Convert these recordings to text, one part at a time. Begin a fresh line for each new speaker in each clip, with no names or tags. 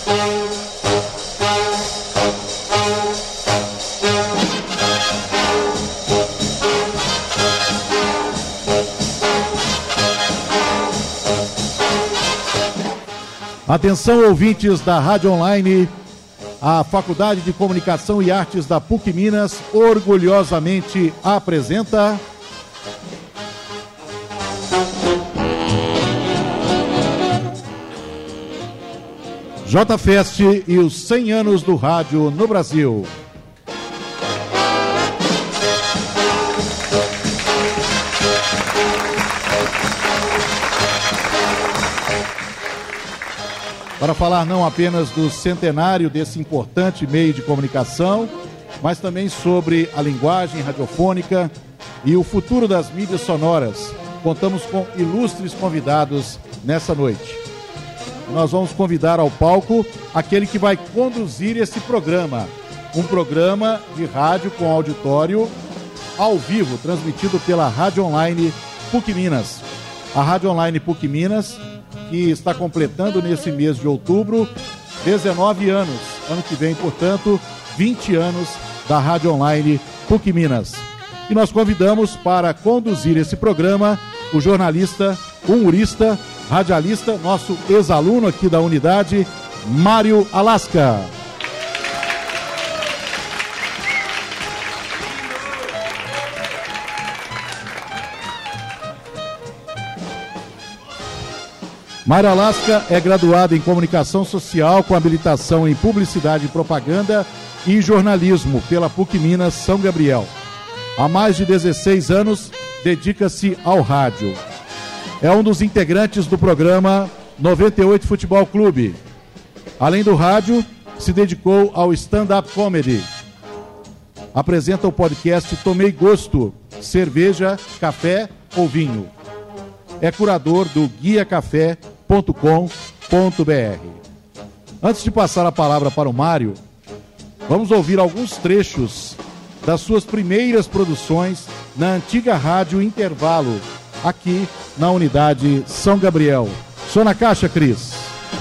Atenção, ouvintes da Rádio Online, a Faculdade de Comunicação e Artes da PUC Minas orgulhosamente apresenta... J-Fest e os 100 anos do rádio no Brasil. Para falar não apenas do centenário desse importante meio de comunicação, mas também sobre a linguagem radiofônica e o futuro das mídias sonoras, contamos com ilustres convidados nessa noite. Nós vamos convidar ao palco aquele que vai conduzir esse programa, um programa de rádio com auditório ao vivo, transmitido pela Rádio Online PUC Minas. A Rádio Online PUC Minas, que está completando nesse mês de outubro 19 anos. Ano que vem, portanto, 20 anos da Rádio Online PUC Minas. E nós convidamos para conduzir esse programa o jornalista, humorista, radialista, nosso ex-aluno aqui da unidade, Mário Alasca. Mário Alasca é graduado em Comunicação Social com habilitação em Publicidade e Propaganda e Jornalismo pela PUC Minas São Gabriel. Há mais de 16 anos, dedica-se ao rádio. É um dos integrantes do programa 98 Futebol Clube. Além do rádio, se dedicou ao stand-up comedy. Apresenta o podcast Tomei Gosto, cerveja, café ou vinho. É curador do guiacafé.com.br. Antes de passar a palavra para o Mário, vamos ouvir alguns trechos das suas primeiras produções na antiga Rádio Intervalo, aqui na unidade São Gabriel. Só na caixa, Cris.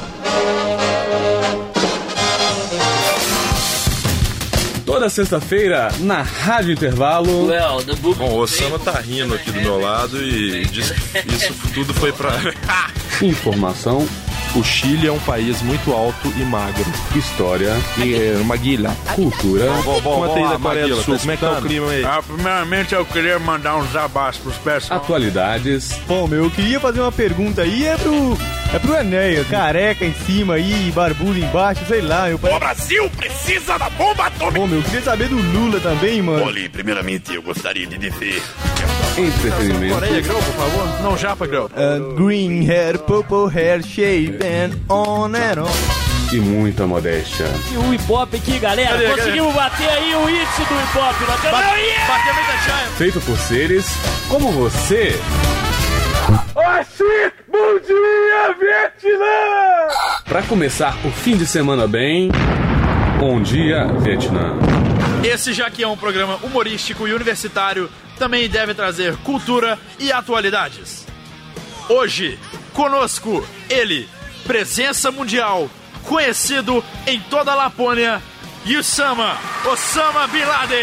Toda sexta-feira, na Rádio Intervalo.
Bom, o Osama tá rindo aqui do meu lado e diz que isso tudo foi pra...
Informação.
O Chile é um país muito alto e magro.
História.
E Maguila.
Cultura.
Conta aí da Coreia do Sul, como é que tá o clima aí?
Primeiramente eu queria mandar uns abás pros pessoal.
Atualidades.
Bom, eu queria fazer uma pergunta aí, é pro Enéas, careca em cima aí, barbudo embaixo, sei lá.
O Brasil precisa da bomba atômica.
Bom, eu queria saber do Lula também, mano.
Olha, primeiramente eu gostaria de dizer...
Entretenimento.
Coreia, Grão, por favor. Não, japa, Grão.
Green hair, purple hair, shaven on and on.
E muita modéstia.
E o hip-hop aqui, galera. Conseguimos bater aí o hit do hip-hop.
Bateu muita chave.
Feito por seres como você.
Assim, bom dia, Vietnã!
Pra começar o fim de semana bem, bom dia, Vietnã.
Esse, já que é um programa humorístico e universitário, também deve trazer cultura e atualidades. Hoje, conosco, ele, presença mundial, conhecido em toda a Lapônia, Osama Bin Laden.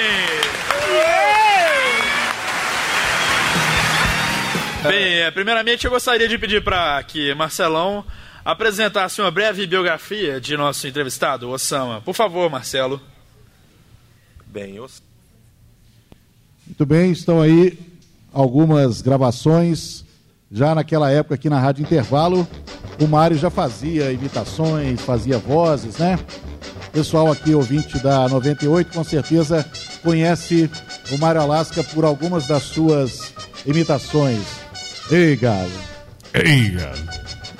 Bem, primeiramente eu gostaria de pedir para que Marcelão apresentasse uma breve biografia de nosso entrevistado, Osama. Por favor, Marcelo.
Bem,
Muito bem, estão aí algumas gravações. Já naquela época aqui na Rádio Intervalo, o Mário já fazia imitações, fazia vozes, né? O pessoal aqui, ouvinte da 98, com certeza conhece o Mário Alasca por algumas das suas imitações. Ei, galo.
Ei, galo.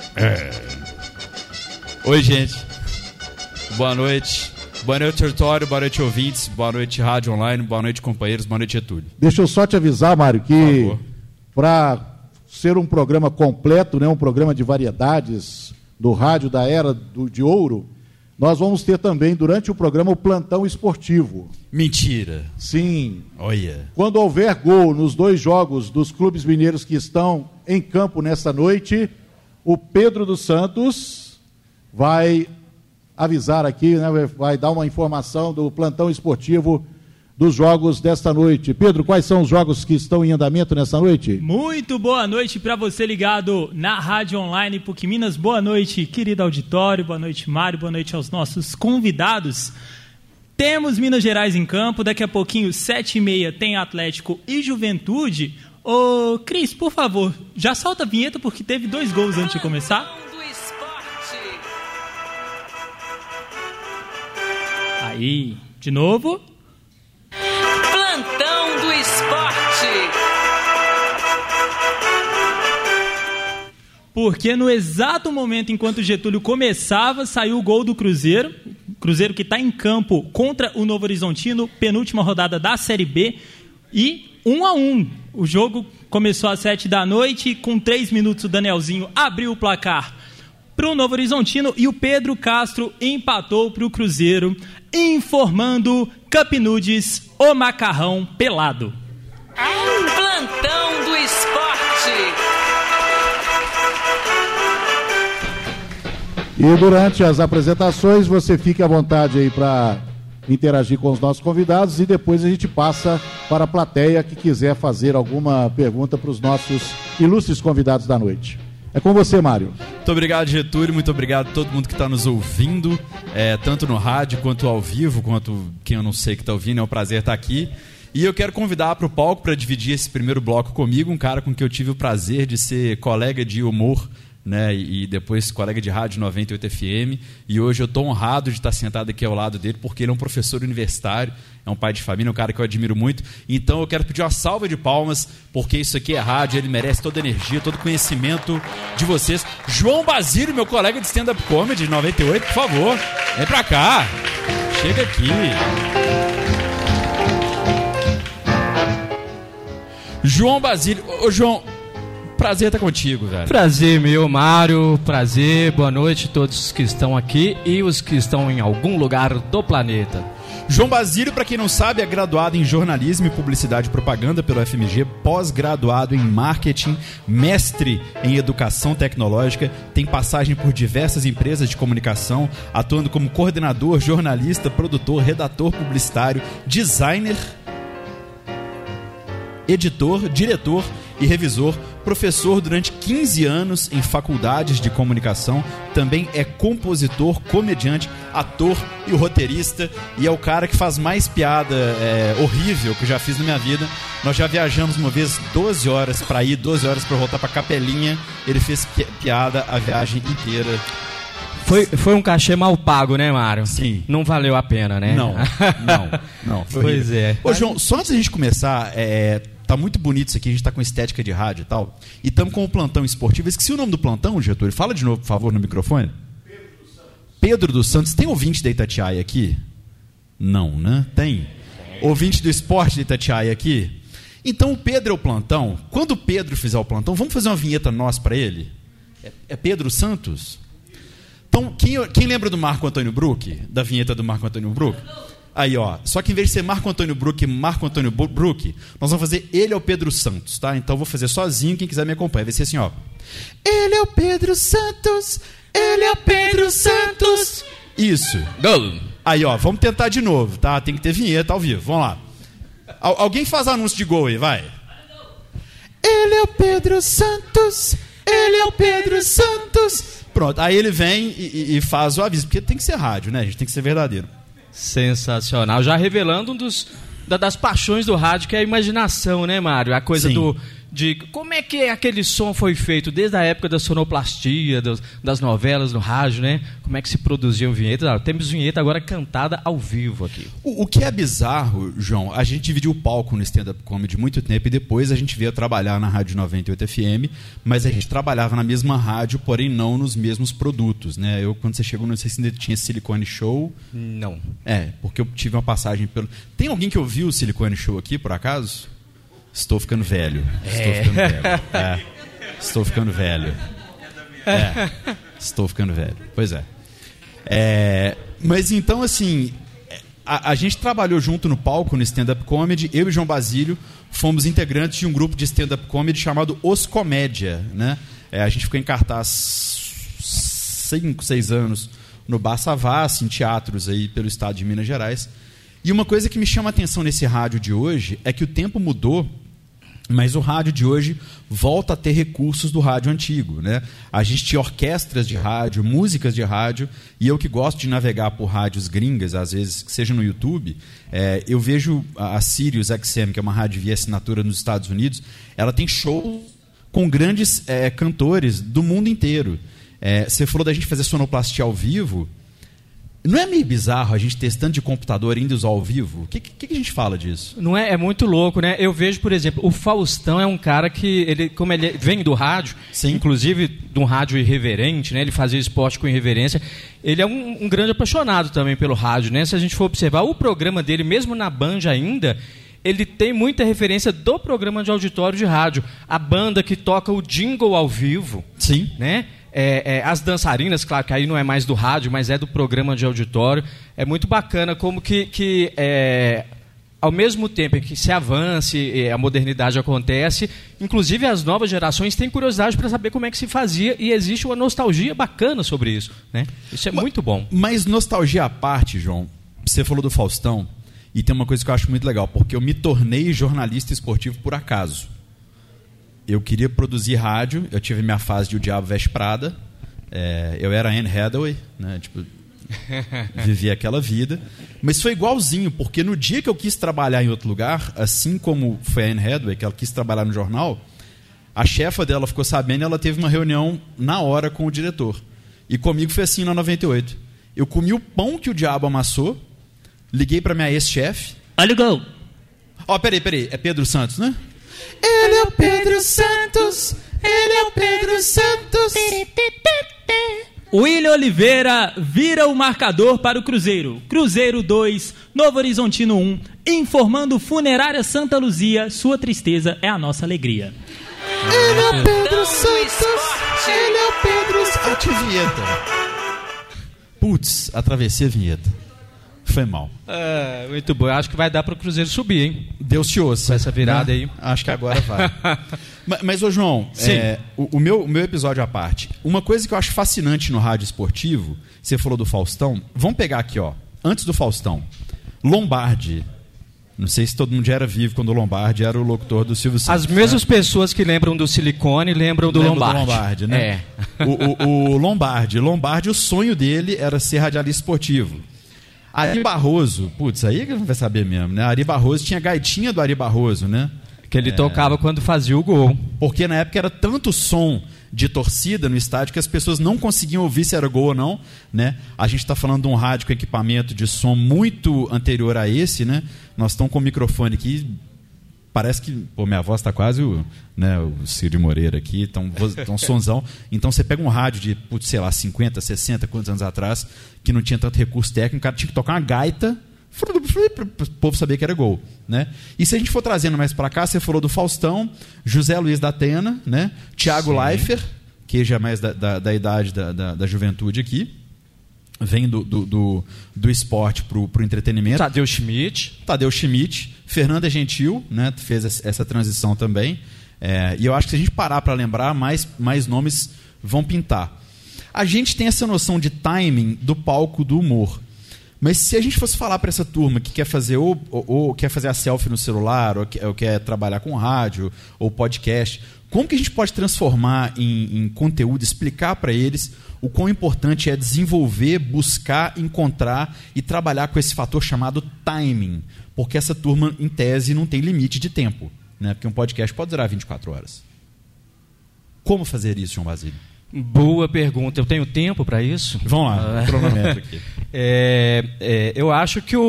Oi, gente. Boa noite. Boa noite, território. Boa noite, ouvintes. Boa noite, Rádio Online. Boa noite, companheiros. Boa noite, Getúlio.
Deixa eu só te avisar, Mário, que para ser um programa completo, né, um programa de variedades do rádio da era de ouro, nós vamos ter também, durante o programa, o plantão esportivo.
Mentira.
Sim.
Olha.
Quando houver gol nos 2 jogos dos clubes mineiros que estão em campo nessa noite, o Pedro dos Santos vai avisar aqui, né, vai dar uma informação do plantão esportivo dos jogos desta noite. Pedro, quais são os jogos que estão em andamento nesta noite?
Muito boa noite para você ligado na Rádio Online PUC Minas. Boa noite, querido auditório. Boa noite, Mário. Boa noite aos nossos convidados. Temos Minas Gerais em campo. Daqui a pouquinho, 7h30, tem Atlético e Juventude. Ô, Cris, por favor, já solta a vinheta porque teve 2 gols antes de começar. Aí, de novo.
Plantão do Esporte.
Porque no exato momento enquanto o Getúlio começava, saiu o gol do Cruzeiro. Cruzeiro que está em campo contra o Novo Horizontino, penúltima rodada da Série B. E 1-1. O jogo começou às 7 da noite. Com 3 minutos o Danielzinho abriu o placar para o Novo Horizontino e o Pedro Castro empatou para o Cruzeiro, informando Cup Nudes, o macarrão pelado.
Plantão do Esporte.
E durante as apresentações você fique à vontade aí para interagir com os nossos convidados e depois a gente passa para a plateia que quiser fazer alguma pergunta para os nossos ilustres convidados da noite. É com você, Mário.
Muito obrigado, Getúlio. Muito obrigado a todo mundo que está nos ouvindo, tanto no rádio quanto ao vivo, quanto quem eu não sei que está ouvindo. É um prazer estar aqui. E eu quero convidar para o palco para dividir esse primeiro bloco comigo, um cara com quem eu tive o prazer de ser colega de humor, né, e depois colega de rádio 98 FM, e hoje eu estou honrado de estar sentado aqui ao lado dele, porque ele é um professor universitário, é um pai de família, um cara que eu admiro muito. Então eu quero pedir uma salva de palmas, porque isso aqui é rádio, ele merece toda a energia, todo o conhecimento de vocês. João Basílio, meu colega de stand-up comedy 98, por favor, vem pra cá, chega aqui. João Basílio, ô João, prazer estar contigo, velho.
Prazer meu, Mário. Prazer, boa noite a todos que estão aqui e os que estão em algum lugar do planeta.
João Basílio, para quem não sabe, é graduado em jornalismo e publicidade e propaganda pelo FMG, pós-graduado em marketing, mestre em educação tecnológica, tem passagem por diversas empresas de comunicação, atuando como coordenador, jornalista, produtor, redator publicitário, designer, editor, diretor e revisor, professor durante 15 anos em faculdades de comunicação, também é compositor, comediante, ator e roteirista, e é o cara que faz mais piada horrível que eu já fiz na minha vida. Nós já viajamos uma vez 12 horas para ir, 12 horas para voltar para Capelinha, ele fez piada a viagem inteira.
Foi um cachê mal pago, né, Mário?
Sim.
Não valeu a pena, né?
Não.
Pois é.
Ô, João, só antes da gente começar, tá muito bonito isso aqui, a gente tá com estética de rádio e tal, e estamos com o plantão esportivo. Esqueci o nome do plantão, Getúlio. Fala de novo, por favor, no microfone. Pedro dos Santos. Tem ouvinte da Itatiaia aqui? Não, né? Tem. Ouvinte do esporte da Itatiaia aqui? Então o Pedro é o plantão. Quando o Pedro fizer o plantão, vamos fazer uma vinheta nossa para ele? É Pedro Santos? Então, quem lembra do Marco Antônio Bruck? Da vinheta do Marco Antônio Bruck? Aí, ó. Só que em vez de ser Marco Antônio Bruck e Marco Antônio Bruck, nós vamos fazer ele é o Pedro Santos, tá? Então eu vou fazer sozinho, quem quiser me acompanha. Vai ser assim, ó. Ele é o Pedro Santos, ele é o Pedro Santos. Isso.
Gol.
Aí, ó, vamos tentar de novo, tá? Tem que ter vinheta ao vivo. Vamos lá. Alguém faz anúncio de gol aí, vai. Ele é o Pedro Santos, ele é o Pedro Santos. Pronto, aí ele vem e faz o aviso, porque tem que ser rádio, né? A gente tem que ser verdadeiro.
Sensacional. Já revelando das paixões do rádio, que é a imaginação, né, Mário? A coisa de como é que aquele som foi feito desde a época da sonoplastia, das novelas no rádio, né? Como é que se produziam vinhetas? Temos vinheta agora cantada ao vivo aqui.
O que é bizarro, João, a gente dividiu o palco no stand-up comedy muito tempo e depois a gente veio trabalhar na Rádio 98 FM, mas a gente trabalhava na mesma rádio, porém não nos mesmos produtos, né? Quando você chegou, não sei se ainda tinha Silicone Show.
Não.
Porque eu tive uma passagem pelo... Tem alguém que ouviu o Silicone Show aqui, por acaso? Estou ficando velho. Estou ficando velho. Estou ficando velho. Pois é. Mas então, assim, a gente trabalhou junto no palco, no stand-up comedy. Eu e João Basílio fomos integrantes de um grupo de stand-up comedy chamado Os Comédia, né? A gente ficou em cartaz 5, 6 anos no Bar Savassi, em teatros aí pelo estado de Minas Gerais. E uma coisa que me chama a atenção nesse rádio de hoje é que o tempo mudou, mas o rádio de hoje volta a ter recursos do rádio antigo, né? A gente tinha orquestras de rádio, músicas de rádio, e eu que gosto de navegar por rádios gringas, às vezes, que seja no YouTube, eu vejo a Sirius XM, que é uma rádio via assinatura nos Estados Unidos, ela tem shows com grandes cantores do mundo inteiro. Você falou da gente fazer sonoplastia ao vivo. Não é meio bizarro a gente testando de computador ainda usar ao vivo? O que a gente fala disso?
Não é? É muito louco, né? Eu vejo, por exemplo, o Faustão é um cara que, como ele vem do rádio, sim, inclusive de um rádio irreverente, né? Ele fazia esporte com irreverência. Ele é um grande apaixonado também pelo rádio, né? Se a gente for observar o programa dele, mesmo na Band ainda, ele tem muita referência do programa de auditório de rádio. A banda que toca o jingle ao vivo.
Sim.
Né? As dançarinas, claro que aí não é mais do rádio, mas é do programa de auditório. É muito bacana como que ao mesmo tempo em que se avance, a modernidade acontece, inclusive as novas gerações têm curiosidade para saber como é que se fazia, e existe uma nostalgia bacana sobre isso, né? Isso é muito bom.
Mas nostalgia à parte, João, você falou do Faustão, e tem uma coisa que eu acho muito legal, porque eu me tornei jornalista esportivo por acaso. Eu queria produzir rádio, eu tive minha fase de O Diabo Veste Prada, eu era Anne Hathaway, né? Tipo, vivia aquela vida, mas foi igualzinho, porque no dia que eu quis trabalhar em outro lugar, assim como foi a Anne Hathaway, que ela quis trabalhar no jornal, a chefa dela ficou sabendo e ela teve uma reunião na hora com o diretor. E comigo foi assim na 98. Eu comi o pão que o diabo amassou, liguei para minha ex-chefe.
Olha o gol.
Peraí, é Pedro Santos, né? Ele é o Pedro Santos, ele é o Pedro Santos.
William Oliveira vira o marcador para o Cruzeiro. Cruzeiro 2, Novo Horizontino 1, informando Funerária Santa Luzia, sua tristeza é a nossa alegria.
Ele é o Pedro Santos, ele é o Pedro Santos. Vinheta. Putz, atravessei a vinheta. Foi mal.
Muito bom. Eu acho que vai dar para o Cruzeiro subir, hein?
Deus te ouça.
Com essa virada aí.
Acho que agora vai. mas, ô João, o meu episódio à parte, uma coisa que eu acho fascinante no rádio esportivo, você falou do Faustão, vamos pegar aqui, ó, antes do Faustão, Lombardi. Não sei se todo mundo já era vivo quando o Lombardi era o locutor do Silvio Santos.
As mesmas pessoas que lembram do Silicone lembram do Lombardi.
Né? O Lombardi, o sonho dele era ser radialista esportivo. Ari Barroso, putz, aí que não vai saber mesmo, né? Ari Barroso tinha a gaitinha do Ari Barroso, né?
Que ele tocava quando fazia o gol.
Porque na época era tanto som de torcida no estádio que as pessoas não conseguiam ouvir se era gol ou não, né? A gente está falando de um rádio com equipamento de som muito anterior a esse, né? Nós estamos com o microfone aqui, parece que, minha voz está quase o Ciro Moreira aqui, então sonzão. Então você pega um rádio de, sei lá, 50, 60, quantos anos atrás, que não tinha tanto recurso técnico, o cara tinha que tocar uma gaita para o povo saber que era gol, né? E se a gente for trazendo mais para cá, você falou do Faustão, José Luiz da Atena, né? Thiago Leifert, que já é mais da idade da juventude aqui, vem do esporte para o entretenimento.
Tadeu Schmidt,
Fernanda Gentil, né? Fez essa transição também. E eu acho que se a gente parar para lembrar, mais nomes vão pintar. A gente tem essa noção de timing do palco do humor. Mas se a gente fosse falar para essa turma que quer fazer ou quer fazer a selfie no celular, ou quer trabalhar com rádio ou podcast, como que a gente pode transformar em conteúdo, explicar para eles o quão importante é desenvolver, buscar, encontrar e trabalhar com esse fator chamado timing? Porque essa turma, em tese, não tem limite de tempo, né? Porque um podcast pode durar 24 horas. Como fazer isso, João Basílio?
Boa pergunta. Eu tenho tempo para isso?
Vamos lá, cronômetro aqui.
Eu acho que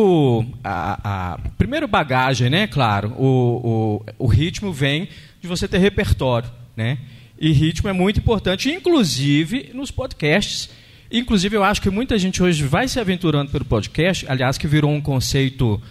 a primeira bagagem, né? Claro, o ritmo vem de você ter repertório, né? E ritmo é muito importante, inclusive nos podcasts. Inclusive, eu acho que muita gente hoje vai se aventurando pelo podcast, aliás, que virou um conceito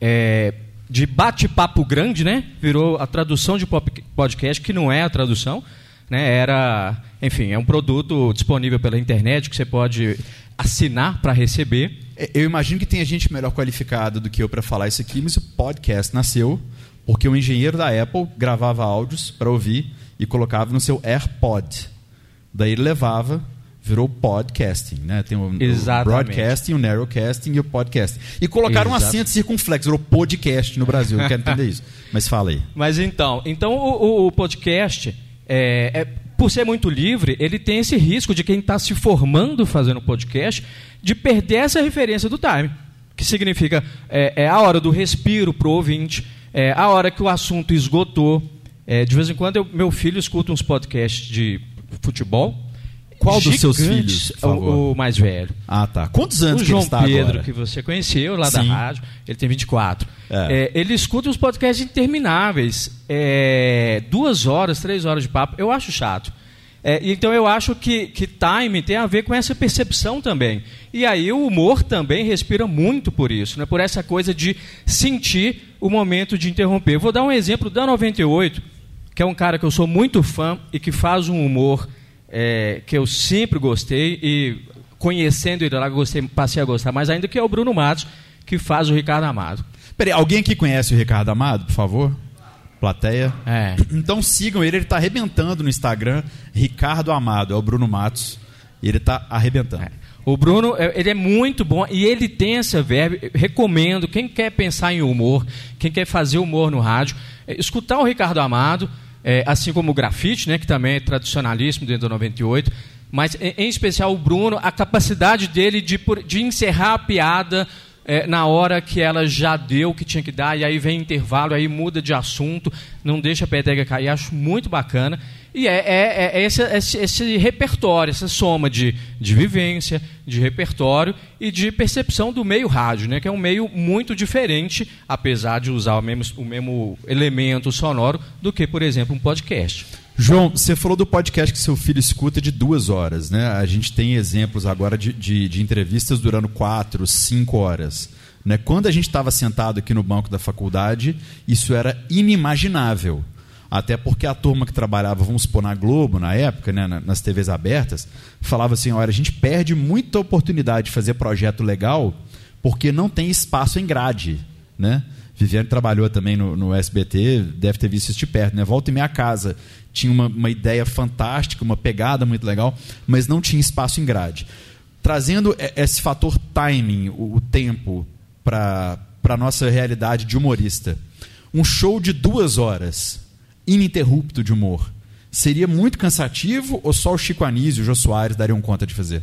de bate-papo grande, né? Virou a tradução de podcast, que não é a tradução, né? Enfim, é um produto disponível pela internet que você pode assinar para receber.
Eu imagino que tenha gente melhor qualificada do que eu para falar isso aqui, mas o podcast nasceu porque o engenheiro da Apple gravava áudios para ouvir e colocava no seu AirPod. Daí ele levava virou podcasting, né? Tem o broadcasting, o narrowcasting e o podcasting. E colocaram um acento circunflexo, virou podcast no Brasil. Não quero entender isso. Mas fala aí.
Mas então o podcast, por ser muito livre, ele tem esse risco de quem está se formando fazendo podcast, de perder essa referência do time. Que significa a hora do respiro para o ouvinte, a hora que o assunto esgotou. De vez em quando, meu filho escuta uns podcasts de futebol.
Qual dos seus filhos, por favor?
O mais velho.
Ah, tá. Quantos anos
o
que ele está agora?
João Pedro, que você conheceu lá da rádio, ele tem 24. Ele escuta uns podcasts intermináveis. 2 horas, 3 horas de papo. Eu acho chato. Então eu acho que time tem a ver com essa percepção também. E aí o humor também respira muito por isso, né? Por essa coisa de sentir o momento de interromper. Eu vou dar um exemplo da 98, que é um cara que eu sou muito fã e que faz um humor que eu sempre gostei, e conhecendo ele lá, passei a gostar mais ainda, que é o Bruno Matos, que faz o Ricardo Amado.
Peraí, alguém aqui conhece o Ricardo Amado, por favor? Plateia? Então sigam ele está arrebentando no Instagram. Ricardo Amado, é o Bruno Matos, e ele está arrebentando.
O Bruno, ele é muito bom e ele tem essa verve. Recomendo, quem quer pensar em humor, quem quer fazer humor no rádio, escutar o Ricardo Amado, assim como o Grafite, né, que também é tradicionalíssimo dentro do 98, mas em especial o Bruno, a capacidade dele de encerrar a piada na hora que ela já deu o que tinha que dar, e aí vem intervalo, aí muda de assunto, não deixa a peteca cair. Acho muito bacana. E esse repertório, essa soma de vivência, de repertório e de percepção do meio rádio, né, que é um meio muito diferente, apesar de usar o mesmo elemento sonoro do que, por exemplo, um podcast.
João, você falou do podcast que seu filho escuta de 2 horas, né? A gente tem exemplos agora de entrevistas durando 4, 5 horas. Né? Quando a gente estava sentado aqui no banco da faculdade, isso era inimaginável. Até porque a turma que trabalhava, vamos supor, na Globo, na época, né, nas TVs abertas, falava assim, olha, a gente perde muita oportunidade de fazer projeto legal porque não tem espaço em grade, né? Viviane trabalhou também no SBT, deve ter visto isso de perto, né? Volta e meia casa tinha uma ideia fantástica, uma pegada muito legal, mas não tinha espaço em grade. Trazendo esse fator timing, o tempo, para a nossa realidade de humorista, um show de 2 horas, ininterrupto de humor, seria muito cansativo ou só o Chico Anísio e o Jô Soares dariam conta de fazer?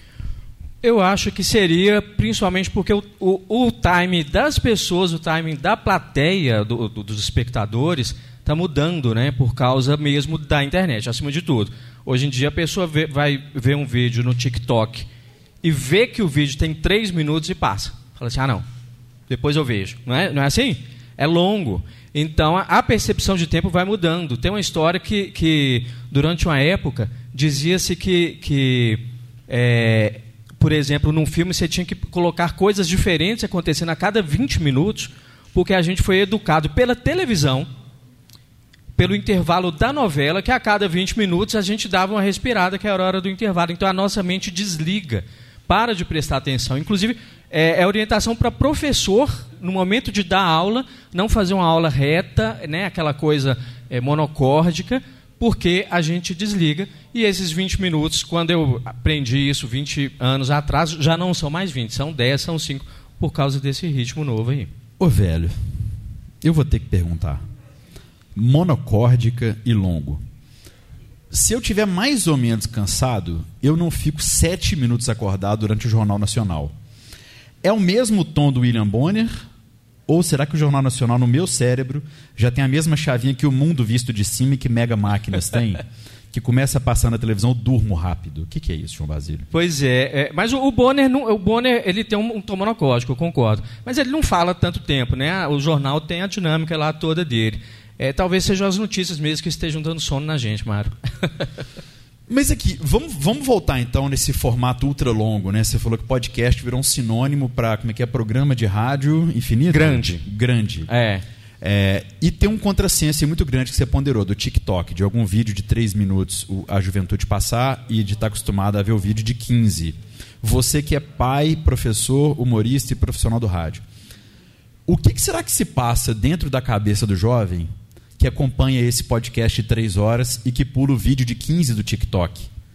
Eu acho que seria, principalmente porque o time das pessoas, o time da plateia, dos espectadores, está mudando, né, por causa mesmo da internet, acima de tudo. Hoje em dia a pessoa vai ver um vídeo no TikTok e vê que o vídeo tem 3 minutos e passa. Fala assim, não, depois eu vejo. Não é assim? É longo. Então a percepção de tempo vai mudando. Tem uma história que durante uma época, dizia-se que por exemplo, num filme você tinha que colocar coisas diferentes acontecendo a cada 20 minutos, porque a gente foi educado pela televisão, pelo intervalo da novela, que a cada 20 minutos a gente dava uma respirada, que era a hora do intervalo. Então a nossa mente desliga, para de prestar atenção. Inclusive, é orientação para professor, no momento de dar aula, não fazer uma aula reta, né, aquela coisa monocórdica, porque a gente desliga, e esses 20 minutos, quando eu aprendi isso 20 anos atrás, já não são mais 20, são 10, são 5, por causa desse ritmo novo aí.
Ô velho, eu vou ter que perguntar. Monocórdica e longo. Se eu tiver mais ou menos cansado, eu não fico 7 minutos acordado durante o Jornal Nacional. É o mesmo tom do William Bonner? Ou será que o Jornal Nacional, no meu cérebro, já tem a mesma chavinha que o Mundo Visto de Cima e que Mega Máquinas tem? Que começa a passar na televisão, eu durmo rápido. O que é isso, João Basílio?
Pois mas o Bonner ele tem um tom monocórdico, eu concordo. Mas ele não fala tanto tempo, né? O jornal tem a dinâmica lá toda dele. Talvez sejam as notícias mesmo que estejam dando sono na gente, Mário.
Mas aqui, vamos voltar então nesse formato ultra longo, né? Você falou que podcast virou um sinônimo para, programa de rádio infinito? Grande. E tem um contrassenso muito grande que você ponderou, do TikTok, de algum vídeo de 3 minutos a juventude passar e de estar acostumado a ver o vídeo de 15. Você que é pai, professor, humorista e profissional do rádio. O que será que se passa dentro da cabeça do jovem que acompanha esse podcast de 3 horas e que pula o vídeo de 15 do TikTok?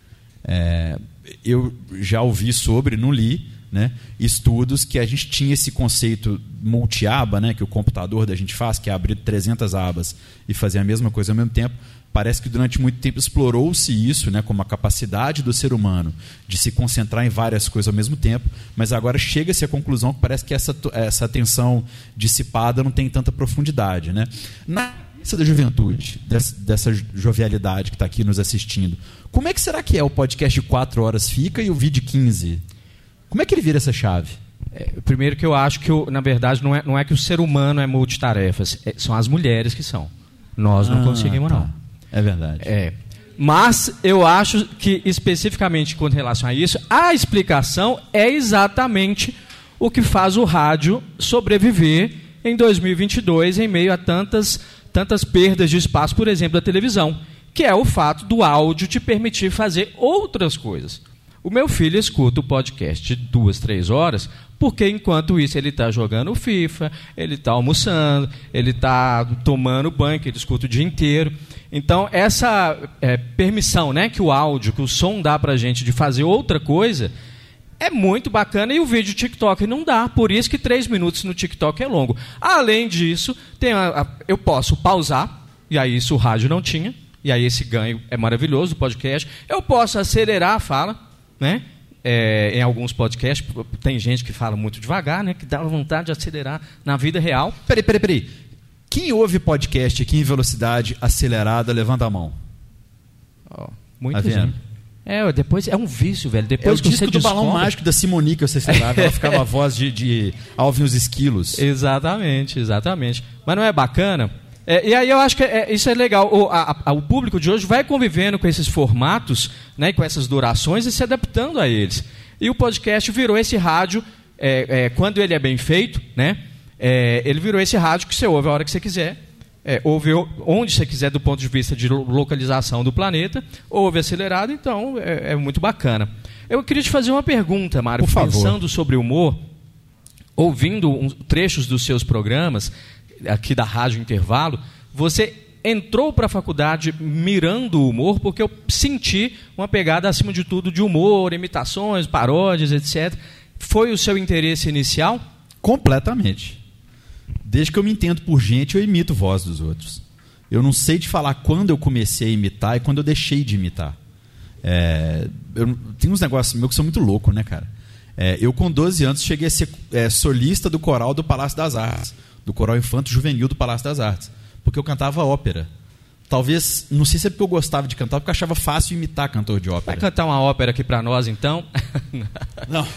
Eu já ouvi sobre, não li, né, estudos que a gente tinha esse conceito multi-aba, né, que o computador da gente faz, que é abrir 300 abas e fazer a mesma coisa ao mesmo tempo. Parece que durante muito tempo explorou-se isso, né, como a capacidade do ser humano de se concentrar em várias coisas ao mesmo tempo, mas agora chega-se à conclusão que parece que essa atenção dissipada não tem tanta profundidade, né? Na cabeça da juventude, dessa jovialidade que está aqui nos assistindo, como é que será que é o podcast de 4 horas fica e o vídeo de 15? Como é que ele vira essa chave?
Primeiro que eu acho que, na verdade, não é que o ser humano é multitarefas, são as mulheres que são. Nós não conseguimos,
tá.
não.
É verdade.
Mas eu acho que, especificamente com relação a isso, a explicação é exatamente o que faz o rádio sobreviver em 2022 em meio a tantas perdas de espaço, por exemplo, da televisão, que é o fato do áudio te permitir fazer outras coisas. O meu filho escuta o podcast de 2, 3 horas, porque enquanto isso ele está jogando FIFA, ele está almoçando, ele está tomando banho, que ele escuta o dia inteiro. Então, essa permissão, né, que o áudio, que o som dá para a gente de fazer outra coisa, é muito bacana, e o vídeo TikTok não dá. Por isso que 3 minutos no TikTok é longo. Além disso, eu posso pausar, e aí isso o rádio não tinha, e aí esse ganho é maravilhoso do podcast. Eu posso acelerar a fala, né? Em alguns podcasts tem gente que fala muito devagar, né? Que dá vontade de acelerar na vida real.
Peraí. Quem ouve podcast aqui em velocidade acelerada, levanta a mão.
Muita gente. Depois é um vício, velho. Depois
o disco do Balão Mágico da Simonica, eu acelerava, ela ficava a voz de Alvin e os Esquilos.
Exatamente. Mas não é bacana? E aí eu acho que isso é legal. O público de hoje vai convivendo com esses formatos, né, com essas durações e se adaptando a eles. E o podcast virou esse rádio, quando ele é bem feito, né, ele virou esse rádio que você ouve a hora que você quiser, ouve onde você quiser do ponto de vista de localização do planeta, ouve acelerado, então é muito bacana. Eu queria te fazer uma pergunta, Mário,
por favor.
Pensando sobre humor, ouvindo trechos dos seus programas, aqui da Rádio Intervalo, você entrou para a faculdade mirando o humor, porque eu senti uma pegada, acima de tudo, de humor, imitações, paródias, etc. Foi o seu interesse inicial?
Completamente. Desde que eu me entendo por gente, eu imito voz dos outros. Eu não sei te falar quando eu comecei a imitar e quando eu deixei de imitar. Tem uns negócios meus que são muito loucos, né, cara? Eu, com 12 anos, cheguei a ser solista do coral do Palácio das Artes, do coral infanto juvenil do Palácio das Artes, porque eu cantava ópera. Talvez, não sei se é porque eu gostava de cantar, porque eu achava fácil imitar cantor de ópera.
Vai cantar uma ópera aqui pra nós, então?
Não.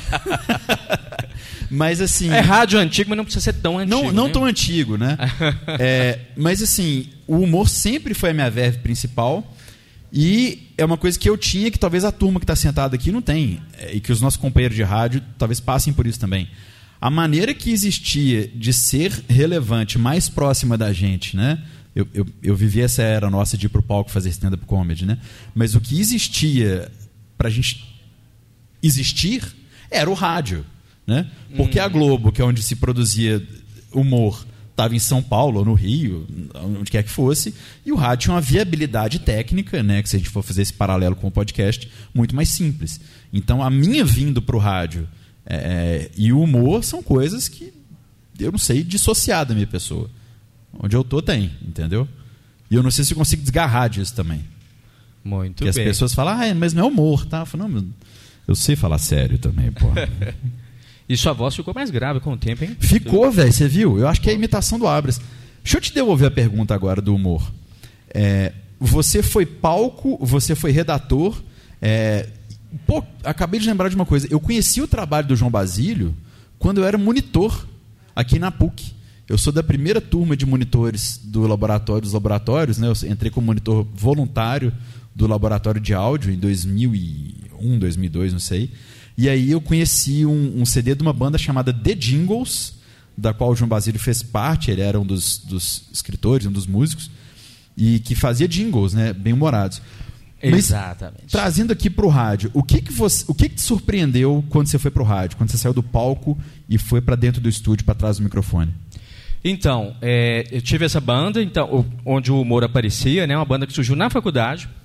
Mas assim...
É rádio antigo, mas não precisa ser tão antigo.
Não tão antigo, né? Mas assim, o humor sempre foi a minha verve principal, e é uma coisa que eu tinha, que talvez a turma que está sentada aqui não tem, e que os nossos companheiros de rádio talvez passem por isso também. A maneira que existia de ser relevante, mais próxima da gente, né? Eu vivi essa era nossa de ir pro palco fazer stand-up comedy, né? Mas o que existia pra gente existir era o rádio, né? Porque a Globo, que é onde se produzia humor, estava em São Paulo ou no Rio, onde quer que fosse, e o rádio tinha uma viabilidade técnica, né? Que se a gente for fazer esse paralelo com o podcast, muito mais simples. Então, a minha vinda pro rádio e o humor são coisas que eu não sei dissociar da minha pessoa. Onde eu tô tem, entendeu? E eu não sei se eu consigo desgarrar disso também.
Muito
bem. Porque as pessoas falam, mas não é humor, tá? Eu falo, não, eu sei falar sério também, pô.
E sua voz ficou mais grave com o tempo, hein?
Ficou, velho, você viu? Eu acho que é a imitação do Abras. Deixa eu te devolver a pergunta agora do humor. Você foi palco, você foi redator. Acabei de lembrar de uma coisa. Eu conheci o trabalho do João Basílio quando eu era monitor aqui na PUC. Eu sou da primeira turma de monitores dos laboratórios, né? Eu entrei como monitor voluntário do laboratório de áudio em 2001, 2002, não sei. E aí eu conheci um CD de uma banda chamada The Jingles, da qual o João Basílio fez parte. Ele era um dos escritores, um dos músicos, e que fazia jingles, né? Bem-humorados.
Exatamente.
Mas, trazendo aqui para o rádio, o que te surpreendeu quando você foi para o rádio? Quando você saiu do palco e foi para dentro do estúdio, para trás do microfone?
Então, eu tive essa banda, onde o humor aparecia, né? Uma banda que surgiu na faculdade.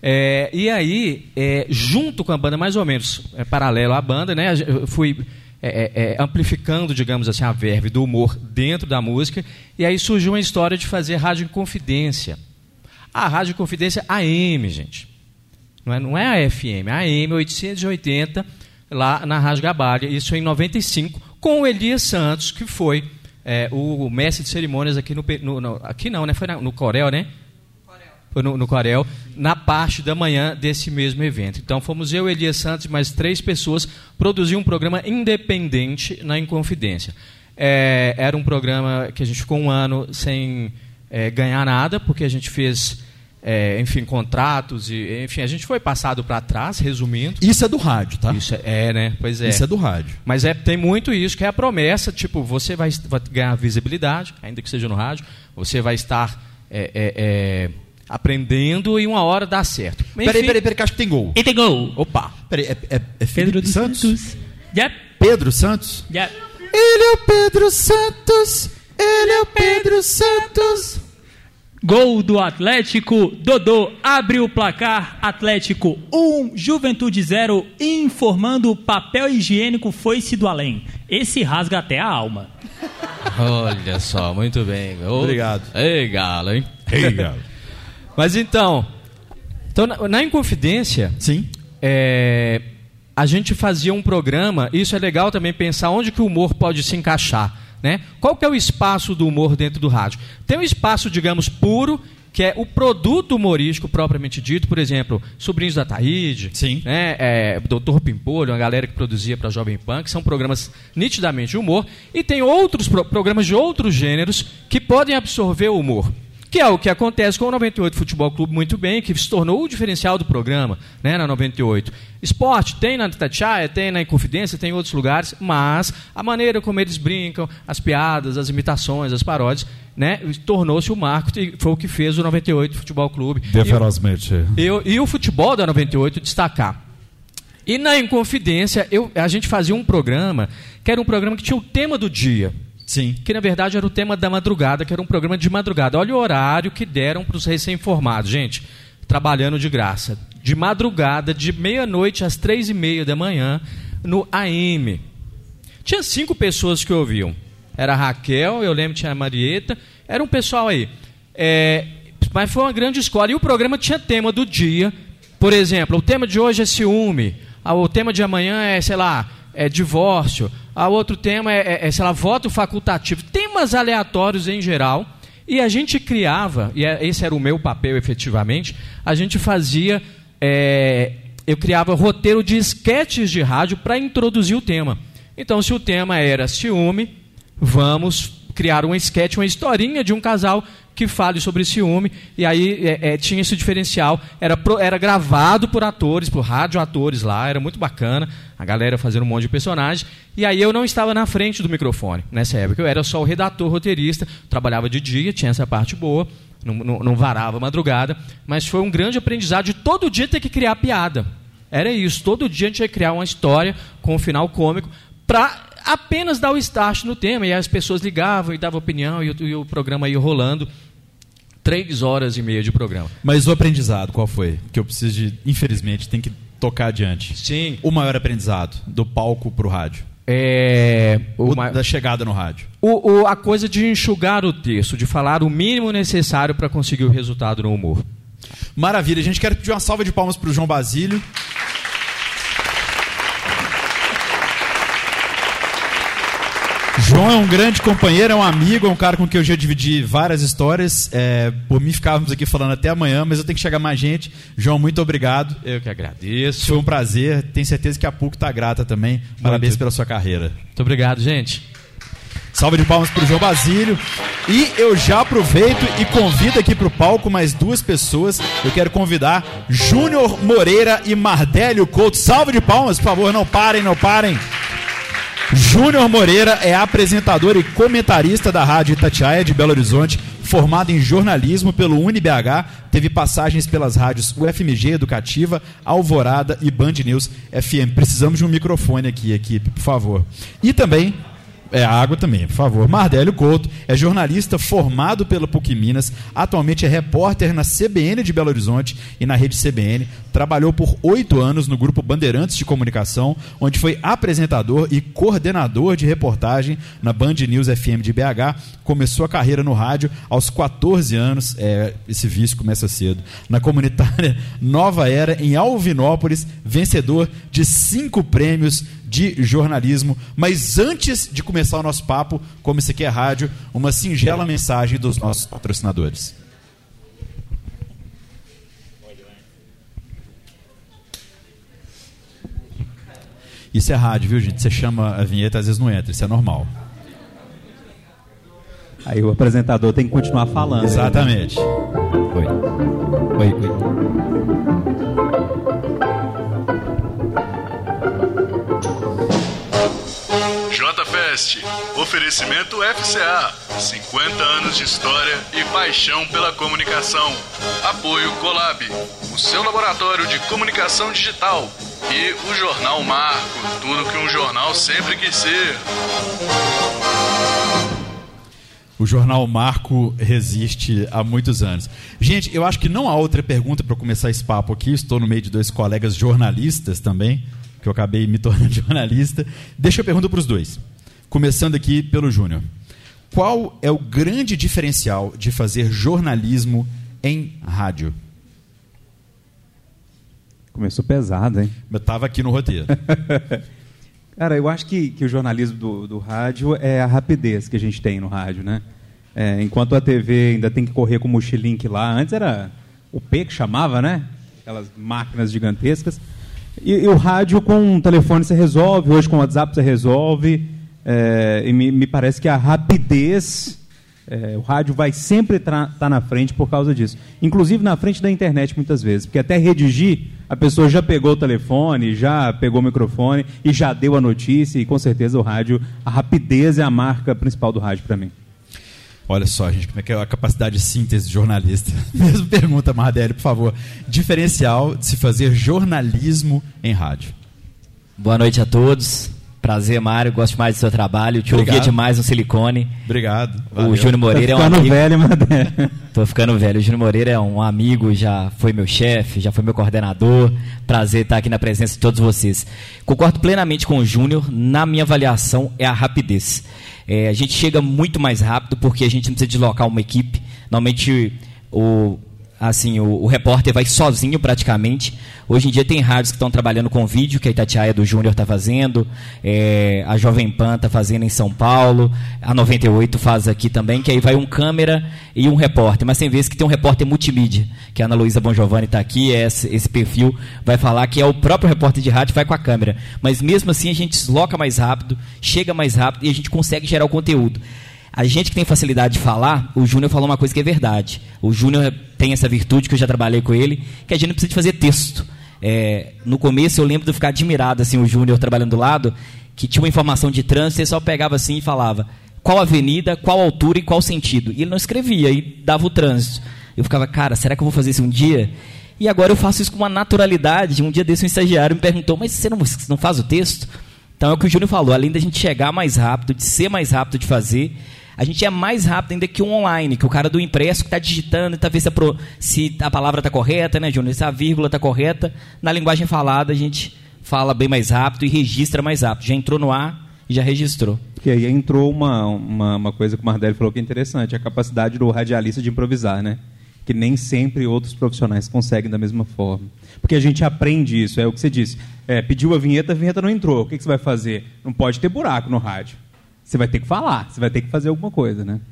E aí, junto com a banda, mais ou menos paralelo à banda, né, eu fui amplificando, digamos assim, a verve do humor dentro da música, e aí surgiu uma história de fazer Rádio Inconfidência. A Rádio Inconfidência AM, gente. Não é a FM, a AM 880, lá na Rádio Gabalha, isso em 95, com o Elias Santos, que foi o mestre de cerimônias aqui aqui não, né? Foi no Corel, né? Foi no Corel, na parte da manhã desse mesmo evento. Então fomos eu, Elias Santos e mais 3 pessoas produzir um programa independente na Inconfidência. Era um programa que a gente ficou um ano sem ganhar nada, porque a gente fez, enfim, contratos, enfim, a gente foi passado para trás, resumindo.
Isso é do rádio, tá?
Isso né? Pois é.
Isso é do rádio.
Mas tem muito isso, que é a promessa, tipo, você vai ganhar visibilidade, ainda que seja no rádio, você vai estar aprendendo e uma hora dá certo.
Peraí, que acho que tem gol.
E tem gol.
Opa, peraí, é
Pedro dos
Santos?
Yep.
Pedro Santos?
Yep.
Ele é o Pedro Santos, ele é o Pedro Santos.
Gol do Atlético, Dodô abre o placar, Atlético 1, Juventude 0, informando papel higiênico foi-se do além. Esse rasga até a alma.
Olha só, muito bem.
Obrigado.
Ei, Galo, hein?
Ei, Galo.
Mas então na Inconfidência,
sim,
a gente fazia um programa, isso é legal também pensar onde que o humor pode se encaixar, né? Qual que é o espaço do humor dentro do rádio? Tem um espaço, digamos, puro, que é o produto humorístico propriamente dito, por exemplo, Sobrinhos da Taíde,
sim,
né? Doutor Pimpolho, uma galera que produzia para Jovem Pan, que são programas nitidamente de humor, e tem outros programas de outros gêneros que podem absorver o humor. Que é o que acontece com o 98 Futebol Clube muito bem, que se tornou o diferencial do programa, né, na 98. Esporte tem na Itatiaia, tem na Inconfidência, tem em outros lugares, mas a maneira como eles brincam, as piadas, as imitações, as paródias, né, tornou-se o marco, e foi o que fez o 98 Futebol Clube.
Ferozmente.
E o futebol da 98 destacar. E na Inconfidência, a gente fazia um programa, que era um programa que tinha o tema do dia.
Sim.
Que na verdade era o tema da madrugada, que era um programa de madrugada. Olha o horário que deram para os recém-formados, gente, trabalhando de graça. De madrugada, de meia-noite às 3h30 da manhã, no AM. Tinha 5 pessoas que ouviam. Era a Raquel, eu lembro que tinha a Marieta, era um pessoal aí. Mas foi uma grande escola. E o programa tinha tema do dia. Por exemplo, o tema de hoje é ciúme. O tema de amanhã é, sei lá, divórcio. O outro tema sei lá, voto facultativo. Temas aleatórios em geral. E a gente criava, e esse era o meu papel efetivamente, a gente fazia, eu criava roteiro de esquetes de rádio para introduzir o tema. Então, se o tema era ciúme, vamos criar um esquete, uma historinha de um casal que fale sobre ciúme, e aí tinha esse diferencial, era gravado por atores, por radioatores lá, era muito bacana, a galera fazendo um monte de personagens, e aí eu não estava na frente do microfone, nessa época, eu era só o redator, roteirista, trabalhava de dia, tinha essa parte boa, não varava a madrugada, mas foi um grande aprendizado de todo dia ter que criar piada, era isso, todo dia a gente ia criar uma história com um final cômico, para apenas dar o start no tema, e as pessoas ligavam e davam opinião, e o programa ia rolando. 3h30 de programa.
Mas o aprendizado, qual foi? Que eu preciso de, infelizmente, tem que tocar adiante.
Sim.
O maior aprendizado do palco pro rádio. Da chegada no rádio.
A coisa de enxugar o texto, de falar o mínimo necessário para conseguir o resultado no humor.
Maravilha. A gente quer pedir uma salva de palmas pro João Basílio. João é um grande companheiro, é um amigo, é um cara com quem eu já dividi várias histórias. Por mim ficávamos aqui falando até amanhã, mas eu tenho que chegar mais gente. João, muito obrigado.
Eu que agradeço.
Foi um prazer. Tenho certeza que a PUC está grata também. Parabéns pela sua carreira.
Muito obrigado, gente.
Salva de palmas para o João Basílio. E eu já aproveito e convido aqui para o palco mais 2 pessoas. Eu quero convidar Júnior Moreira e Mardélio Couto. Salva de palmas, por favor, não parem, não parem. Júnior Moreira é apresentador e comentarista da Rádio Itatiaia de Belo Horizonte, formado em jornalismo pelo UniBH, teve passagens pelas rádios UFMG Educativa, Alvorada e Band News FM. Precisamos de um microfone aqui, equipe, por favor. E também Água também, por favor. Mardélio Couto é jornalista formado pela PUC Minas, atualmente é repórter na CBN de Belo Horizonte e na Rede CBN. Trabalhou por 8 anos no Grupo Bandeirantes de Comunicação, onde foi apresentador e coordenador de reportagem na Band News FM de BH. Começou a carreira no rádio aos 14 anos, esse vício começa cedo, na comunitária Nova Era, em Alvinópolis, vencedor de 5 prêmios de jornalismo. Mas antes de começar o nosso papo, como isso aqui é rádio, uma singela mensagem dos nossos patrocinadores. Isso é rádio, viu, gente? Você chama a vinheta, às vezes não entra, isso é normal.
Aí o apresentador tem que continuar falando.
Exatamente. Oi.
JFest, oferecimento FCA, 50 anos de história e paixão pela comunicação. Apoio Colab, o seu laboratório de comunicação digital. E o Jornal Marco, tudo que um jornal sempre quis ser.
O Jornal Marco resiste há muitos anos. Gente, eu acho que não há outra pergunta para começar esse papo aqui. Estou no meio de 2 colegas jornalistas também, que eu acabei me tornando jornalista. Deixa eu perguntar para os dois. Começando aqui pelo Júnior. Qual é o grande diferencial de fazer jornalismo em rádio?
Começou pesado, hein?
Eu estava aqui no roteiro.
Cara, eu acho que o jornalismo do rádio é a rapidez que a gente tem no rádio, né? Enquanto a TV ainda tem que correr com o mochilink lá, antes era o P que chamava, né? Aquelas máquinas gigantescas. E o rádio com um telefone você resolve, hoje com o WhatsApp você resolve. E me parece que a rapidez, o rádio vai sempre estar na frente por causa disso. Inclusive na frente da internet muitas vezes, porque até redigir a pessoa já pegou o telefone, já pegou o microfone e já deu a notícia, e com certeza o rádio, a rapidez é a marca principal do rádio para mim.
Olha só, gente, como é que é a capacidade de síntese de jornalista? Mesma pergunta, Mardélio, por favor. Diferencial de se fazer jornalismo em rádio.
Boa noite a todos. Prazer, Mário. Gosto mais do seu trabalho. Te ouvia demais no Silicone.
Obrigado.
Valeu. O Júnior Moreira é um amigo. Velho, Tô ficando velho. O Júnior Moreira é um amigo, já foi meu chefe, já foi meu coordenador. Prazer estar aqui na presença de todos vocês. Concordo plenamente com o Júnior. Na minha avaliação, é a rapidez. A gente chega muito mais rápido porque a gente não precisa deslocar uma equipe. Normalmente, o repórter vai sozinho praticamente. Hoje em dia tem rádios que estão trabalhando com vídeo, que a Itatiaia do Júnior está fazendo, a Jovem Pan está fazendo em São Paulo, a 98 faz aqui também, que aí vai um câmera e um repórter. Mas tem vezes que tem um repórter multimídia, que a Ana Luísa Bongiovanni está aqui, esse perfil vai falar que é o próprio repórter de rádio, vai com a câmera. Mas mesmo assim a gente desloca mais rápido, chega mais rápido e a gente consegue gerar o conteúdo. A gente que tem facilidade de falar, o Júnior falou uma coisa que é verdade. O Júnior tem essa virtude, que eu já trabalhei com ele, que a gente não precisa de fazer texto. No começo eu lembro de ficar admirado, assim, o Júnior trabalhando do lado, que tinha uma informação de trânsito, ele só pegava assim e falava qual avenida, qual altura e qual sentido. E ele não escrevia, e dava o trânsito. Eu ficava, cara, será que eu vou fazer isso um dia? E agora eu faço isso com uma naturalidade. Um dia desse um estagiário me perguntou, mas você não faz o texto? Então é o que o Júnior falou, além da gente chegar mais rápido, de ser mais rápido de fazer, a gente é mais rápido ainda que o online, que o cara do impresso que está digitando e está vendo se a palavra está correta, né, Júnior? Se a vírgula está correta. Na linguagem falada, a gente fala bem mais rápido e registra mais rápido. Já entrou no ar e já registrou.
E aí entrou uma coisa que o Mardélio falou que é interessante, a capacidade do radialista de improvisar, né? Que nem sempre outros profissionais conseguem da mesma forma. Porque a gente aprende isso, é o que você disse. Pediu a vinheta não entrou. O que você vai fazer? Não pode ter buraco no rádio. Você vai ter que falar, você vai ter que fazer alguma coisa, né?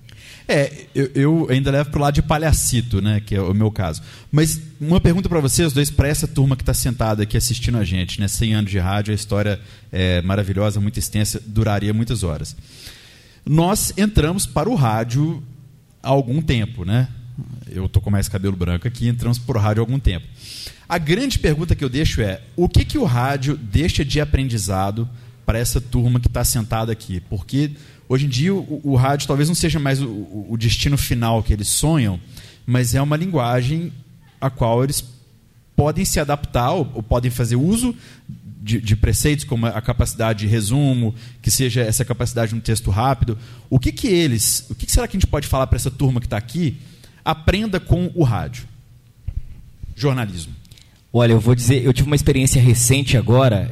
Eu ainda levo para o lado de palhacito, né, que é o meu caso. Mas uma pergunta para vocês dois, para essa turma que está sentada aqui assistindo a gente, né, 100 anos de rádio, a história é maravilhosa, muito extensa, duraria muitas horas. Nós entramos para o rádio há algum tempo, né? Eu estou com mais cabelo branco aqui, entramos para o rádio há algum tempo. A grande pergunta que eu deixo é, o que o rádio deixa de aprendizado para essa turma que está sentada aqui? Porque hoje em dia o rádio talvez não seja mais o destino final que eles sonham, mas é uma linguagem a qual eles podem se adaptar ou podem fazer uso de preceitos, como a capacidade de resumo, que seja essa capacidade de um texto rápido. O que será que a gente pode falar para essa turma que está aqui? Aprenda com o rádio. Jornalismo.
Olha, eu vou dizer, eu tive uma experiência recente agora,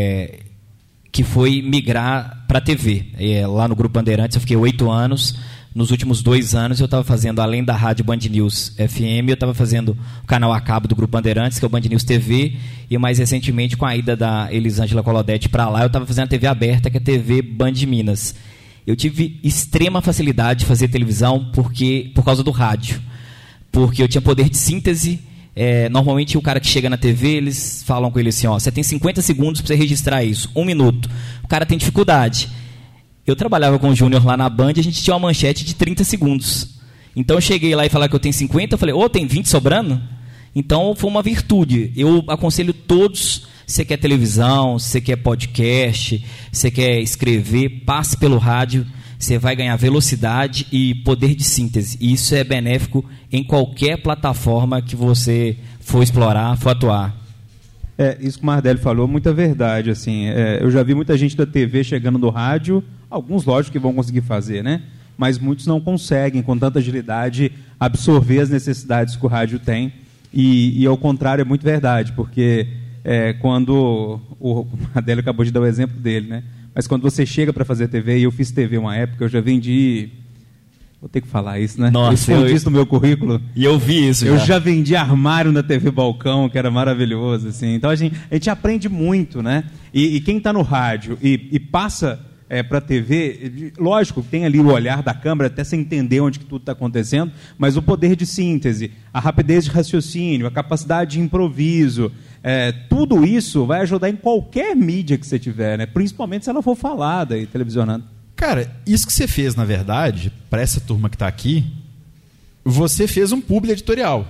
que foi migrar para a TV. Lá no Grupo Bandeirantes eu fiquei 8 anos. Nos últimos 2 anos eu estava fazendo, além da rádio Band News FM, eu estava fazendo o canal a cabo do Grupo Bandeirantes, que é o Band News TV, e mais recentemente, com a ida da Elisângela Colodete para lá, eu estava fazendo a TV aberta, que é a TV Band Minas. Eu tive extrema facilidade de fazer televisão por causa do rádio, porque eu tinha poder de síntese. Normalmente o cara que chega na TV, eles falam com ele assim, você tem 50 segundos para você registrar isso, 1 minuto. O cara tem dificuldade. Eu trabalhava com o Júnior lá na Band, a gente tinha uma manchete de 30 segundos. Então eu cheguei lá e falei que eu tenho 50, eu falei, tem 20 sobrando? Então foi uma virtude. Eu aconselho todos, você quer televisão, você quer podcast, você quer escrever, passe pelo rádio, você vai ganhar velocidade e poder de síntese. E isso é benéfico em qualquer plataforma que você for explorar, for atuar.
Isso que o Mardelli falou, muita verdade. Assim, eu já vi muita gente da TV chegando no rádio, alguns, lógico, que vão conseguir fazer, né? Mas muitos não conseguem, com tanta agilidade, absorver as necessidades que o rádio tem. E ao contrário, é muito verdade, porque quando o Mardelli acabou de dar o exemplo dele, né? Mas quando você chega para fazer TV, e eu fiz TV uma época, eu já vendi... Vou ter que falar isso, né?
Nossa,
eu isso no meu currículo.
E eu vi isso.
Eu já vendi armário na TV Balcão, que era maravilhoso, assim. Então a gente aprende muito, né? E quem está no rádio e passa para a TV, lógico, tem ali o olhar da câmera, até você entender onde que tudo está acontecendo, mas o poder de síntese, a rapidez de raciocínio, a capacidade de improviso, tudo isso vai ajudar em qualquer mídia que você tiver, né? Principalmente se ela for falada e televisionada.
Cara, isso que você fez, na verdade, para essa turma que está aqui, você fez um publi editorial.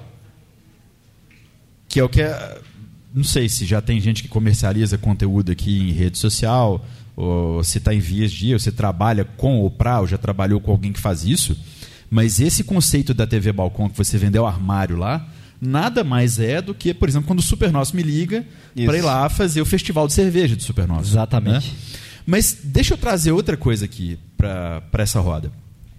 Que é o que não sei se já tem gente que comercializa conteúdo aqui em rede social, ou se está em vias de, ou você trabalha com ou para, ou já trabalhou com alguém que faz isso, mas esse conceito da TV Balcão, que você vendeu armário lá, nada mais é do que, por exemplo, quando o Supernosso me liga para ir lá fazer o festival de cerveja do Supernosso.
Exatamente.
Né? Mas deixa eu trazer outra coisa aqui para essa roda.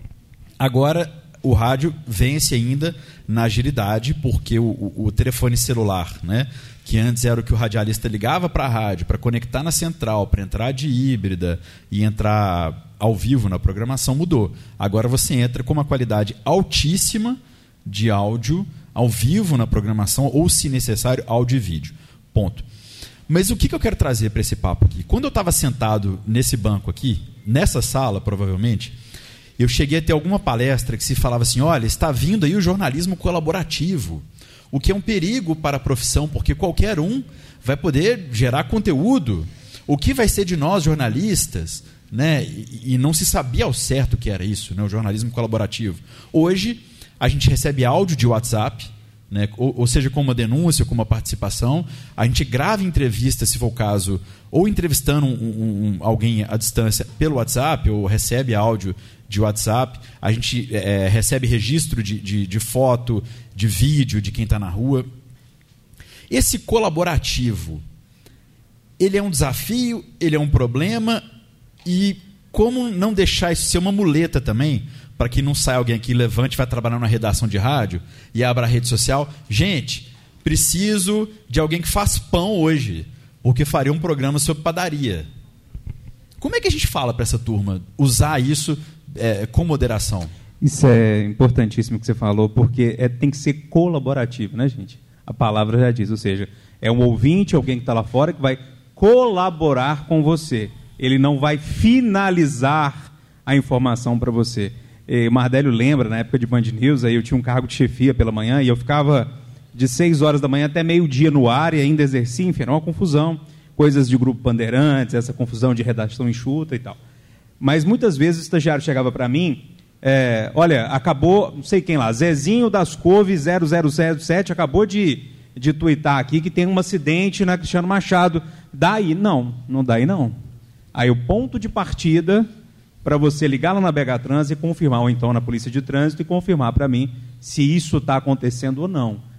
Agora, o rádio vence ainda na agilidade, porque o telefone celular, né, que antes era o que o radialista ligava para a rádio, para conectar na central, para entrar de híbrida e entrar ao vivo na programação, mudou. Agora você entra com uma qualidade altíssima de áudio ao vivo na programação, ou, se necessário, áudio e vídeo. Ponto. Mas o que eu quero trazer para esse papo aqui? Quando eu estava sentado nesse banco aqui, nessa sala, provavelmente, eu cheguei a ter alguma palestra que se falava assim, olha, está vindo aí o jornalismo colaborativo, o que é um perigo para a profissão, porque qualquer um vai poder gerar conteúdo. O que vai ser de nós, jornalistas? Né? E não se sabia ao certo o que era isso, né? O jornalismo colaborativo. Hoje, a gente recebe áudio de WhatsApp, né? Ou seja, com uma denúncia, com uma participação, a gente grava entrevista, se for o caso, ou entrevistando alguém à distância pelo WhatsApp, ou recebe áudio de WhatsApp, a gente recebe registro de foto, de vídeo de quem está na rua. Esse colaborativo, ele é um desafio, ele é um problema, e como não deixar isso ser uma muleta também, para que não saia alguém aqui, levante, vai trabalhar na redação de rádio e abra a rede social. Gente, preciso de alguém que faz pão hoje, porque faria um programa sobre padaria. Como é que a gente fala para essa turma usar isso com moderação?
Isso é importantíssimo que você falou, porque tem que ser colaborativo, né, gente? A palavra já diz, ou seja, é um ouvinte, alguém que está lá fora, que vai colaborar com você. Ele não vai finalizar a informação para você. O Mardelli lembra, na época de Band News, aí eu tinha um cargo de chefia pela manhã e eu ficava de 6 horas da manhã até meio-dia no ar e ainda exercia, enfim, era uma confusão. Coisas de Grupo Bandeirantes, essa confusão de redação enxuta e tal. Mas muitas vezes o estagiário chegava para mim, olha, acabou, não sei quem lá, Zezinho das Couves 0007 acabou de tuitar aqui que tem um acidente na Cristiano Machado. Daí? Não dá aí não. Aí o ponto de partida para você ligar lá na Begatrans e confirmar, ou então na Polícia de Trânsito, e confirmar para mim se isso está acontecendo ou não.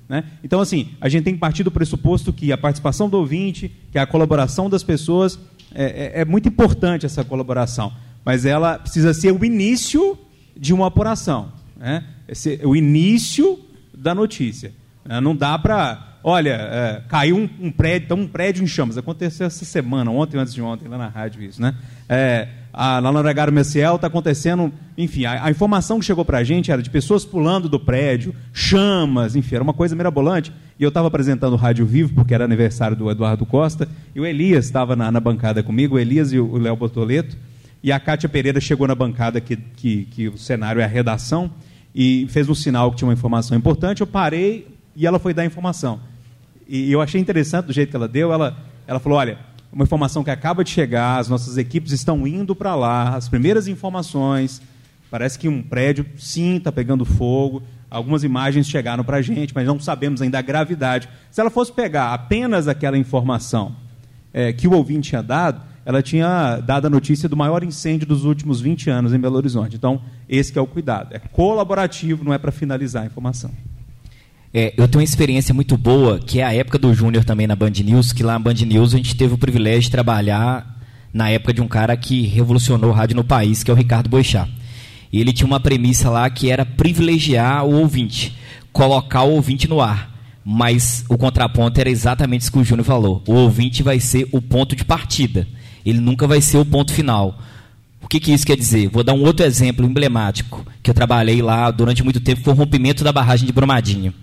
né? Então, assim, a gente tem que partir do pressuposto que a participação do ouvinte, que a colaboração das pessoas, é muito importante essa colaboração, mas ela precisa ser o início de uma apuração, né? O início da notícia. Não dá para... Olha, caiu um prédio, então um prédio em chamas. Aconteceu essa semana, ontem, antes de ontem, lá na rádio isso, né? Lá no Olegário Maciel está acontecendo... Enfim, a informação que chegou para a gente era de pessoas pulando do prédio, chamas, enfim, era uma coisa mirabolante. E eu estava apresentando o Rádio Vivo, porque era aniversário do Eduardo Costa, e o Elias estava na bancada comigo, o Elias e o Léo Bortoleto, e a Cátia Pereira chegou na bancada que o cenário é a redação, e fez um sinal que tinha uma informação importante, eu parei e ela foi dar a informação. E eu achei interessante do jeito que ela deu, ela falou, olha, uma informação que acaba de chegar, as nossas equipes estão indo para lá, as primeiras informações, parece que um prédio, sim, está pegando fogo, algumas imagens chegaram para a gente, mas não sabemos ainda a gravidade. Se ela fosse pegar apenas aquela informação que o ouvinte tinha dado, ela tinha dado a notícia do maior incêndio dos últimos 20 anos em Belo Horizonte. Então, esse que é o cuidado. É colaborativo, não é para finalizar a informação.
Eu tenho uma experiência muito boa, que é a época do Júnior também na Band News, que lá na Band News a gente teve o privilégio de trabalhar na época de um cara que revolucionou o rádio no país, que é o Ricardo Boixá. E ele tinha uma premissa lá que era privilegiar o ouvinte, colocar o ouvinte no ar. Mas o contraponto era exatamente isso que o Júnior falou. O ouvinte vai ser o ponto de partida. Ele nunca vai ser o ponto final. O que isso quer dizer? Vou dar um outro exemplo emblemático, que eu trabalhei lá durante muito tempo, foi o rompimento da barragem de Brumadinho.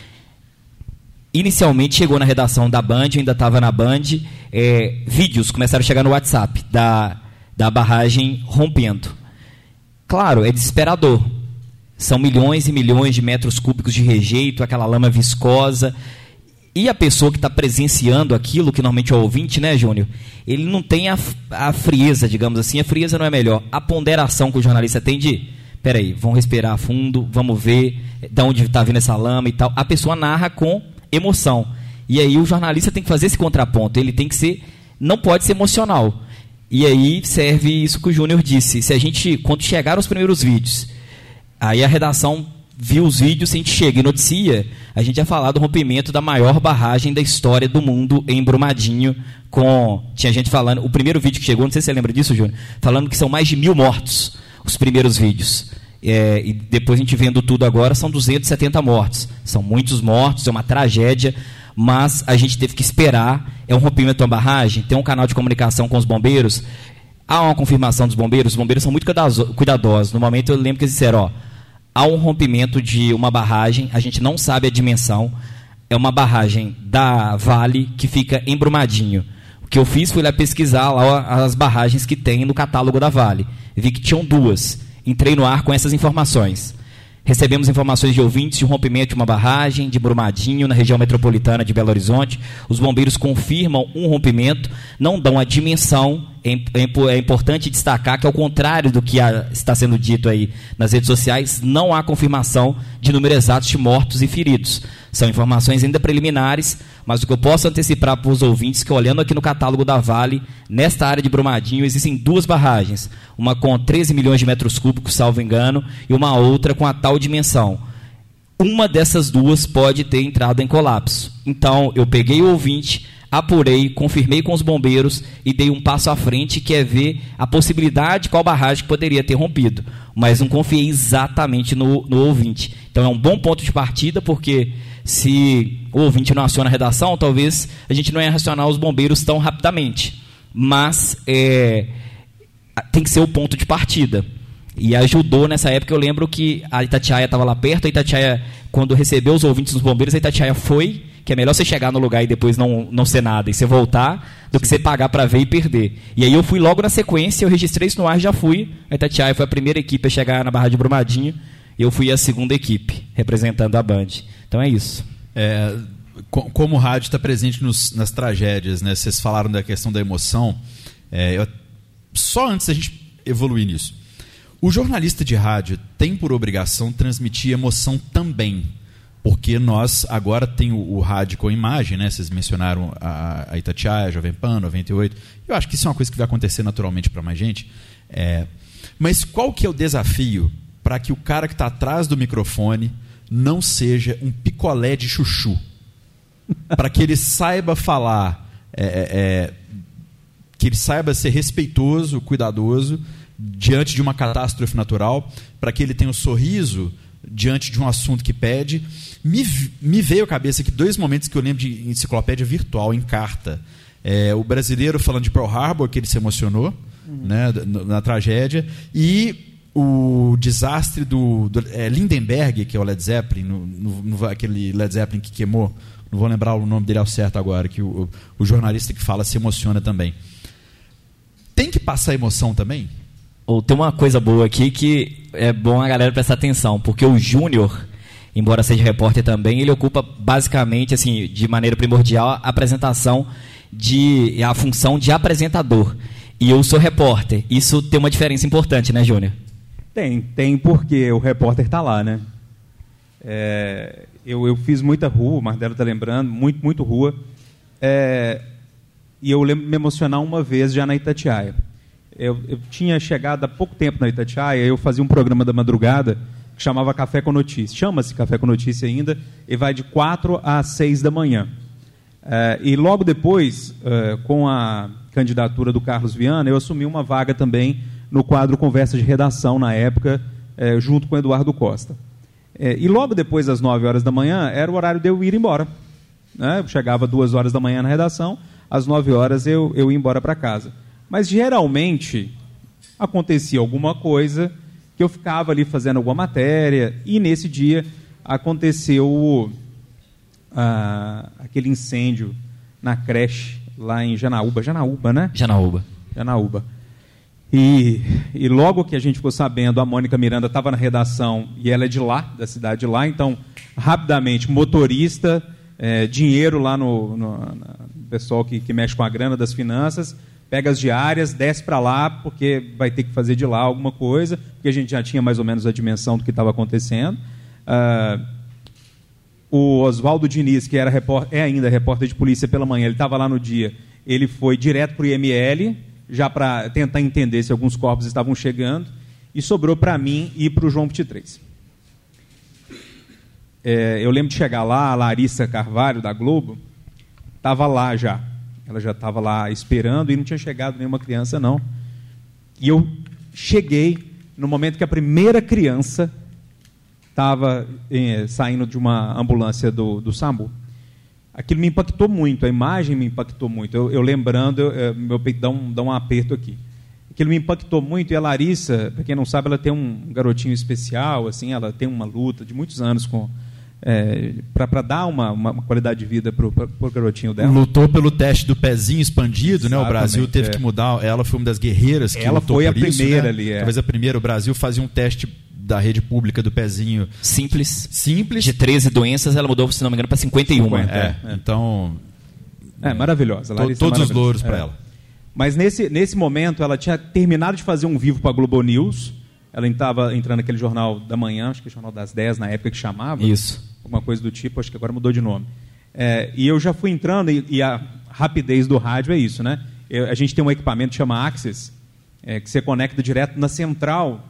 Inicialmente chegou na redação da Band, eu ainda estava na Band, vídeos começaram a chegar no WhatsApp da barragem rompendo. Claro, é desesperador. São milhões e milhões de metros cúbicos de rejeito, aquela lama viscosa. E a pessoa que está presenciando aquilo, que normalmente é o ouvinte, né, Júnior? Ele não tem a frieza, digamos assim. A frieza não é melhor. A ponderação que o jornalista tem de... Peraí, vamos respirar fundo, vamos ver de onde está vindo essa lama e tal. A pessoa narra com emoção. E aí o jornalista tem que fazer esse contraponto. Ele tem que ser... Não pode ser emocional. E aí serve isso que o Júnior disse. Se a gente... Quando chegaram os primeiros vídeos, aí a redação viu os vídeos, se a gente chega e noticia, a gente ia falar do rompimento da maior barragem da história do mundo em Brumadinho, tinha gente falando, o primeiro vídeo que chegou, não sei se você lembra disso, Júnior, falando que são mais de 1.000 mortos, os primeiros vídeos. E depois a gente vendo tudo agora, são 270 mortos. São muitos mortos, é uma tragédia, mas a gente teve que esperar, é um rompimento de uma barragem, tem um canal de comunicação com os bombeiros, há uma confirmação dos bombeiros, os bombeiros são muito cuidadosos. No momento eu lembro que eles disseram, há um rompimento de uma barragem, a gente não sabe a dimensão, é uma barragem da Vale que fica em Brumadinho. O que eu fiz foi lá pesquisar lá as barragens que tem no catálogo da Vale. Vi que tinham 2. Entrei no ar com essas informações. Recebemos informações de ouvintes de um rompimento de uma barragem de Brumadinho, na região metropolitana de Belo Horizonte. Os bombeiros confirmam um rompimento, não dão a dimensão. É importante destacar que, ao contrário do que está sendo dito aí nas redes sociais, não há confirmação de número exato de mortos e feridos. São informações ainda preliminares, mas o que eu posso antecipar para os ouvintes é que, olhando aqui no catálogo da Vale, nesta área de Brumadinho, existem 2 barragens. Uma com 13 milhões de metros cúbicos, salvo engano, e uma outra com a tal dimensão. Uma dessas 2 pode ter entrado em colapso. Então, eu peguei o ouvinte, apurei, confirmei com os bombeiros e dei um passo à frente, que é ver a possibilidade de qual barragem poderia ter rompido. Mas não confiei exatamente no ouvinte. Então é um bom ponto de partida, porque se o ouvinte não aciona a redação, talvez a gente não ia acionar os bombeiros tão rapidamente. Mas tem que ser o ponto de partida. E ajudou nessa época, eu lembro que a Itatiaia estava lá perto, a Itatiaia, quando recebeu os ouvintes dos bombeiros, a Itatiaia foi, que é melhor você chegar no lugar e depois não ser nada, e você voltar, do que você pagar para ver e perder. E aí eu fui logo na sequência, eu registrei isso no ar e já fui. A Itatiaia foi a primeira equipe a chegar na Barra de Brumadinho, e eu fui a segunda equipe, representando a Band. Então é isso.
Como o rádio está presente nas tragédias, né? Vocês falaram da questão da emoção, só antes da gente evoluir nisso. O jornalista de rádio tem por obrigação transmitir emoção também, porque nós agora tem o rádio com imagem, né? Vocês mencionaram a Itatiaia, a Jovem Pan, 98. Eu acho que isso é uma coisa que vai acontecer naturalmente para mais gente. Mas qual que é o desafio para que o cara que está atrás do microfone não seja um picolé de chuchu. Para que ele saiba falar, que ele saiba ser respeitoso, cuidadoso, diante de uma catástrofe natural, para que ele tenha um sorriso diante de um assunto que pede. Me veio à cabeça aqui 2 momentos que eu lembro de enciclopédia virtual, em carta. O brasileiro falando de Pearl Harbor, que ele se emocionou, né, na tragédia, e o desastre do Lindenberg, que é o Led Zeppelin, aquele Led Zeppelin que queimou, não vou lembrar o nome dele ao certo agora, que o jornalista que fala se emociona também. Tem que passar emoção também?
Tem uma coisa boa aqui que é bom a galera prestar atenção, porque o Júnior, embora seja repórter também, ele ocupa basicamente, assim, de maneira primordial, a apresentação a função de apresentador. E eu sou repórter. Isso tem uma diferença importante, né, Júnior?
Tem porque o repórter está lá, né? Eu fiz muita rua, o Marcelo está lembrando, muito rua. E eu lembro de me emocionar uma vez já na Itatiaia. Eu tinha chegado há pouco tempo na Itatiaia, eu fazia um programa da madrugada que chamava Café com Notícia. Chama-se Café com Notícia ainda, e vai de 4 às 6 da manhã. E logo depois, com a candidatura do Carlos Viana, eu assumi uma vaga também no quadro Conversa de Redação, na época, junto com o Eduardo Costa. E logo depois das 9 horas da manhã, era o horário de eu ir embora. Eu chegava 2 horas da manhã na redação, às 9 horas eu ia embora para casa. Mas, geralmente, acontecia alguma coisa que eu ficava ali fazendo alguma matéria, e nesse dia aconteceu aquele incêndio na creche lá em Janaúba, né? Janaúba. E logo que a gente ficou sabendo, a Mônica Miranda estava na redação, e ela é de lá, da cidade de lá, então, rapidamente, motorista, dinheiro lá no pessoal que mexe com a grana das finanças, pega as diárias, desce para lá, porque vai ter que fazer de lá alguma coisa, porque a gente já tinha mais ou menos a dimensão do que estava acontecendo. O Oswaldo Diniz, que é ainda repórter de polícia pela manhã, ele estava lá no dia, ele foi direto para o IML, já para tentar entender se alguns corpos estavam chegando, e sobrou para mim ir para o João 23. Eu lembro de chegar lá, a Larissa Carvalho, da Globo, estava lá já. Ela já estava lá esperando e não tinha chegado nenhuma criança, não. E eu cheguei no momento que a primeira criança estava saindo de uma ambulância do SAMU. Aquilo me impactou muito, a imagem me impactou muito. Eu lembrando, meu peito dá um aperto aqui. Aquilo me impactou muito, e a Larissa, para quem não sabe, ela tem um garotinho especial, assim, ela tem uma luta de muitos anos para dar uma qualidade de vida para o garotinho dela.
Lutou pelo teste do pezinho expandido. Exatamente, né? O Brasil teve que mudar. Ela foi uma das guerreiras que
ela
lutou
foi
por
a primeira,
né?
ali.
Talvez a primeira. O Brasil fazia um teste da rede pública do pezinho
simples. De 13 doenças, ela mudou, se não me engano, para 51.
Então,
maravilhosa.
Todos os louros para ela.
Mas nesse momento, ela tinha terminado de fazer um vivo para a Globo News. Ela estava entrando naquele jornal da manhã, acho que é o Jornal das 10, na época que chamava.
Isso.
Alguma coisa do tipo, acho que agora mudou de nome. E eu já fui entrando, e a rapidez do rádio é isso, né? A gente tem um equipamento que chama Access, que você conecta direto na central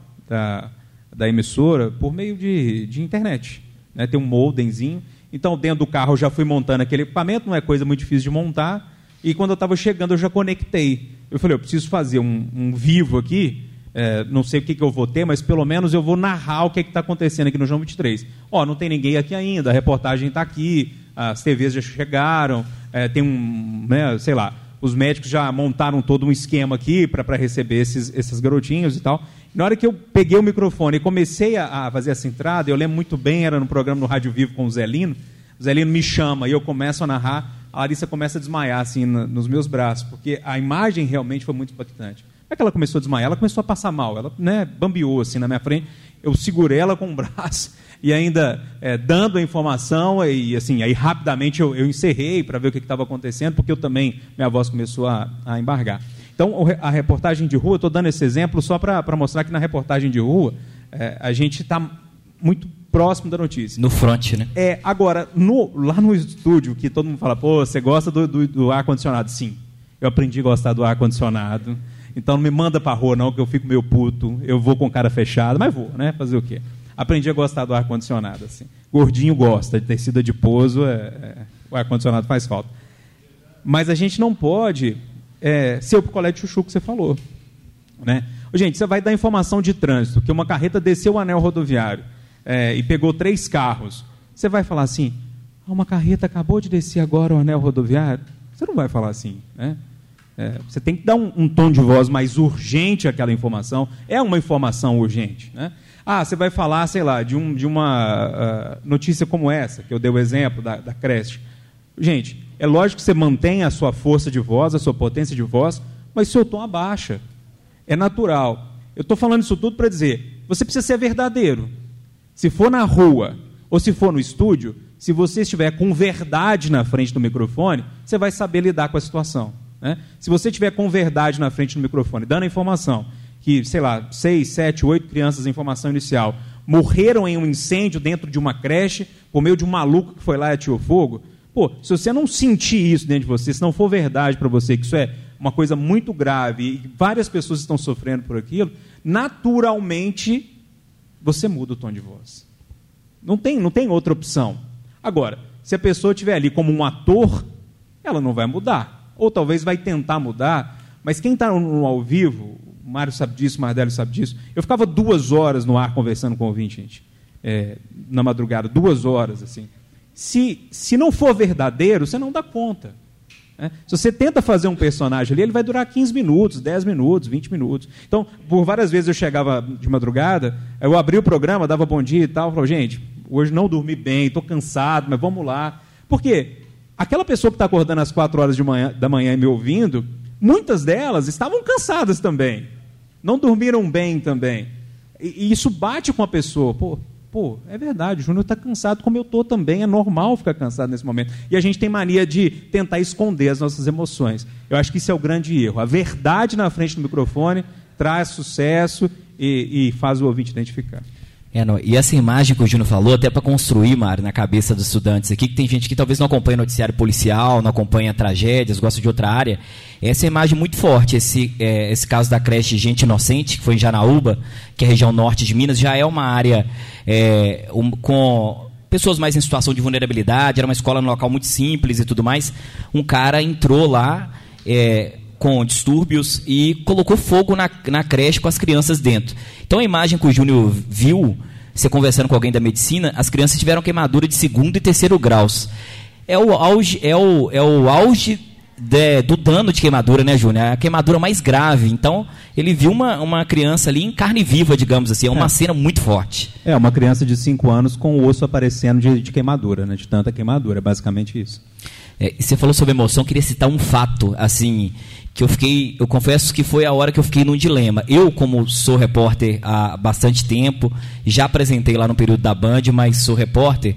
da emissora por meio de internet. Né? Tem um modemzinho. Então, dentro do carro, eu já fui montando aquele equipamento, não é coisa muito difícil de montar. E quando eu estava chegando, eu já conectei. Eu falei, eu preciso fazer um vivo aqui. Não sei o que eu vou ter, mas pelo menos eu vou narrar o que está acontecendo aqui no João 23. Não tem ninguém aqui ainda, a reportagem está aqui, as TVs já chegaram, tem sei lá, os médicos já montaram todo um esquema aqui para receber esses garotinhos e tal. Na hora que eu peguei o microfone e comecei a fazer essa entrada, eu lembro muito bem, era no programa no Rádio Vivo com o Zé Lino me chama e eu começo a narrar, a Larissa começa a desmaiar assim nos meus braços, porque a imagem realmente foi muito impactante. Como é que ela começou a desmaiar? Ela começou a passar mal, ela bambeou assim na minha frente, eu segurei ela com o braço e ainda dando a informação, e assim, aí rapidamente eu encerrei para ver o que estava acontecendo, porque minha voz começou a embargar. Então, a reportagem de rua, estou dando esse exemplo só para mostrar que na reportagem de rua a gente está muito próximo da notícia.
No front, né?
Agora, lá no estúdio, que todo mundo fala, você gosta do ar-condicionado? Sim, eu aprendi a gostar do ar-condicionado. Então não me manda para a rua não, que eu fico meio puto, eu vou com cara fechada, mas vou, né? Fazer o quê? Aprendi a gostar do ar-condicionado, assim. Gordinho gosta, de tecido adiposo, o ar-condicionado faz falta. Mas a gente não pode ser o picolé de chuchu que você falou. Né? Gente, você vai dar informação de trânsito, que uma carreta desceu o anel rodoviário e pegou 3 carros. Você vai falar assim, uma carreta acabou de descer agora o anel rodoviário? Você não vai falar assim, né? Você tem que dar um tom de voz mais urgente àquela informação. É uma informação urgente, né? Você vai falar, sei lá, de uma notícia como essa, que eu dei o exemplo da creche. Gente, é lógico que você mantém a sua força de voz, a sua potência de voz, mas seu tom abaixa. É natural. Eu estou falando isso tudo para dizer, você precisa ser verdadeiro. Se for na rua ou se for no estúdio, se você estiver com verdade na frente do microfone, você vai saber lidar com a situação. Né? Se você estiver com verdade na frente do microfone, dando a informação que, sei lá, 6, 7, 8 crianças, em informação inicial, morreram em um incêndio dentro de uma creche, por meio de um maluco que foi lá e atirou fogo, se você não sentir isso dentro de você, se não for verdade para você, que isso é uma coisa muito grave e várias pessoas estão sofrendo por aquilo, naturalmente você muda o tom de voz. Não tem outra opção. Agora, se a pessoa estiver ali como um ator, ela não vai mudar. Ou talvez vai tentar mudar, mas quem está no ao vivo, o Mário sabe disso, o Mardelio sabe disso, eu ficava 2 horas no ar conversando com o ouvinte, gente, na madrugada, 2 horas, assim. Se não for verdadeiro, você não dá conta. Né? Se você tenta fazer um personagem ali, ele vai durar 15 minutos, 10 minutos, 20 minutos. Então, por várias vezes eu chegava de madrugada, eu abria o programa, dava bom dia e tal, falava, gente, hoje não dormi bem, estou cansado, mas vamos lá. Por quê? Aquela pessoa que está acordando às 4 horas da manhã e me ouvindo, muitas delas estavam cansadas também. Não dormiram bem também. E isso bate com a pessoa. É verdade, o Júnior está cansado como eu estou também. É normal ficar cansado nesse momento. E a gente tem mania de tentar esconder as nossas emoções. Eu acho que isso é o grande erro. A verdade na frente do microfone traz sucesso e faz o ouvinte identificar.
E essa imagem que o Júnior falou, até para construir, Mário, na cabeça dos estudantes aqui, que tem gente que talvez não acompanha noticiário policial, não acompanha tragédias, gosta de outra área, essa imagem muito forte, esse caso da creche Gente Inocente, que foi em Janaúba, que é a região norte de Minas, já é uma área com pessoas mais em situação de vulnerabilidade, era uma escola no local muito simples e tudo mais. Um cara entrou lá com distúrbios e colocou fogo na creche com as crianças dentro. Então a imagem que o Júnior viu, você conversando com alguém da medicina, as crianças tiveram queimadura de 2º e 3º graus. É o auge do dano de queimadura, né, Júnior? É a queimadura mais grave. Então ele viu uma criança ali em carne viva, digamos assim. É uma cena muito forte.
Uma criança de 5 anos com o osso aparecendo de queimadura, né? De tanta queimadura, é basicamente isso.
E você falou sobre emoção, queria citar um fato, assim, que eu confesso que foi a hora que eu fiquei num dilema. Eu, como sou repórter há bastante tempo, já apresentei lá no período da Band, mas sou repórter,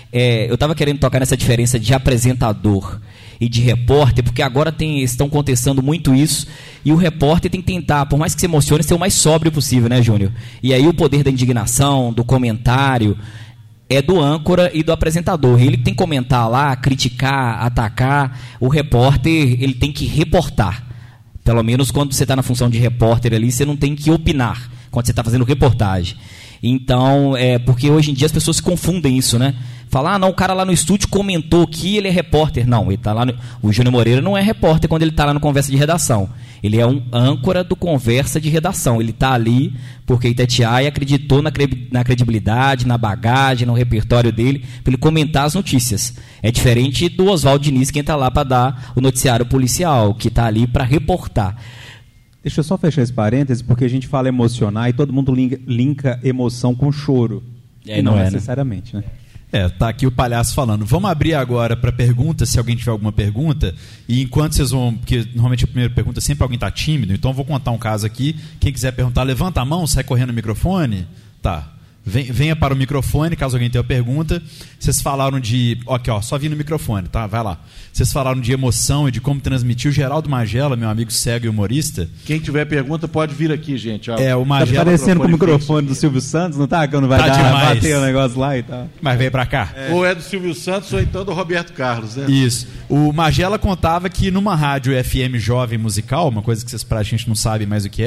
eu estava querendo tocar nessa diferença de apresentador e de repórter, porque agora estão contestando muito isso, e o repórter tem que tentar, por mais que se emocione, ser o mais sóbrio possível, né, Júnior? E aí o poder da indignação, do comentário, é do âncora e do apresentador. Ele tem que comentar lá, criticar, atacar. O repórter, ele tem que reportar. Pelo menos quando você está na função de repórter ali, você não tem que opinar quando você está fazendo reportagem. Então, porque hoje em dia as pessoas se confundem isso, né? Falar, não, o cara lá no estúdio comentou que ele é repórter. Não, ele tá lá o Júnior Moreira não é repórter quando ele está lá no Conversa de Redação. Ele é um âncora do Conversa de Redação. Ele está ali porque Itatiaia acreditou na credibilidade, na bagagem, no repertório dele, para ele comentar as notícias. É diferente do Oswaldo Diniz, quem está lá para dar o noticiário policial, que está ali para reportar.
Deixa eu só fechar esse parêntese, porque a gente fala emocionar e todo mundo linka emoção com choro. E não necessariamente, né?
Tá aqui o palhaço falando. Vamos abrir agora para perguntas, se alguém tiver alguma pergunta. E enquanto vocês vão... Porque normalmente a primeira pergunta sempre alguém está tímido, então eu vou contar um caso aqui. Quem quiser perguntar, levanta a mão, sai correndo no microfone. Tá. Venha para o microfone, caso alguém tenha pergunta. Vocês falaram de... Aqui, só vir no microfone, tá? Vai lá. Vocês falaram de emoção e de como transmitir. O Geraldo Magela, meu amigo cego e humorista.
Quem tiver pergunta pode vir aqui, gente.
O Magela...
Tá parecendo com o microfone do Silvio Santos, não tá? Quando vai bater o negócio lá e tal.
Mas vem para cá.
Ou é do Silvio Santos ou então do Roberto Carlos, né?
Isso. O Magela contava que numa rádio FM jovem musical, uma coisa que vocês praticamente não sabem mais o que é,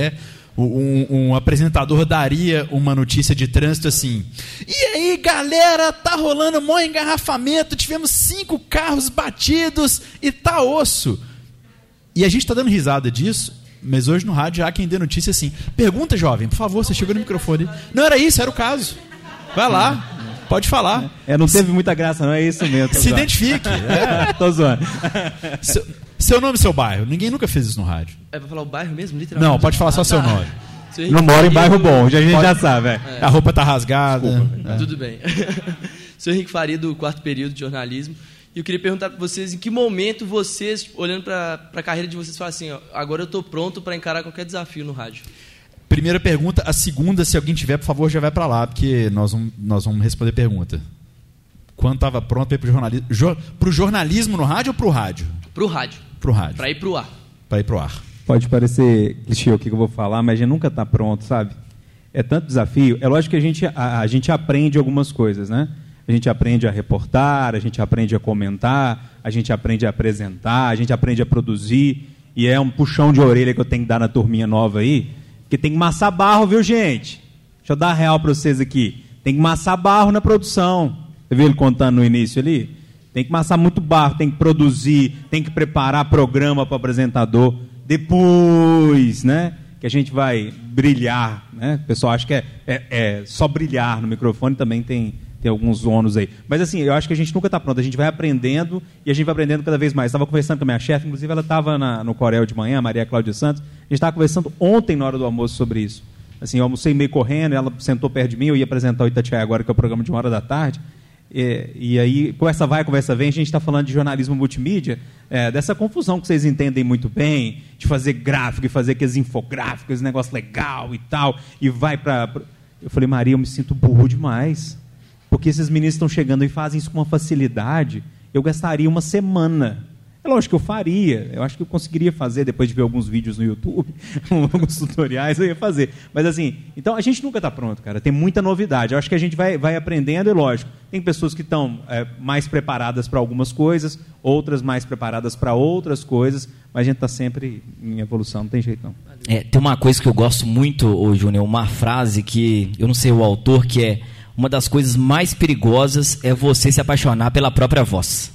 um apresentador daria uma notícia de trânsito assim: e aí, galera, tá rolando maior engarrafamento, tivemos 5 carros batidos e tá osso. E a gente tá dando risada disso, mas hoje no rádio há quem dê notícia assim: pergunta, jovem, por favor, você chegou no microfone. Não era isso, era o caso. Vai lá. Pode falar.
Não teve muita graça, não é isso mesmo.
Se identifique.
Tô zoando.
Seu nome e seu bairro. Ninguém nunca fez isso no rádio.
É pra falar o bairro mesmo, literalmente?
Não, pode falar só seu nome.
Não mora em bairro bom, a gente já sabe.
A roupa tá rasgada.
Tudo bem. Sou Henrique Faria, do 4º período de jornalismo. E eu queria perguntar para vocês, em que momento vocês, olhando para a carreira de vocês, falam assim, ó, agora eu estou pronto para encarar qualquer desafio no rádio?
Primeira pergunta. A segunda, se alguém tiver, por favor, já vai para lá, porque nós vamos responder pergunta. Quando estava pronto para ir para o jornalismo no rádio ou para o rádio?
Para o rádio.
Para o rádio.
Para ir para o ar.
Para ir para o ar.
Pode parecer clichê o que eu vou falar, mas a gente nunca está pronto, sabe? É tanto desafio. É lógico que a gente aprende algumas coisas, né? A gente aprende a reportar, a gente aprende a comentar, a gente aprende a apresentar, a gente aprende a produzir. E é um puxão de orelha que eu tenho que dar na turminha nova aí, porque tem que massar barro, viu, gente? Deixa eu dar a real para vocês aqui. Tem que massar barro na produção. Você viu ele contando no início ali? Tem que massar muito barro, tem que produzir, tem que preparar programa para o apresentador. Depois, né, que a gente vai brilhar, né? O pessoal acha que é só brilhar no microfone, também tem alguns ônus aí. Mas assim, eu acho que a gente nunca está pronto, a gente vai aprendendo e a gente vai aprendendo cada vez mais. Estava conversando com a minha chefe, inclusive ela estava no Corel de manhã, a Maria Cláudia Santos, a gente estava conversando ontem na hora do almoço sobre isso. Assim, eu almocei meio correndo, ela sentou perto de mim, eu ia apresentar o Itatiaia agora, que é o programa de 1h da tarde, e aí, conversa vai, conversa vem, a gente está falando de jornalismo multimídia, dessa confusão que vocês entendem muito bem, de fazer gráfico e fazer aqueles infográficos, esse negócio legal e tal, e vai para... Eu falei, Maria, eu me sinto burro demais, porque esses meninos estão chegando e fazem isso com uma facilidade, eu gastaria uma semana. É lógico que eu faria, eu acho que eu conseguiria fazer, depois de ver alguns vídeos no YouTube, alguns tutoriais, eu ia fazer. Mas assim, então a gente nunca está pronto, cara, tem muita novidade. Eu acho que a gente vai aprendendo, e lógico, tem pessoas que estão mais preparadas para algumas coisas, outras mais preparadas para outras coisas, mas a gente está sempre em evolução, não tem jeito não.
Tem uma coisa que eu gosto muito, Júnior, uma frase que, eu não sei o autor, que é: uma das coisas mais perigosas é você se apaixonar pela própria voz.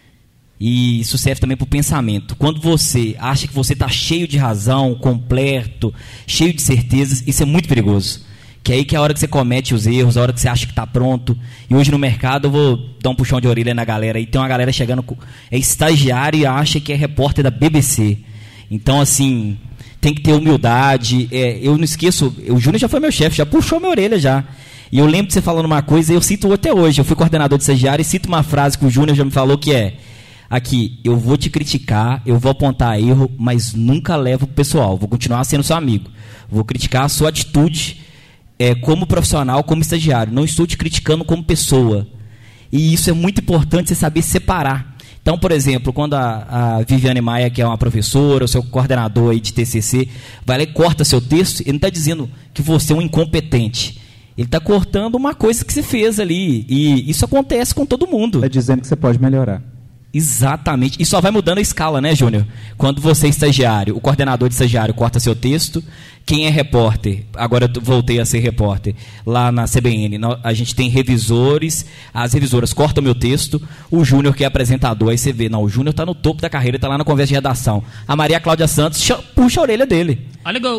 E isso serve também para o pensamento. Quando você acha que você está cheio de razão, completo, cheio de certezas, isso é muito perigoso. Que é aí que é a hora que você comete os erros, a hora que você acha que está pronto. E hoje no mercado eu vou dar um puxão de orelha na galera. E tem uma galera chegando, é estagiário e acha que é repórter da BBC. Então, assim, tem que ter humildade. Eu não esqueço, o Júnior já foi meu chefe, já puxou minha orelha já. E eu lembro de você falando uma coisa, eu cito até hoje. Eu fui coordenador de estagiário e cito uma frase que o Júnior já me falou, que é: aqui, eu vou te criticar, eu vou apontar erro, mas nunca levo pro pessoal, vou continuar sendo seu amigo. Vou criticar a sua atitude como profissional, como estagiário. Não estou te criticando como pessoa. E isso é muito importante, você saber separar. Então, por exemplo, quando a Viviane Maia, que é uma professora, o seu coordenador aí de TCC, vai lá e corta seu texto, ele não está dizendo que você é um incompetente. Ele está cortando uma coisa que você fez ali. E isso acontece com todo mundo.
Está dizendo que você pode melhorar.
Exatamente. E só vai mudando a escala, né, Júnior? Quando você é estagiário, o coordenador de estagiário corta seu texto. Quem é repórter, agora eu voltei a ser repórter, lá na CBN, a gente tem revisores, as revisoras cortam meu texto, o Júnior, que é apresentador, aí você vê, não, o Júnior está no topo da carreira, está lá na conversa de redação. A Maria Cláudia Santos puxa a orelha dele.
Olha o gol.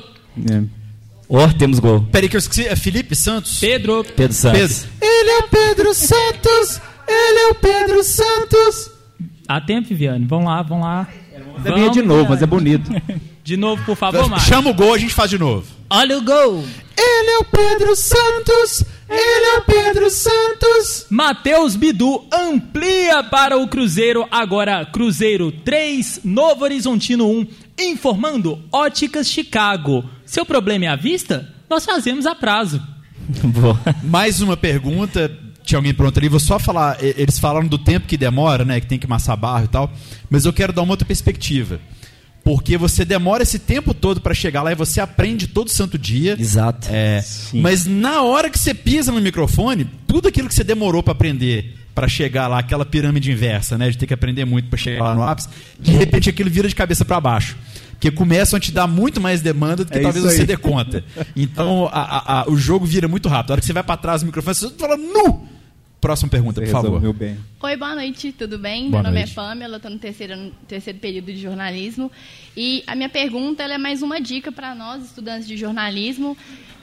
Temos gol.
Peraí que eu esqueci, é Felipe Santos?
Pedro
Santos.
Ele é o Pedro Santos, ele é o Pedro Santos.
Há tempo, Viviane, vamos lá.
Vamos de novo, mas é bonito.
De novo, por favor, Márcio.
Chama o gol, a gente faz de novo.
Olha o gol.
Ele é o Pedro Santos, ele é o Pedro Santos.
Matheus Bidu amplia para o Cruzeiro, agora Cruzeiro 3, Novo Horizontino 1, informando Óticas Chicago. Seu problema é a vista? Nós fazemos a prazo.
Mais uma pergunta. Tinha alguém pronto ali, vou só falar, eles falaram do tempo que demora, né, que tem que amassar barro e tal, mas eu quero dar uma outra perspectiva, porque você demora esse tempo todo para chegar lá e você aprende todo santo dia.
Exato.
Mas na hora que você pisa no microfone, tudo aquilo que você demorou para aprender, para chegar lá, aquela pirâmide inversa, né, de ter que aprender muito para chegar lá no ápice, de repente aquilo vira de cabeça para baixo. Porque começam a te dar muito mais demanda do que talvez você dê conta. Então, o jogo vira muito rápido. A hora que você vai para trás do microfone, você fala, nu! Próxima pergunta, por favor.
Bem.
Oi, boa noite, tudo bem?
Boa
Meu nome
noite.
é Pamela, estou no terceiro período de jornalismo. E a minha pergunta ela é mais uma dica para nós, estudantes de jornalismo.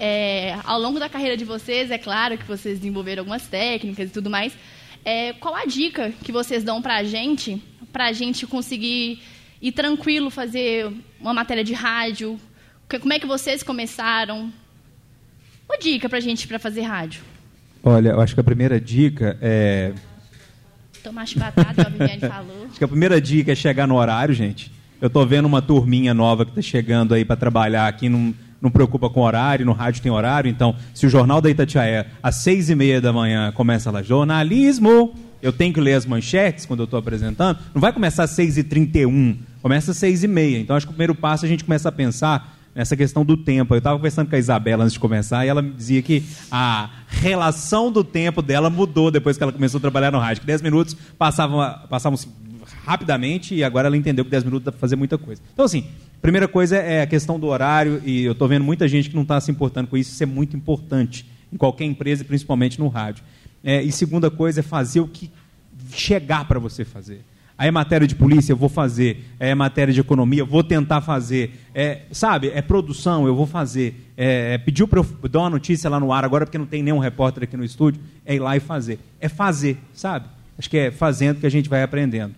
Ao longo da carreira de vocês, é claro que vocês desenvolveram algumas técnicas e tudo mais. Qual a dica que vocês dão para a gente conseguir ir tranquilo, fazer uma matéria de rádio? Como é que vocês começaram? Uma dica para a gente para fazer rádio.
Olha, eu acho que a primeira dica é...
Tomar chibatada, igual a Viviane falou.
Acho que a primeira dica é chegar no horário, gente. Eu estou vendo uma turminha nova que está chegando aí para trabalhar aqui, não preocupa com horário, no rádio tem horário. Então, se o Jornal da Itatiaia, às 6h30 da manhã, começa lá, jornalismo, eu tenho que ler as manchetes quando eu estou apresentando, não vai começar às 6h31, começa às 6h30. Então, acho que o primeiro passo é a gente começar a pensar nessa questão do tempo. Eu estava conversando com a Isabela antes de começar e ela me dizia que a relação do tempo dela mudou depois que ela começou a trabalhar no rádio. Que 10 minutos passavam rapidamente e agora ela entendeu que 10 minutos dá para fazer muita coisa. Então, assim, primeira coisa é a questão do horário e eu estou vendo muita gente que não está se importando com isso. Isso é muito importante em qualquer empresa e principalmente no rádio. E segunda coisa é fazer o que chegar para você fazer. Aí é matéria de polícia, eu vou fazer. É matéria de economia, eu vou tentar fazer. É produção, eu vou fazer. Pediu para eu dar uma notícia lá no ar, agora porque não tem nenhum repórter aqui no estúdio, é ir lá e fazer. É fazer, sabe? Acho que é fazendo que a gente vai aprendendo.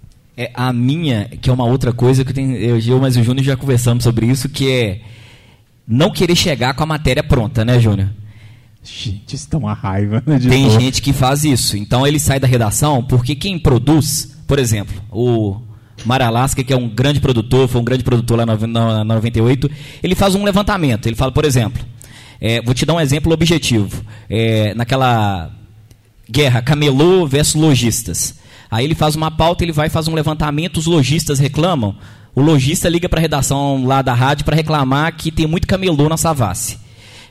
A minha, que é uma outra coisa que eu mas o Júnior já conversamos sobre isso, que é não querer chegar com a matéria pronta, né, Júnior?
Gente, isso dá uma raiva, né?
Tem gente que faz isso. Então ele sai da redação porque quem produz, por exemplo, o Maralasca, que é um grande produtor, foi um grande produtor lá na 98, ele faz um levantamento. Ele fala, por exemplo, vou te dar um exemplo objetivo. Naquela guerra, camelô versus lojistas. Aí ele faz uma pauta, ele vai e faz um levantamento, os lojistas reclamam, o lojista liga para a redação lá da rádio para reclamar que tem muito camelô na Savassi.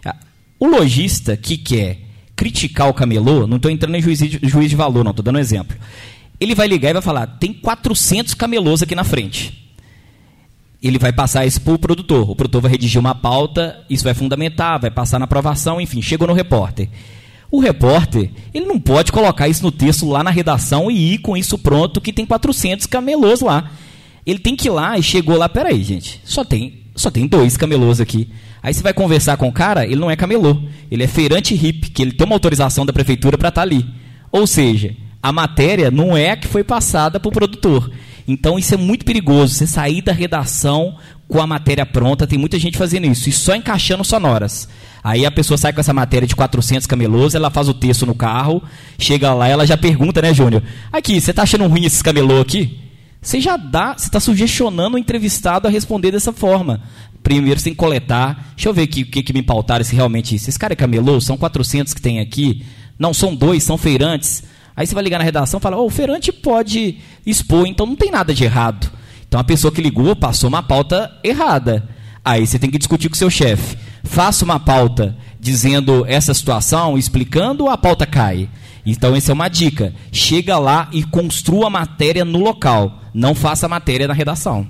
O lojista que quer criticar o camelô, não estou entrando em juiz de valor, não, estou dando um exemplo. Ele vai ligar e vai falar, tem 400 camelôs aqui na frente. Ele vai passar isso para o produtor vai redigir uma pauta, isso vai fundamentar, vai passar na aprovação, enfim, chegou no repórter. O repórter, ele não pode colocar isso no texto lá na redação e ir com isso pronto, que tem 400 camelôs lá. Ele tem que ir lá e chegou lá, peraí, gente, só tem 2 camelôs aqui. Aí você vai conversar com o cara, ele não é camelô, ele é feirante hippie, que ele tem uma autorização da prefeitura para estar ali. Ou seja, a matéria não é a que foi passada para o produtor. Então isso é muito perigoso, você sair da redação com a matéria pronta, tem muita gente fazendo isso, e só encaixando sonoras. Aí a pessoa sai com essa matéria de 400 camelôs, ela faz o texto no carro, chega lá, ela já pergunta, né, Júnior? Aqui, você está achando ruim esses camelô aqui? Você está sugestionando o entrevistado a responder dessa forma. Primeiro você tem que coletar, deixa eu ver o que me pautaram se realmente isso. Esse cara é camelô, são 400 que tem aqui, não são 2, são feirantes. Aí você vai ligar na redação e fala, o feirante pode expor, então não tem nada de errado. Então a pessoa que ligou passou uma pauta errada. Aí você tem que discutir com o seu chefe. Faça uma pauta dizendo essa situação, explicando, ou a pauta cai? Então essa é uma dica. Chega lá e construa a matéria no local. Não faça a matéria na redação.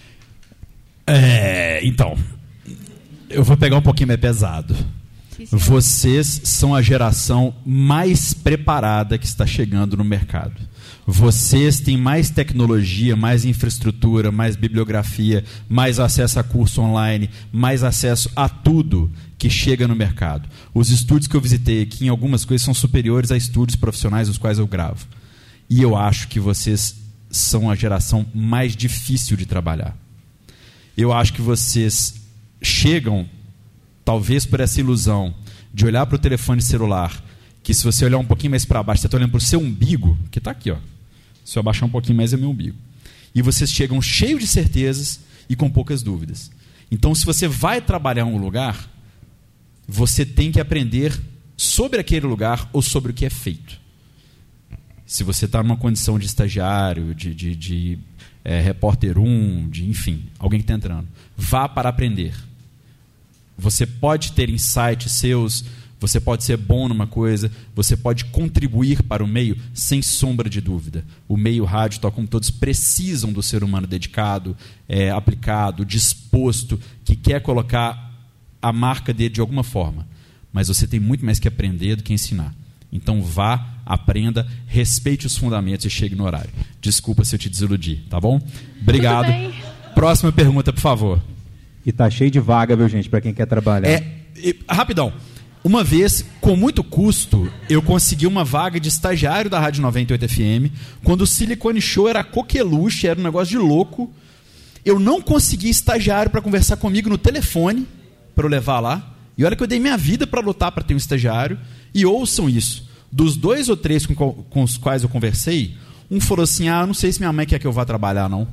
Então, eu vou pegar um pouquinho mais pesado. Vocês são a geração mais preparada que está chegando no mercado. Vocês têm mais tecnologia, mais infraestrutura, mais bibliografia, mais acesso a curso online, mais acesso a tudo que chega no mercado. Os estúdios que eu visitei aqui, em algumas coisas, são superiores a estúdios profissionais dos quais eu gravo. E eu acho que vocês são a geração mais difícil de trabalhar. Eu acho que vocês chegam, talvez por essa ilusão de olhar para o telefone celular, que se você olhar um pouquinho mais para baixo, você está olhando para o seu umbigo, que está aqui, ó. Se eu abaixar um pouquinho mais é meu umbigo. E vocês chegam cheios de certezas e com poucas dúvidas. Então, se você vai trabalhar em um lugar, você tem que aprender sobre aquele lugar ou sobre o que é feito. Se você está numa condição de estagiário, de repórter 1, enfim, alguém que está entrando, vá para aprender. Você pode ter insights seus, você pode ser bom numa coisa, você pode contribuir para o meio, sem sombra de dúvida. O meio rádio, tal como todos, precisam do ser humano dedicado, aplicado, disposto, que quer colocar a marca dele de alguma forma. Mas você tem muito mais que aprender do que ensinar. Então vá, aprenda, respeite os fundamentos e chegue no horário. Desculpa se eu te desiludi, tá bom? Obrigado. Próxima pergunta, por favor.
E tá cheio de vaga, viu, gente, para quem quer trabalhar.
Rapidão. Uma vez, com muito custo, eu consegui uma vaga de estagiário da Rádio 98 FM, quando o Silicone Show era coqueluche, era um negócio de louco. Eu não consegui estagiário para conversar comigo no telefone, para eu levar lá. E olha que eu dei minha vida para lutar para ter um estagiário. E ouçam isso. Dos 2 ou 3 com os quais eu conversei, um falou assim, não sei se minha mãe quer que eu vá trabalhar, não.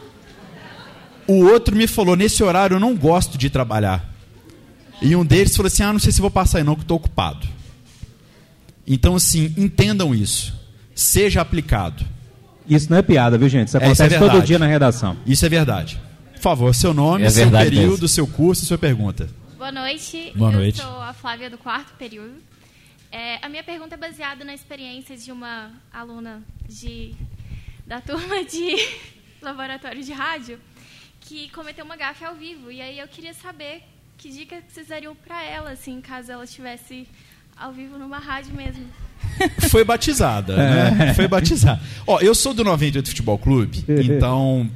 O outro me falou, nesse horário eu não gosto de trabalhar. E um deles falou assim, não sei se vou passar aí não, que estou ocupado. Então, assim, entendam isso. Seja aplicado.
Isso não é piada, viu, gente? Isso acontece todo dia na redação.
Isso é verdade. Por favor, seu nome, seu período, mesmo. Seu curso e sua pergunta.
Boa noite.
Boa noite.
Eu sou a Flávia do 4º período. A minha pergunta é baseada na experiência de uma aluna da turma de laboratório de rádio que cometeu uma gafe ao vivo. E aí eu queria saber que dica vocês dariam para ela, assim, caso ela estivesse ao vivo numa rádio mesmo.
Foi batizada, né? Foi batizada. Eu sou do 98 Futebol Clube, então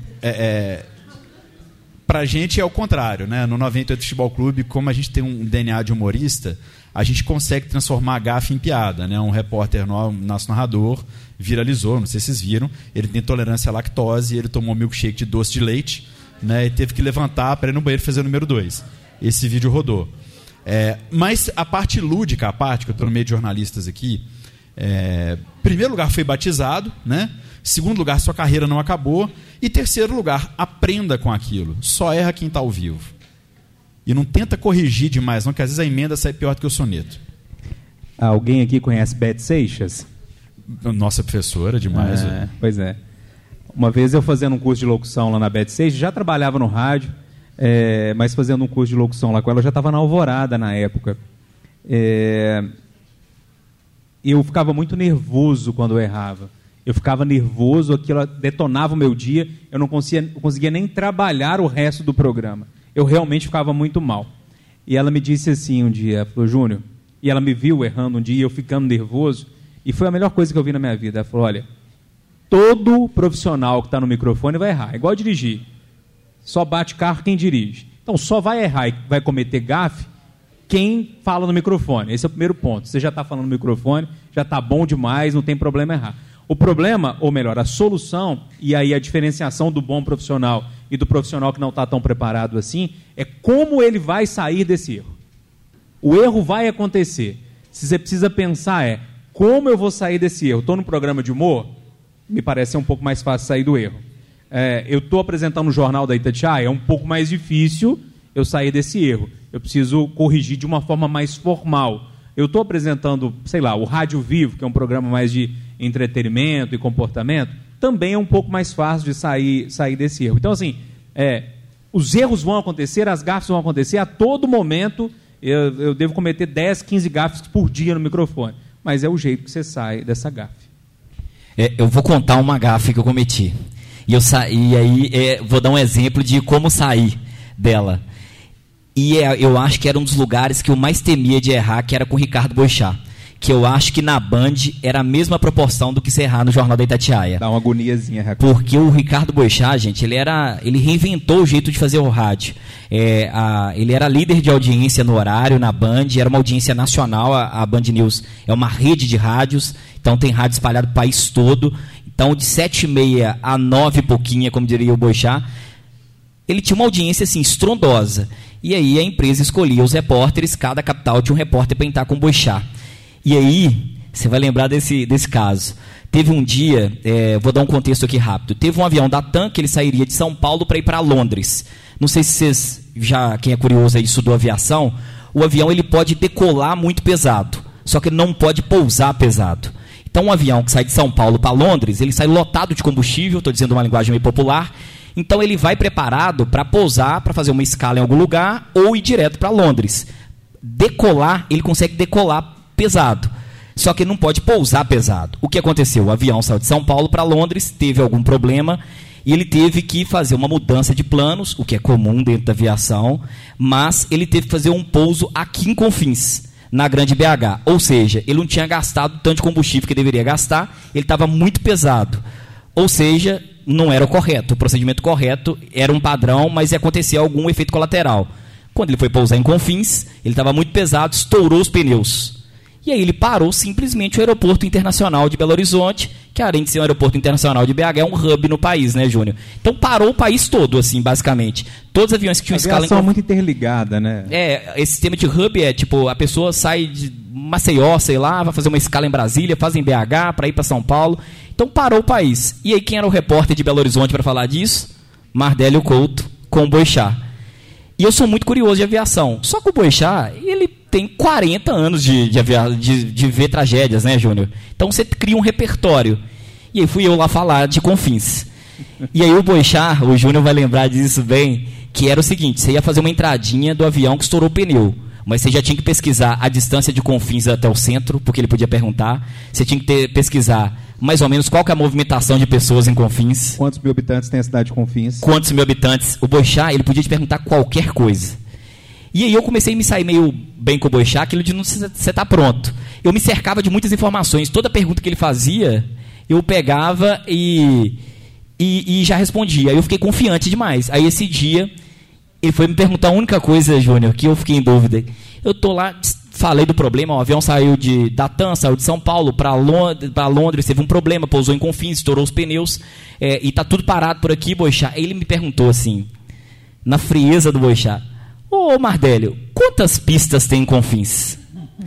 pra gente é o contrário, né? No 98 Futebol Clube, como a gente tem um DNA de humorista, a gente consegue transformar a gafe em piada, né? Um repórter, nosso narrador, viralizou, não sei se vocês viram, ele tem intolerância à lactose, ele tomou milkshake de doce de leite, né? E teve que levantar para ir no banheiro fazer o número 2. Esse vídeo rodou. Mas a parte lúdica, que eu estou no meio de jornalistas aqui, primeiro lugar, foi batizado, né? Segundo lugar, sua carreira não acabou. E terceiro lugar, aprenda com aquilo. Só erra quem está ao vivo. E não tenta corrigir demais, não, que às vezes a emenda sai pior do que o soneto.
Alguém aqui conhece Beth Seixas?
Nossa professora, demais.
Pois é. Uma vez eu fazendo um curso de locução lá na Beth Seixas, já trabalhava no rádio, mas fazendo um curso de locução lá com ela, eu já estava na Alvorada na época. Eu ficava muito nervoso quando eu errava. Eu ficava nervoso, aquilo detonava o meu dia, eu não conseguia nem trabalhar o resto do programa. Eu realmente ficava muito mal. E ela me disse assim um dia, ela falou, Júnior, e ela me viu errando um dia, eu ficando nervoso, e foi a melhor coisa que eu vi na minha vida. Ela falou, olha, todo profissional que está no microfone vai errar, é igual dirigir. Só bate carro quem dirige. Então só vai errar e vai cometer gafe quem fala no microfone. Esse é o primeiro ponto. Você já está falando no microfone, já está bom demais, não tem problema errar. O problema, ou melhor, a solução, e aí a diferenciação do bom profissional e do profissional que não está tão preparado assim, é como ele vai sair desse erro. O erro vai acontecer. Se você precisa pensar como eu vou sair desse erro? Estou num programa de humor? Me parece ser um pouco mais fácil sair do erro. Eu estou apresentando o Jornal da Itatiaia, é um pouco mais difícil eu sair desse erro. Eu preciso corrigir de uma forma mais formal. Eu estou apresentando, sei lá, o Rádio Vivo, que é um programa mais de entretenimento e comportamento, também é um pouco mais fácil de sair desse erro. Então, assim, os erros vão acontecer, as gafes vão acontecer, a todo momento eu devo cometer 10, 15 gafes por dia no microfone. Mas é o jeito que você sai dessa gafe.
Eu vou contar uma gafe que eu cometi. E aí vou dar um exemplo de como sair dela. E eu acho que era um dos lugares que eu mais temia de errar, que era com o Ricardo Boixá. Que eu acho que na Band era a mesma proporção do que se errar no Jornal da Itatiaia.
Dá uma agoniazinha.
Porque o Ricardo Boixá, gente, ele reinventou o jeito de fazer o rádio. Ele era líder de audiência no horário, na Band, era uma audiência nacional, a Band News é uma rede de rádios, então tem rádio espalhado no país todo. Então, de 7h30 a 9 e pouquinha, como diria o Boixá, ele tinha uma audiência assim, estrondosa. E aí a empresa escolhia os repórteres, cada capital tinha um repórter para entrar com o Boixá. E aí, você vai lembrar desse caso. Teve um dia, vou dar um contexto aqui rápido, teve um avião da TAM que ele sairia de São Paulo para ir para Londres. Não sei se vocês, quem é curioso aí estudou aviação, o avião ele pode decolar muito pesado, só que ele não pode pousar pesado. Então um avião que sai de São Paulo para Londres, ele sai lotado de combustível, estou dizendo uma linguagem meio popular, então ele vai preparado para pousar, para fazer uma escala em algum lugar ou ir direto para Londres. decolar, ele consegue decolar pesado. Só que ele não pode pousar pesado. O que aconteceu? O avião saiu de São Paulo para Londres, teve algum problema, e ele teve que fazer uma mudança de planos, o que é comum dentro da aviação, mas ele teve que fazer um pouso aqui em Confins, na Grande BH. Ou seja, ele não tinha gastado tanto de combustível que deveria gastar, ele estava muito pesado. Ou seja, não era o correto. O procedimento correto era um padrão, mas ia acontecer algum efeito colateral. Quando ele foi pousar em Confins, ele estava muito pesado, estourou os pneus. E aí ele parou simplesmente o Aeroporto Internacional de Belo Horizonte, que além de ser um aeroporto internacional de BH, é um hub no país, né, Júnior? Então parou o país todo, assim, basicamente. Todos os aviões que tinham escala em...
A aviação é muito interligada, né?
Esse sistema de hub é, tipo, a pessoa sai de Maceió, sei lá, vai fazer uma escala em Brasília, faz em BH para ir para São Paulo. Então parou o país. E aí quem era o repórter de Belo Horizonte para falar disso? Mardélio Couto, com o Boixá. E eu sou muito curioso de aviação. Só que o Boixá, ele tem 40 anos de ver tragédias, né, Júnior? Então você cria um repertório. E aí fui eu lá falar de Confins. E aí o Boixá, o Júnior vai lembrar disso bem, que era o seguinte, você ia fazer uma entradinha do avião que estourou o pneu, mas você já tinha que pesquisar a distância de Confins até o centro, porque ele podia perguntar. Você tinha que pesquisar mais ou menos qual que é a movimentação de pessoas em Confins.
Quantos mil habitantes tem a cidade de Confins?
Quantos mil habitantes? O Boixá, ele podia te perguntar qualquer coisa. E aí eu comecei a me sair meio bem com o Boixá, aquilo de não você está pronto. Eu me cercava de muitas informações. Toda pergunta que ele fazia, eu pegava e já respondia. Aí eu fiquei confiante demais. Aí esse dia, ele foi me perguntar a única coisa, Júnior, que eu fiquei em dúvida. Eu tô lá, falei do problema, o avião saiu da TAM, saiu de São Paulo para Londres, teve um problema, pousou em Confins, estourou os pneus, e tá tudo parado por aqui, Boixá. Aí ele me perguntou assim, na frieza do Boixá, ô Mardélio, quantas pistas tem em Confins?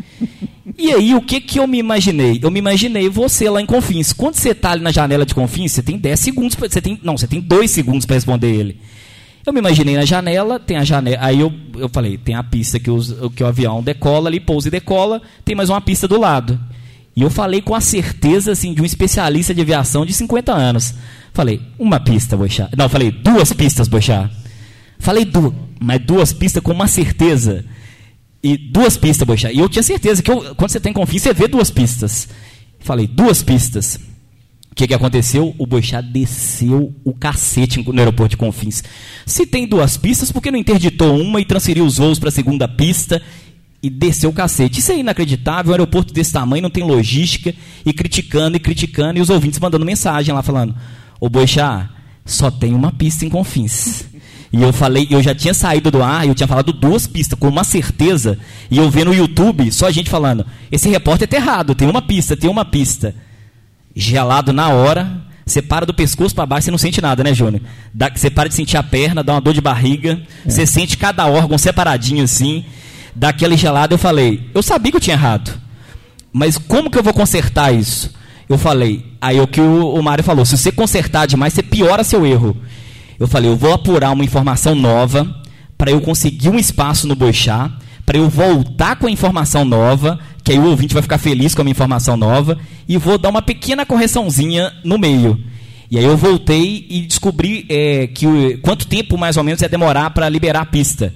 E aí, o que eu me imaginei? Eu me imaginei você lá em Confins. Quando você está ali na janela de Confins, você tem 10 segundos, você tem 2 segundos para responder ele. Eu me imaginei na janela, tem a janela, aí eu falei, tem a pista que o avião decola ali, pousa e decola, tem mais uma pista do lado. E eu falei com a certeza, assim, de um especialista de aviação de 50 anos. Falei, uma pista, Boixá. Não, falei, 2 pistas, Boixá. Falei mas 2 pistas com uma certeza. E 2 pistas, Boixá. E eu tinha certeza que quando você tem Confins, você vê 2 pistas. Falei, 2 pistas. O que aconteceu? O Boixá desceu o cacete no aeroporto de Confins. Se tem 2 pistas, por que não interditou uma e transferiu os voos para a segunda pista e desceu o cacete? Isso é inacreditável, um aeroporto desse tamanho não tem logística, e criticando, e os ouvintes mandando mensagem lá falando, ô Boixá, só tem uma pista em Confins. E eu falei, eu já tinha saído do ar, eu tinha falado 2 pistas, com uma certeza, e eu vi no YouTube só a gente falando, esse repórter tá errado, tem uma pista. Gelado na hora, você para do pescoço para baixo, você não sente nada, né, Júnior? Você para de sentir a perna, dá uma dor de barriga, você sente cada órgão separadinho assim, dá aquele gelado. Eu falei, eu sabia que eu tinha errado, mas como que eu vou consertar isso? Eu falei, aí o que o Mário falou, se você consertar demais, você piora seu erro. Eu falei, eu vou apurar uma informação nova para eu conseguir um espaço no Boixá, para eu voltar com a informação nova, que aí o ouvinte vai ficar feliz com a minha informação nova, e vou dar uma pequena correçãozinha no meio. E aí eu voltei e descobri quanto tempo mais ou menos ia demorar para liberar a pista.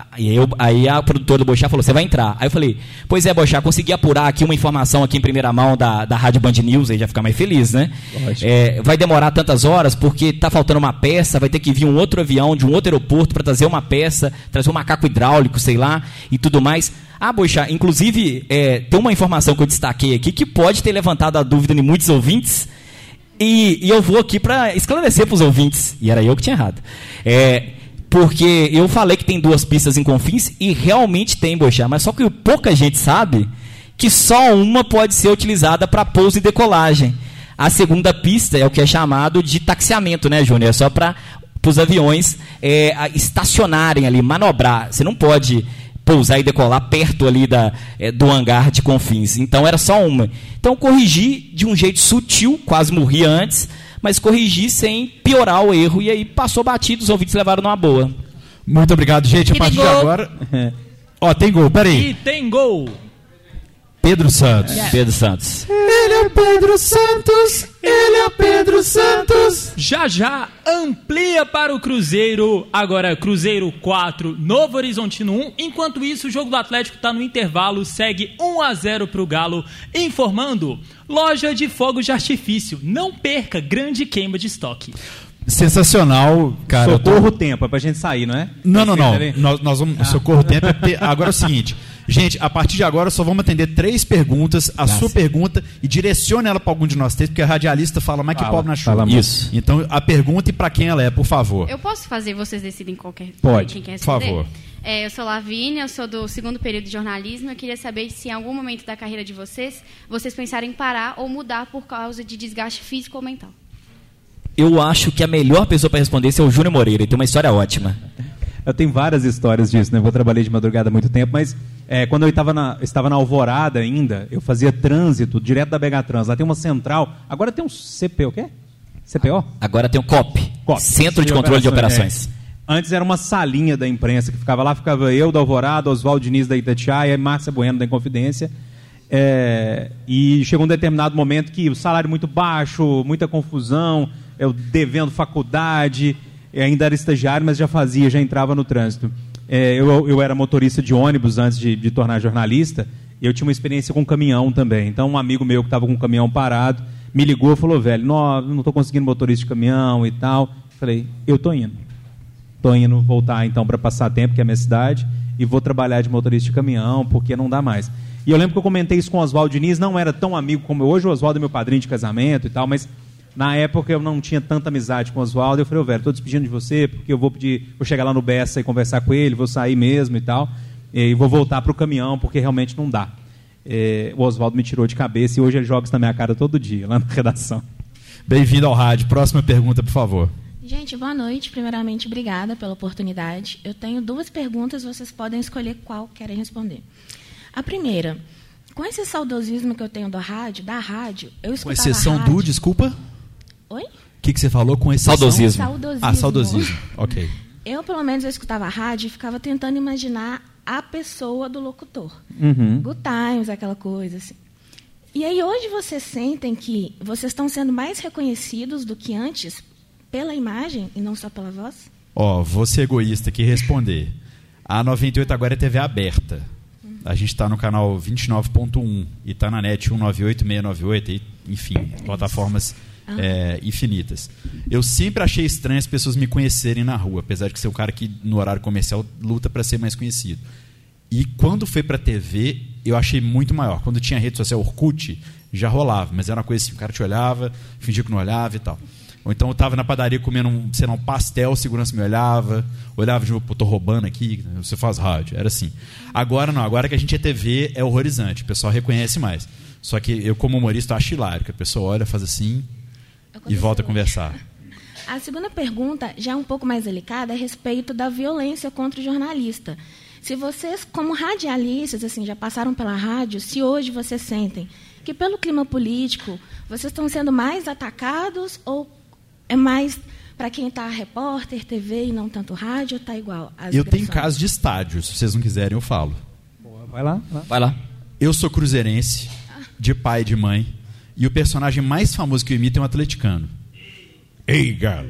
Aí a produtora do Boixá falou, você vai entrar. Aí eu falei, pois é, Boixá, consegui apurar aqui uma informação aqui em primeira mão da Rádio Band News, aí já fica mais feliz, né? Vai demorar tantas horas porque está faltando uma peça, vai ter que vir um outro avião de um outro aeroporto para trazer uma peça, trazer um macaco hidráulico, sei lá, e tudo mais. Ah, Boixá, inclusive, tem uma informação que eu destaquei aqui que pode ter levantado a dúvida de muitos ouvintes, e eu vou aqui para esclarecer para os ouvintes, e era eu que tinha errado. Porque eu falei que tem 2 pistas em Confins, e realmente tem, Boixá, mas só que pouca gente sabe que só uma pode ser utilizada para pouso e decolagem. A segunda pista é o que é chamado de taxiamento, né, Júnior? É só para os aviões estacionarem ali, manobrar. Você não pode pousar e decolar perto ali do hangar de Confins. Então era só uma. Então corrigi de um jeito sutil, quase morri antes, mas corrigi sem piorar o erro, e aí passou batido, os ouvintes levaram numa boa.
Muito obrigado, gente. A partir de agora... Ó, tem gol, peraí.
E tem gol.
Pedro Santos.
Pedro Santos.
Ele é Pedro Santos, ele é Pedro Santos.
Já amplia para o Cruzeiro, agora Cruzeiro 4, Novo Horizontino 1. Enquanto isso, o jogo do Atlético está no intervalo, segue 1-0 para o Galo, informando, loja de fogos de artifício, não perca, grande queima de estoque.
Sensacional, cara.
Socorro o tempo, é pra gente sair, não é?
Não. Nós vamos. Socorro o tempo. Agora é o seguinte, gente, a partir de agora só vamos atender 3 perguntas. A sua pergunta e direcione ela para algum de nós 3, porque a radialista fala mais que pobre na chuva. Isso. Então a pergunta e para quem ela é, por favor.
Eu posso fazer, vocês decidem qualquer.
Pode,
quem quer
por
responder?
favor.
Eu sou Lavínia, eu sou do 2º período de jornalismo. Eu queria saber se em algum momento da carreira de vocês pensarem em parar ou mudar por causa de desgaste físico ou mental.
Eu acho que a melhor pessoa para responder isso é o Júnior Moreira. Ele tem uma história ótima.
Eu tenho várias histórias disso, né? Eu trabalhei de madrugada há muito tempo, mas quando eu estava na Alvorada ainda, eu fazia trânsito direto da Begatrans. Lá tem uma central. Agora tem um CPO, o quê? CPO?
Agora tem o COP. Centro de Controle de Operações.
Antes era uma salinha da imprensa que ficava lá, ficava eu da Alvorada, Oswaldo Diniz da Itatiaia, Márcia Bueno da Inconfidência. E chegou um determinado momento que o salário muito baixo, muita confusão, eu devendo faculdade, ainda era estagiário, mas já entrava no trânsito. Eu era motorista de ônibus antes de tornar jornalista, e eu tinha uma experiência com caminhão também. Então um amigo meu que estava com um caminhão parado, me ligou e falou, velho, não estou conseguindo motorista de caminhão e tal. Falei, eu estou indo. Estou indo voltar então para passar tempo, que é a minha cidade, e vou trabalhar de motorista de caminhão, porque não dá mais. E eu lembro que eu comentei isso com o Oswaldo Diniz, não era tão amigo como hoje, o Oswaldo é meu padrinho de casamento e tal, mas na época eu não tinha tanta amizade com o Oswaldo, eu falei, velho, estou despedindo de você, porque eu vou chegar lá no Bessa e conversar com ele, vou sair mesmo e tal, e vou voltar para o caminhão, porque realmente não dá. O Oswaldo me tirou de cabeça e hoje ele joga isso na minha cara todo dia, lá na redação.
Bem-vindo ao rádio. Próxima pergunta, por favor.
Gente, boa noite. Primeiramente, obrigada pela oportunidade. Eu tenho 2 perguntas, vocês podem escolher qual querem responder. A primeira, com esse saudosismo que eu tenho da rádio, eu escutava
com exceção
rádio...
desculpa?
Oi?
O que você falou com exceção?
Saudosismo.
Saudosismo. Ok.
Eu, pelo menos, eu escutava a rádio e ficava tentando imaginar a pessoa do locutor. Good Times, aquela coisa assim. E aí, hoje, vocês sentem que vocês estão sendo mais reconhecidos do que antes pela imagem e não só pela voz?
Vou ser egoísta aqui e responder. A 98 agora é TV aberta. A gente está no canal 29.1 e está na net 198, 698, enfim, plataformas infinitas. Eu sempre achei estranho as pessoas me conhecerem na rua, apesar de que ser um cara que no horário comercial luta para ser mais conhecido. E quando foi para a TV, eu achei muito maior. Quando tinha rede social Orkut, já rolava, mas era uma coisa assim, o cara te olhava, fingia que não olhava e tal. Ou então eu estava na padaria comendo um pastel, o segurança me olhava de novo, estou roubando aqui, você faz rádio. Era assim. Agora não, agora que a gente é TV, é horrorizante, o pessoal reconhece mais. Só que eu, como humorista, acho hilário, que a pessoa olha, faz assim e volta a conversar.
A segunda pergunta, já é um pouco mais delicada, é a respeito da violência contra o jornalista. Se vocês, como radialistas, assim, já passaram pela rádio, se hoje vocês sentem que, pelo clima político, vocês estão sendo mais atacados ou é mais para quem está repórter, TV e não tanto rádio, está igual?
Eu tenho casos de estádio, se vocês não quiserem eu falo.
Vai lá.
Vai lá.
Eu sou cruzeirense, de pai e de mãe, e o personagem mais famoso que eu imito é um atleticano. Ei, Galo,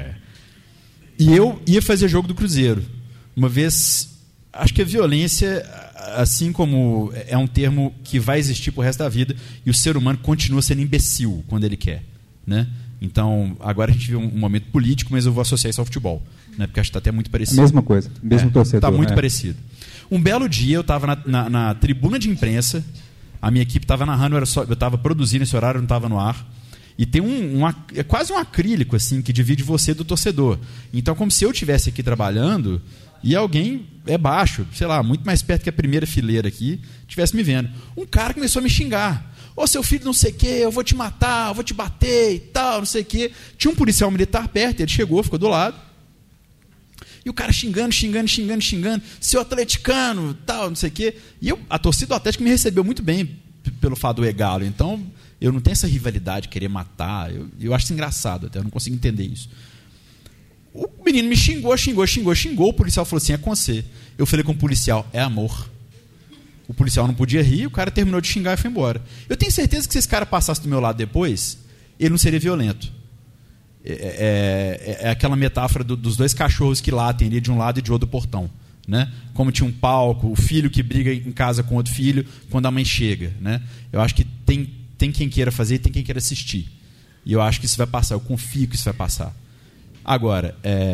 E eu ia fazer jogo do Cruzeiro. Uma vez, acho que a violência, assim como é um termo que vai existir pro resto da vida, e o ser humano continua sendo imbecil quando ele quer, né? Então, agora a gente vive um momento político, mas eu vou associar isso ao futebol, né? Porque acho que está até muito parecido.
Mesma coisa, mesmo torcedor.
Está muito parecido. Um belo dia, eu estava na tribuna de imprensa, a minha equipe estava narrando, eu estava produzindo esse horário, não estava no ar, e tem é quase um acrílico assim, que divide você do torcedor. Então, como se eu estivesse aqui trabalhando e alguém baixo, sei lá, muito mais perto que a primeira fileira aqui, estivesse me vendo. Um cara começou a me xingar. Ô, seu filho não sei o quê, eu vou te matar, eu vou te bater e tal, não sei o quê. Tinha um policial militar perto, ele chegou, ficou do lado. E o cara xingando, seu atleticano, tal, não sei o quê. E a torcida do Atlético me recebeu muito bem pelo fato do Galo. Então, eu não tenho essa rivalidade de querer matar. Eu acho isso engraçado até, eu não consigo entender isso. O menino me xingou. O policial falou assim, é com você. Eu falei com o policial, é amor. O policial não podia rir, o cara terminou de xingar e foi embora. Eu tenho certeza que se esse cara passasse do meu lado depois, ele não seria violento. É aquela metáfora dos dois cachorros que latem ali de um lado e de outro do portão. Né? Como tinha um palco, o filho que briga em casa com outro filho quando a mãe chega. Né? Eu acho que tem quem queira fazer e tem quem queira assistir. E eu acho que isso vai passar, eu confio que isso vai passar. Agora,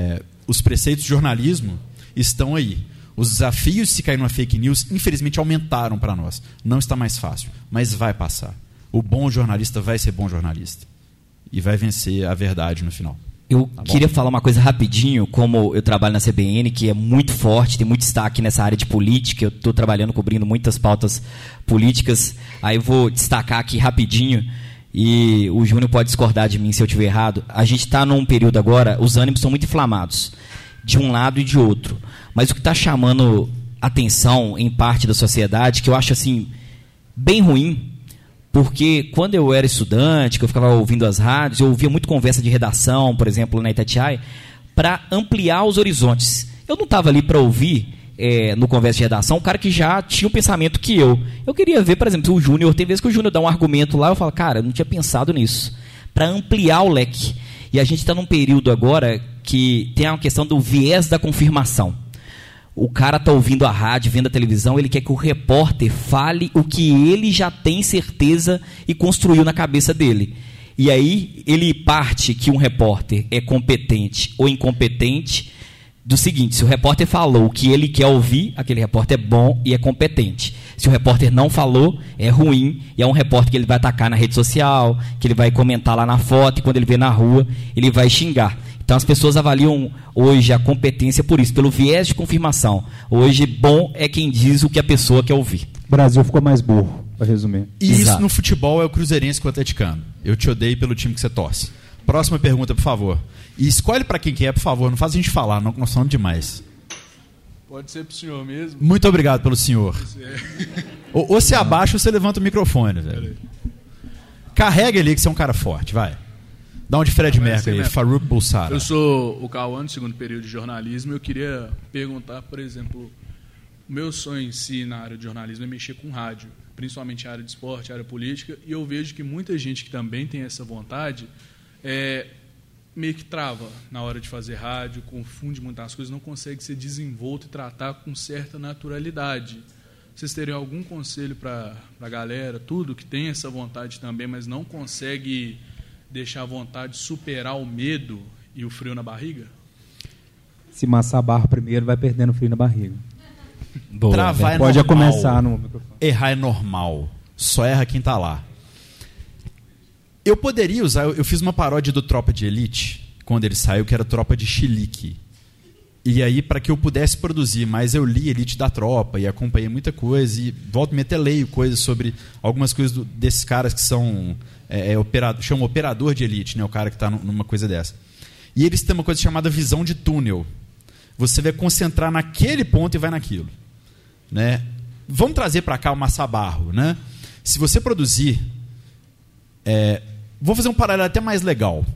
os preceitos de jornalismo estão aí. Os desafios de se cair numa fake news, infelizmente, aumentaram para nós. Não está mais fácil, mas vai passar. O bom jornalista vai ser bom jornalista. E vai vencer a verdade no final.
Eu queria falar uma coisa rapidinho, como eu trabalho na CBN, que é muito forte, tem muito destaque nessa área de política, eu estou trabalhando, cobrindo muitas pautas políticas, aí eu vou destacar aqui rapidinho, e o Júnior pode discordar de mim se eu estiver errado. A gente está num período agora, os ânimos são muito inflamados, de um lado e de outro, mas o que está chamando atenção em parte da sociedade, que eu acho assim, bem ruim, porque quando eu era estudante, que eu ficava ouvindo as rádios, eu ouvia muito conversa de redação, por exemplo, na Itatiaia, para ampliar os horizontes. Eu não estava ali para ouvir, no conversa de redação, um cara que já tinha um pensamento que eu. Eu queria ver, por exemplo, o Júnior, tem vezes que o Júnior dá um argumento lá, eu falo, cara, eu não tinha pensado nisso. Para ampliar o leque. E a gente está num período agora que tem a questão do viés da confirmação. O cara está ouvindo a rádio, vendo a televisão, ele quer que o repórter fale o que ele já tem certeza e construiu na cabeça dele. E aí ele parte que um repórter é competente ou incompetente do seguinte: se o repórter falou o que ele quer ouvir, aquele repórter é bom e é competente. Se o repórter não falou, é ruim, e é um repórter que ele vai atacar na rede social, que ele vai comentar lá na foto, e quando ele vê na rua, ele vai xingar. Então as pessoas avaliam hoje a competência por isso, pelo viés de confirmação. Hoje, bom é quem diz o que a pessoa quer ouvir.
O Brasil ficou mais burro, para resumir.
E isso no futebol é o cruzeirense com o atleticano. Eu te odeio pelo time que você torce. Próxima pergunta, por favor. E escolhe para quem que é, por favor. Não faz a gente falar, não, que nós falamos demais.
Pode ser pro senhor mesmo?
Muito obrigado pelo senhor. Ou se abaixa ou você levanta o microfone, velho. Carrega ali que você é um cara forte, vai. Dá um de Fred Mercury aí, Farouk Bulsara.
Eu sou o Cauã, do segundo período de jornalismo, e eu queria perguntar, por exemplo, o meu sonho em si na área de jornalismo é mexer com rádio, principalmente a área de esporte, a área política, e eu vejo que muita gente que também tem essa vontade meio que trava na hora de fazer rádio, confunde muitas coisas, não consegue ser desenvolto e tratar com certa naturalidade. Vocês teriam algum conselho para a galera, tudo que tem essa vontade também, mas não consegue deixar a vontade superar o medo e o frio na barriga?
Se massar barro primeiro, vai perdendo frio na barriga.
Boa, travar
pode
normal.
Começar no microfone.
Errar é normal. Só erra quem está lá. Eu poderia usar... Eu fiz uma paródia do Tropa de Elite, quando ele saiu, que era Tropa de Chilique. E aí, para que eu pudesse produzir, mas eu li Elite da Tropa e acompanhei muita coisa, e volto e meio até leio coisas sobre algumas coisas desses caras que são... chama operador de elite, né, o cara que está numa coisa dessa. E eles têm uma coisa chamada visão de túnel. Você vai concentrar naquele ponto e vai naquilo. Né? Vamos trazer para cá o Massa Barro. Né? Se você produzir... vou fazer um paralelo até mais legal.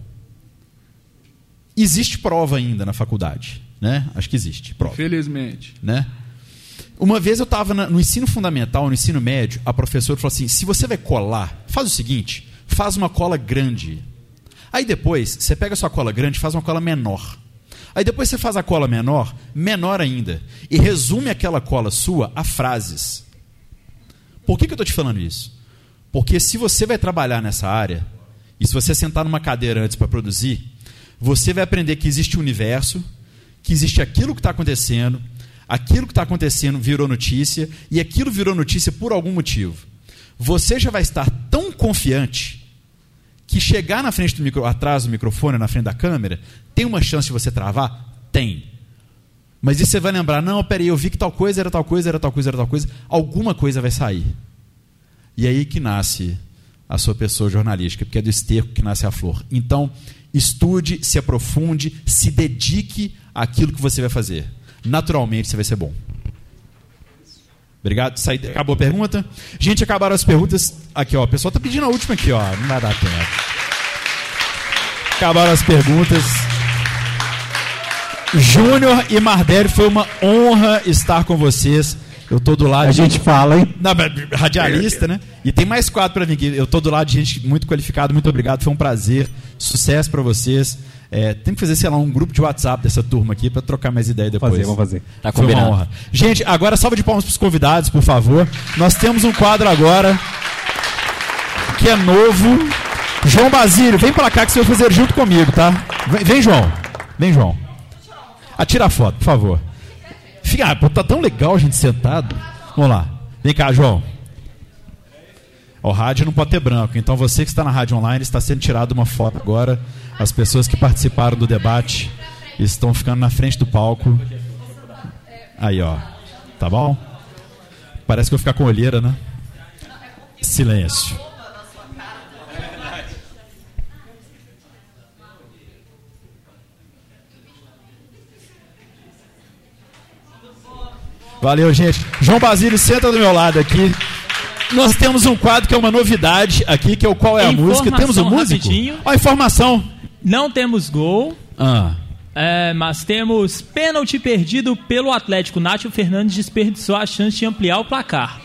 Existe prova ainda na faculdade. Né? Acho que existe prova.
Felizmente.
Né? Uma vez eu estava no ensino fundamental, no ensino médio, a professora falou assim, se você vai colar, faz o seguinte, faz uma cola grande. Aí depois, você pega a sua cola grande e faz uma cola menor. Aí depois você faz a cola menor, menor ainda, e resume aquela cola sua a frases. Por que eu estou te falando isso? Porque se você vai trabalhar nessa área, e se você sentar numa cadeira antes para produzir, você vai aprender que existe um universo, que existe aquilo que está acontecendo, aquilo que está acontecendo virou notícia, e aquilo virou notícia por algum motivo. Você já vai estar tão confiante que chegar na frente atrás do microfone, na frente da câmera, tem uma chance de você travar? Tem. Mas isso você vai lembrar, não, peraí, eu vi que tal coisa era tal coisa, era tal coisa, era tal coisa, alguma coisa vai sair. E aí que nasce a sua pessoa jornalística, porque é do esterco que nasce a flor. Então, estude, se aprofunde, se dedique àquilo que você vai fazer. Naturalmente você vai ser bom. Obrigado. Acabou a pergunta? Gente, acabaram as perguntas. Aqui, ó, o pessoal está pedindo a última aqui, ó. Não vai dar tempo. Acabaram as perguntas. Júnior e Mardelli, foi uma honra estar com vocês. Eu tô do lado
A gente fala, hein?
Não, radialista, né? E tem mais 4 para vir aqui. Eu tô do lado de gente muito qualificada, muito obrigado, foi um prazer. Sucesso para vocês. Tem que fazer, sei lá, um grupo de WhatsApp dessa turma aqui para trocar mais ideia depois.
Vamos fazer.
Tá
Foi
combinado.
uma honra. Gente, agora salva de palmas para os convidados, por favor. Nós temos um quadro agora que é novo. João Basílio, vem pra cá que você vai fazer junto comigo, tá? Vem, João. Vem, João. Tira a foto, por favor. Fica, tá tão legal a gente sentado. Vamos lá. Vem cá, João. O rádio não pode ter branco, então você que está na rádio online está sendo tirado uma foto agora. As pessoas que participaram do debate estão ficando na frente do palco. Aí, ó. Tá bom? Parece que eu vou ficar com olheira, né? Silêncio. Valeu, gente. João Basílio, senta do meu lado aqui. Nós temos um quadro que é uma novidade aqui, que é o Qual é a Música. Temos um músico? Ó, informação.
Não temos gol. Mas temos pênalti perdido pelo Atlético. Nátio Fernandes desperdiçou a chance de ampliar o placar.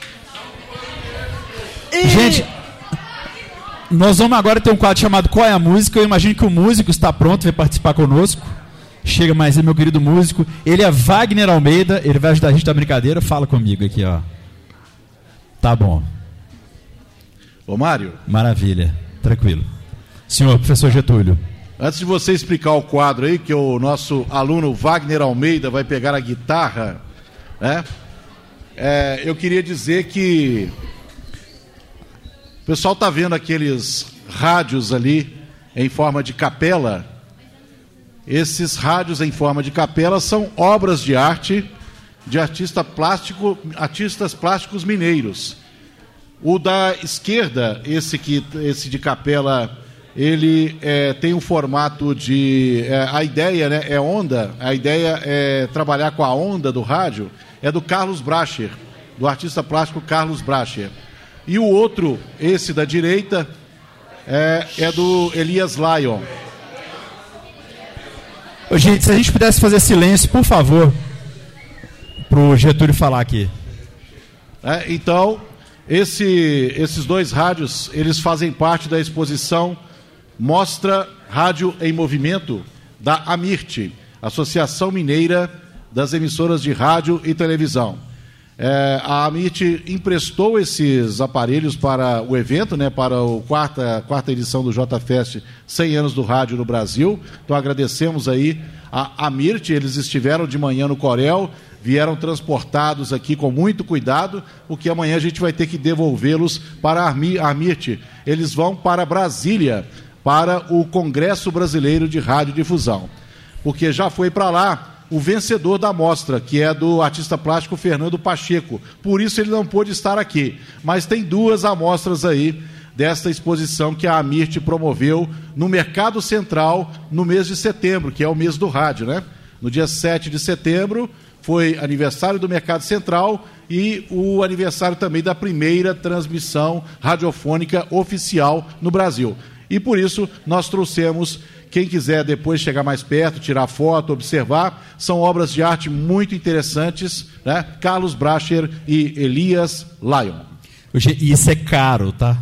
Gente, nós vamos agora ter um quadro chamado Qual é a Música. Eu imagino que o músico está pronto, vai participar conosco. Chega mais aí, meu querido músico. Ele é Wagner Almeida, ele vai ajudar a gente na brincadeira. Fala comigo aqui, ó. Tá bom.
Ô, Mário.
Maravilha, tranquilo. Senhor, professor Getúlio.
Antes de você explicar o quadro aí, que o nosso aluno Wagner Almeida vai pegar a guitarra, né? Eu queria dizer que o pessoal tá vendo aqueles rádios ali em forma de capela. Esses rádios em forma de capela são obras de arte de artistas plásticos mineiros. O da esquerda, esse de capela, ele tem um formato de... a ideia, né, é onda, a ideia é trabalhar com a onda do rádio, é do Carlos Bracher, do artista plástico Carlos Bracher. E o outro, esse da direita, é do Elias Lyon.
Ô, gente, se a gente pudesse fazer silêncio, por favor, pro Getúlio falar aqui.
Então, esses dois rádios, eles fazem parte da exposição Mostra Rádio em Movimento da AMIRT, Associação Mineira das Emissoras de Rádio e Televisão. A AMIRT emprestou esses aparelhos para o evento, né, para a quarta edição do JFest 100 anos do rádio no Brasil. Então agradecemos aí a AMIRT, eles estiveram de manhã no Corel, vieram transportados aqui com muito cuidado, porque amanhã a gente vai ter que devolvê-los para a AMIRT. Eles vão para Brasília, para o Congresso Brasileiro de Radiodifusão, porque já foi para lá o vencedor da mostra, que é do artista plástico Fernando Pacheco. Por isso ele não pôde estar aqui. Mas tem 2 amostras aí desta exposição que a AMIRT promoveu no Mercado Central no mês de setembro, que é o mês do rádio, né? No dia 7 de setembro foi aniversário do Mercado Central e o aniversário também da primeira transmissão radiofônica oficial no Brasil. E por isso nós trouxemos... Quem quiser depois chegar mais perto, tirar foto, observar, são obras de arte muito interessantes, né? Carlos Bracher e Elias Lyon.
E isso é caro, tá?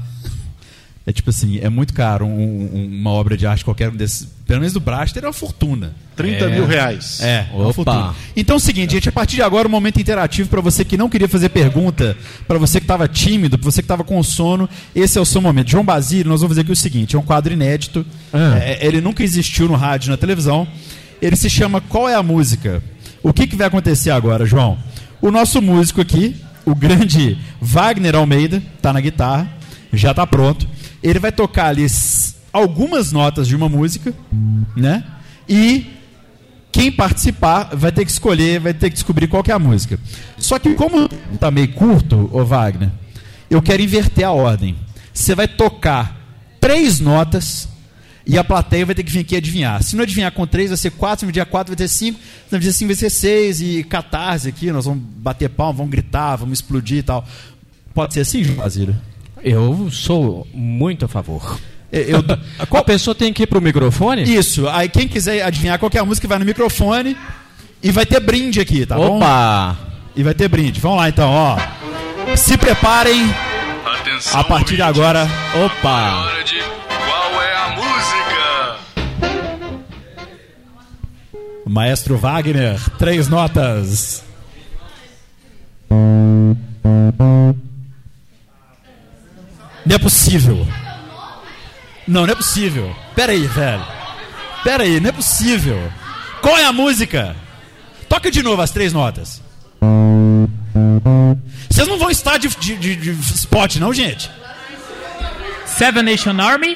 É tipo assim, é muito caro uma obra de arte, qualquer um desses. Pelo menos do Bracher é uma fortuna.
30 mil reais.
É uma fortuna. Então é o seguinte, gente, a partir de agora um momento interativo para você que não queria fazer pergunta, para você que estava tímido, para você que estava com sono, esse é o seu momento. João Basílio, nós vamos fazer aqui o seguinte, é um quadro inédito, ele nunca existiu no rádio e na televisão, ele se chama Qual é a Música? O que vai acontecer agora, João? O nosso músico aqui, o grande Wagner Almeida, está na guitarra, já está pronto, ele vai tocar ali algumas notas de uma música, né? E quem participar vai ter que escolher, vai ter que descobrir qual que é a música. Só que como tá meio curto, ô Wagner, eu quero inverter a ordem. Você vai tocar 3 notas e a plateia vai ter que vir aqui adivinhar. Se não adivinhar com 3, vai ser 4, se não adivinhar 4, vai ter 5, se não adivinhar 5, vai ser 6 e catarse aqui, nós vamos bater palma, vamos gritar, vamos explodir e tal. Pode ser assim, João Basílio?
Eu sou muito a favor. A pessoa tem que ir pro microfone?
Isso, aí quem quiser adivinhar qual que é a música vai no microfone e vai ter brinde aqui, tá bom?
Opa!
E vai ter brinde. Vamos lá então, ó. Se preparem.
Atenção,
a partir de agora. Opa!
É hora de Qual é a Música?
Maestro Wagner, 3 notas. Não é possível. Não é possível. Pera aí, velho. Pera aí, não é possível. Qual é a música? Toca de novo as 3 notas. Vocês não vão estar de spot, não, gente?
Seven Nation Army.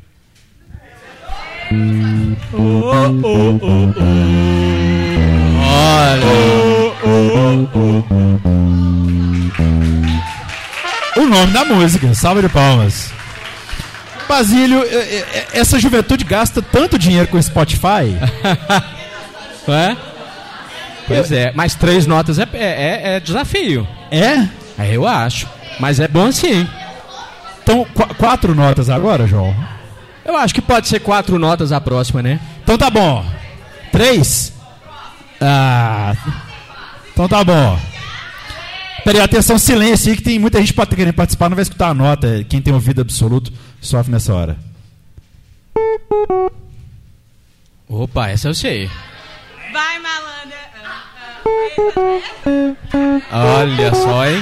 O nome da música, salva de palmas. Basílio, essa juventude gasta tanto dinheiro com Spotify.
É? Pois é, mas 3 notas é desafio.
É?
Eu acho. Mas é bom sim.
Então, 4 notas agora, João?
Eu acho que pode ser 4 notas a próxima, né?
Então tá bom. 3? Então tá bom. Peraí, atenção, silêncio aí, que tem muita gente querendo participar, não vai escutar a nota. Quem tem ouvido absoluto sofre nessa hora.
Opa, essa eu sei.
Vai, malandra.
Olha só, hein?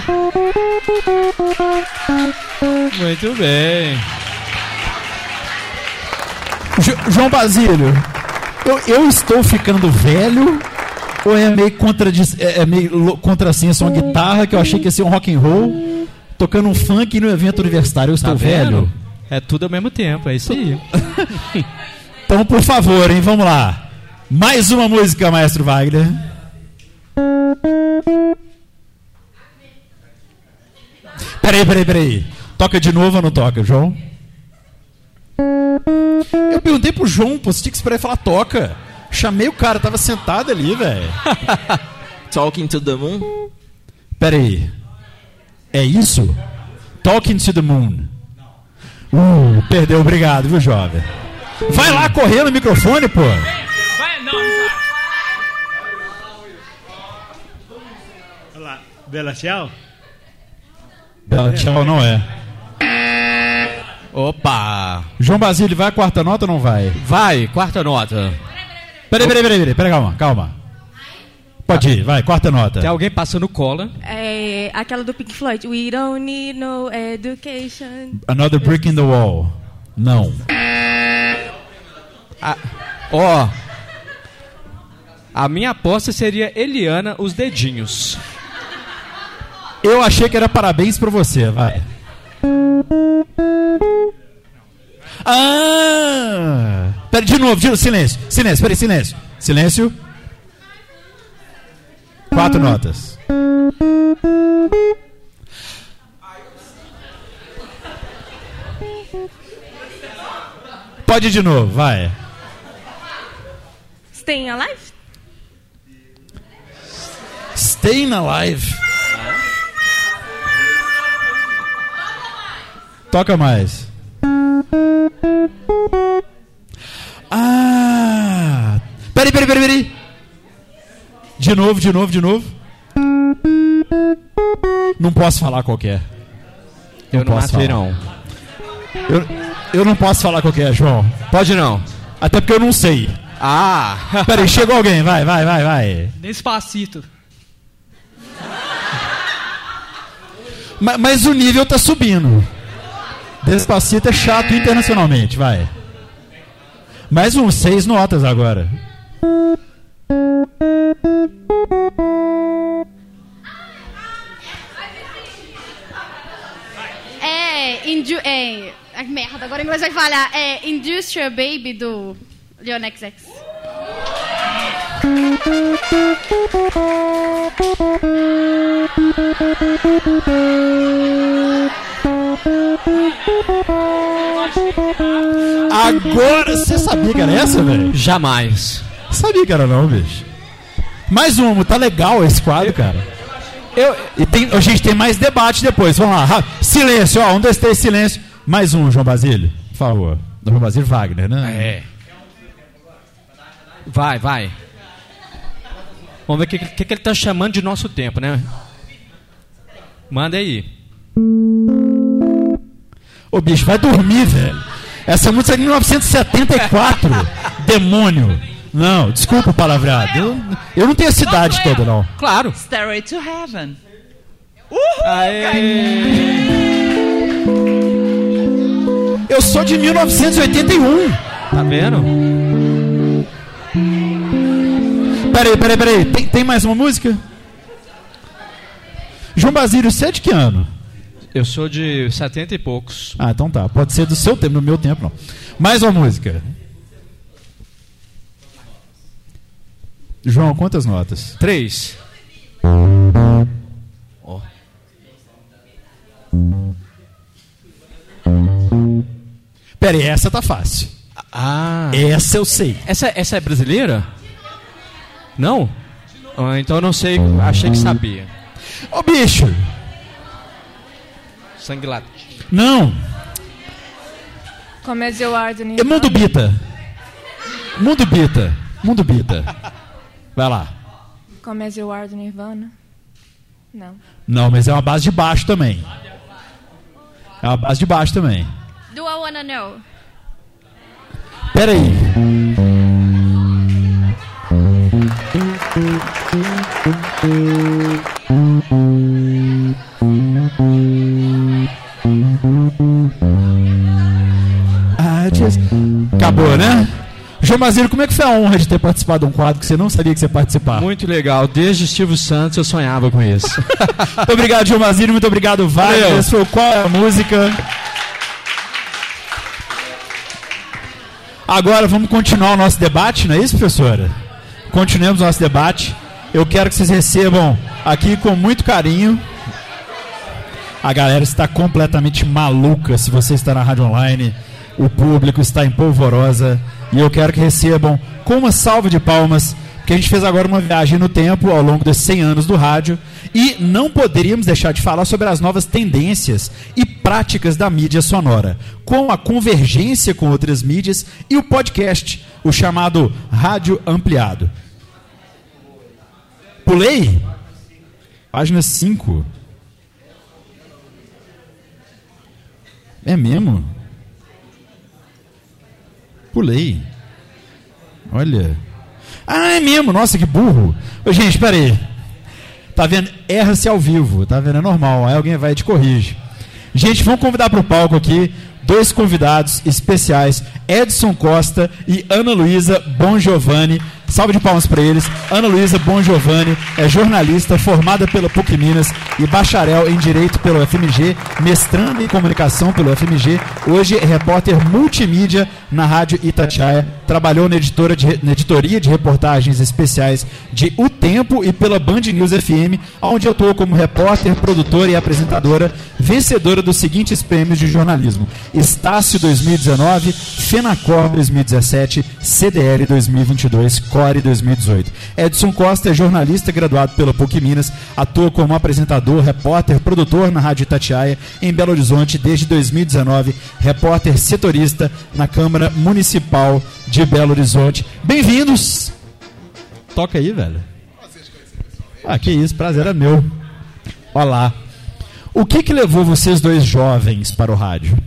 Muito bem.
João Basílio, eu estou ficando velho ou é meio contrassenso uma guitarra que eu achei que ia ser um rock and roll tocando um funk no evento universitário? Eu estou velho?
É tudo ao mesmo tempo, é isso aí.
Então, por favor, hein, vamos lá. Mais uma música, Maestro Wagner. Peraí. Toca de novo ou não toca, João? Eu perguntei pro João, pô, você tinha que esperar ele falar toca. Chamei o cara, tava sentado ali, velho.
Talking to the Moon?
Peraí. É isso? Talking to the Moon. Perdeu, obrigado, viu, jovem? Vai lá correr no microfone, pô.
Vai, não.
Olha lá. Bela tchau?
Bela tchau não é.
Opa!
João Basílio, vai a 4ª nota ou não vai?
Vai, 4ª nota.
Peraí, calma. Pode ir, vai, 4ª nota.
Tem alguém passando cola?
É aquela do Pink Floyd. We don't need no education.
Another Brick in the Wall. Não.
A minha aposta seria Eliana, Os Dedinhos.
Eu achei que era parabéns pra você, vai. Pera, de novo, silêncio. Silêncio. 4 notas. Pode ir de novo, vai.
Staying Alive?
Staying Alive. Toca mais. Peraí. De novo. Não posso falar qualquer.
Eu não matei, não.
Eu não posso falar qualquer, João.
Pode não.
Até porque eu não sei. Peraí, chegou alguém. Vai.
Despacito.
Mas o nível tá subindo. Despacito é chato internacionalmente, vai. Mais 6 notas agora.
Merda, agora o inglês vai falhar. É Industrial Baby do Lil Nas X.
Agora você sabia que era essa, velho?
Jamais.
Sabia que era não, bicho. Mais uma, tá legal esse quadro, cara. A gente tem mais debate depois. Vamos lá. Silêncio, 1, 2, 3, silêncio. Mais um, João Basílio, por favor. João Basílio Wagner, né?
Vai. Vamos ver o que ele tá chamando de nosso tempo, né? Manda aí.
Ô, bicho, vai dormir, velho. Essa música é de 1974. Demônio. Não, desculpa o palavreado. Eu não tenho a cidade toda, não.
Claro.
Stairway to Heaven.
Eu sou de 1981.
Tá vendo?
Peraí. Tem mais uma música? João Basílio, você é de que ano?
Eu sou de 70 e poucos.
Ah, então tá. Pode ser do seu tempo, do meu tempo não. Mais uma música. João, quantas notas?
3.
Ó. Peraí, essa tá fácil. Essa eu sei.
Essa é brasileira? Não? Então eu não sei. Achei que sabia.
Ô, bicho.
Sangue latino.
Não.
Como é Your Ordem?
É Mundo Bita. Vai lá.
Como é Your Ordem Nirvana? Não.
Não, mas é uma base de baixo também.
Do I Wanna Know?
Peraí. Acabou, né? João Basílio, como é que foi a honra de ter participado de um quadro que você não sabia que você ia participar?
Muito legal. Desde Silvio Santos eu sonhava com isso.
Muito obrigado, João Basílio. Muito obrigado, Wagner. Esse foi o Qual é a Música? Agora vamos continuar o nosso debate, não é isso, professora? Continuemos o nosso debate. Eu quero que vocês recebam aqui com muito carinho. A galera está completamente maluca. Se você está na rádio online, o público está em polvorosa. E eu quero que recebam com uma salva de palmas, porque a gente fez agora uma viagem no tempo ao longo dos 100 anos do rádio. E não poderíamos deixar de falar sobre as novas tendências e práticas da mídia sonora, com a convergência com outras mídias e o podcast, o chamado rádio ampliado. Pulei? Página 5. É mesmo? Pulei. Olha. Ah, é mesmo. Nossa, que burro. Ô, gente, espera aí. Tá vendo? Erra-se ao vivo. Tá vendo? É normal. Aí alguém vai e te corrige. Gente, vamos convidar para o palco aqui 2 convidados especiais, Edson Costa e Ana Luísa Bongiovanni. Salve de palmas para eles. Ana Luísa Bongiovanni é jornalista formada pela PUC Minas e bacharel em Direito pelo FMG, mestrando em Comunicação pelo FMG. Hoje é repórter multimídia na Rádio Itatiaia. Trabalhou na editoria de reportagens especiais de O Tempo e pela Band News FM, onde atuou como repórter, produtora e apresentadora, vencedora dos seguintes prêmios de jornalismo: Estácio 2019, Fenacor 2017, CDL 2022, Core 2018. Edson Costa é jornalista graduado pela PUC Minas, atua como apresentador, repórter, produtor na Rádio Itatiaia, em Belo Horizonte desde 2019, repórter setorista na Câmara Municipal de Belo Horizonte. Bem-vindos! Toca aí, velho. Ah, que isso, prazer é meu. Olá. O que levou vocês 2 jovens para o rádio?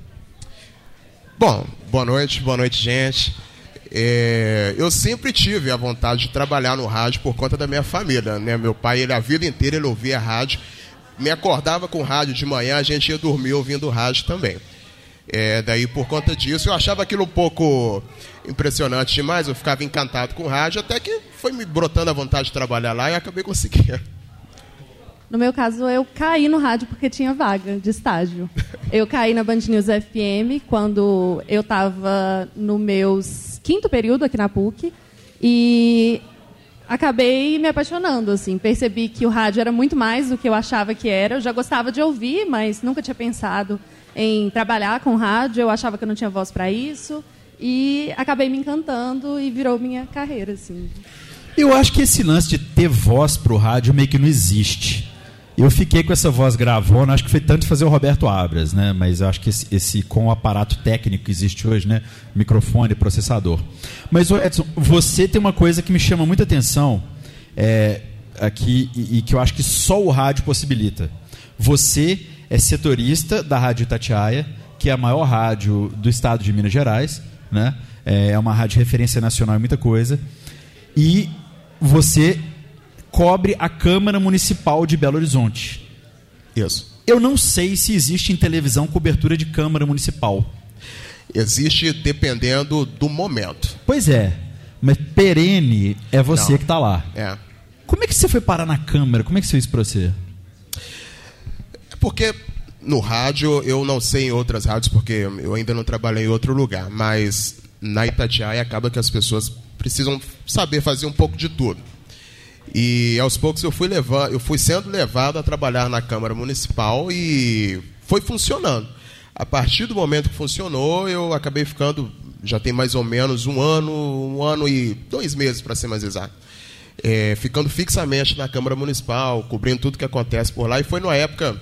Bom, boa noite, gente. Eu sempre tive a vontade de trabalhar no rádio por conta da minha família, né? Meu pai, a vida inteira ele ouvia rádio, me acordava com rádio de manhã, a gente ia dormir ouvindo rádio também. Daí, por conta disso, eu achava aquilo um pouco impressionante demais, eu ficava encantado com rádio, até que foi me brotando a vontade de trabalhar lá e acabei conseguindo.
No meu caso, eu caí no rádio porque tinha vaga de estágio. Eu caí na Band News FM quando eu estava no meu 5º período aqui na PUC e acabei me apaixonando, assim. Percebi que o rádio era muito mais do que eu achava que era. Eu já gostava de ouvir, mas nunca tinha pensado em trabalhar com rádio. Eu achava que eu não tinha voz para isso e acabei me encantando e virou minha carreira, assim.
Eu acho que esse lance de ter voz pro rádio meio que não existe. Eu fiquei com essa voz gravona, acho que foi tanto fazer o Roberto Abras, né? Mas eu acho que esse com o aparato técnico que existe hoje, né? Microfone, processador. Mas, Edson, você tem uma coisa que me chama muita atenção. aqui e que eu acho que só o rádio possibilita. Você é setorista da Rádio Itatiaia, que é a maior rádio do estado de Minas Gerais, né? É uma rádio de referência nacional em muita coisa. E você cobre a Câmara Municipal de Belo Horizonte.
Isso.
Eu não sei se existe em televisão cobertura de Câmara Municipal.
Existe dependendo do momento.
Pois é, mas perene é você que está lá.
É.
Como é que você foi parar na Câmara? Como é que isso fez para você?
Porque no rádio, eu não sei em outras rádios, porque eu ainda não trabalhei em outro lugar, mas na Itatiaia acaba que as pessoas precisam saber fazer um pouco de tudo. E aos poucos eu fui sendo levado a trabalhar na Câmara Municipal e foi funcionando. A partir do momento que funcionou, eu acabei ficando, já tem mais ou menos um ano e 2 meses, para ser mais exato, ficando fixamente na Câmara Municipal, cobrindo tudo que acontece por lá. E foi numa época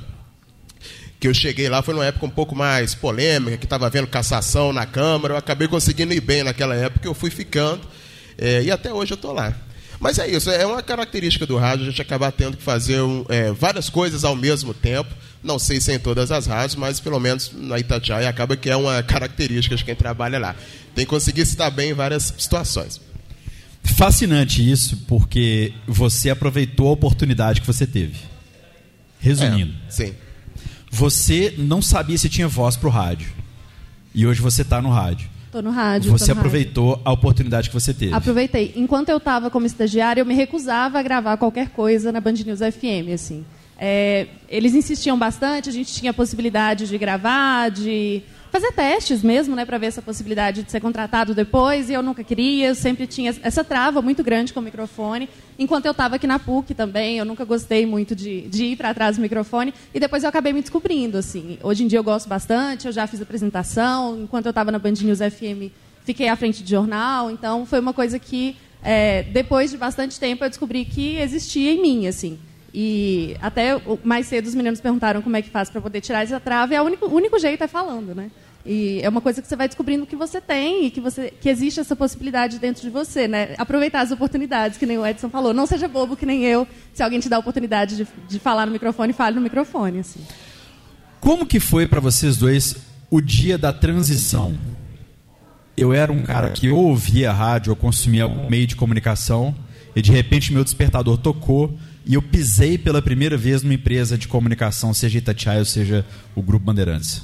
que eu cheguei lá, foi numa época um pouco mais polêmica, que estava havendo cassação na Câmara. Eu acabei conseguindo ir bem naquela época, eu fui ficando, e até hoje eu estou lá. Mas é isso, é uma característica do rádio, a gente acabar tendo que fazer várias coisas ao mesmo tempo. Não sei se em todas as rádios, mas pelo menos na Itatiaia acaba que é uma característica de quem trabalha lá. Tem que conseguir estar bem em várias situações.
Fascinante isso, porque você aproveitou a oportunidade que você teve. Resumindo.
Sim.
Você não sabia se tinha voz para o rádio. E hoje você está no rádio.
Estou no rádio.
Você aproveitou a oportunidade que você teve.
Aproveitei. Enquanto eu estava como estagiária, eu me recusava a gravar qualquer coisa na Band News FM. Assim. Eles insistiam bastante, a gente tinha a possibilidade de gravar, de fazer testes mesmo, né, para ver essa possibilidade de ser contratado depois, e eu nunca queria, eu sempre tinha essa trava muito grande com o microfone. Enquanto eu estava aqui na PUC também, eu nunca gostei muito de ir para trás do microfone, e depois eu acabei me descobrindo. Assim. Hoje em dia eu gosto bastante, eu já fiz apresentação, enquanto eu estava na Band News FM, fiquei à frente de jornal, então foi uma coisa que, depois de bastante tempo, eu descobri que existia em mim, assim. E até mais cedo os meninos perguntaram como é que faz para poder tirar essa trava, e o único jeito é falando, né? E é uma coisa que você vai descobrindo que você tem e que existe essa possibilidade dentro de você, né? Aproveitar as oportunidades, que nem o Edson falou. Não seja bobo que nem eu. Se alguém te dá a oportunidade de falar no microfone, fale no microfone. Assim.
Como que foi para vocês dois o dia da transição? Eu era um cara que ou ouvia rádio ou consumia algum meio de comunicação e de repente meu despertador tocou e eu pisei pela primeira vez numa empresa de comunicação, seja Itatiaia ou seja o Grupo Bandeirantes.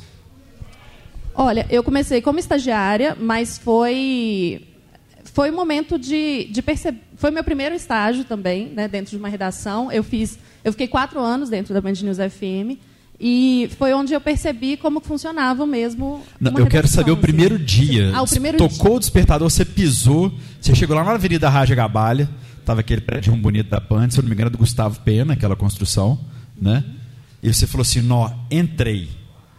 Olha, eu comecei como estagiária, mas foi um momento de perceber. Foi meu primeiro estágio também, né, dentro de uma redação. Eu fiquei 4 anos dentro da Band News FM e foi onde eu percebi como funcionava mesmo.
Eu quero saber o primeiro dia.
O primeiro
tocou
dia.
O despertador, você pisou, você chegou lá na Avenida Rádio Gabalha, estava aquele prédio bonito da PAN, se eu não me engano, do Gustavo Pena, aquela construção, né? E você falou assim: entrei.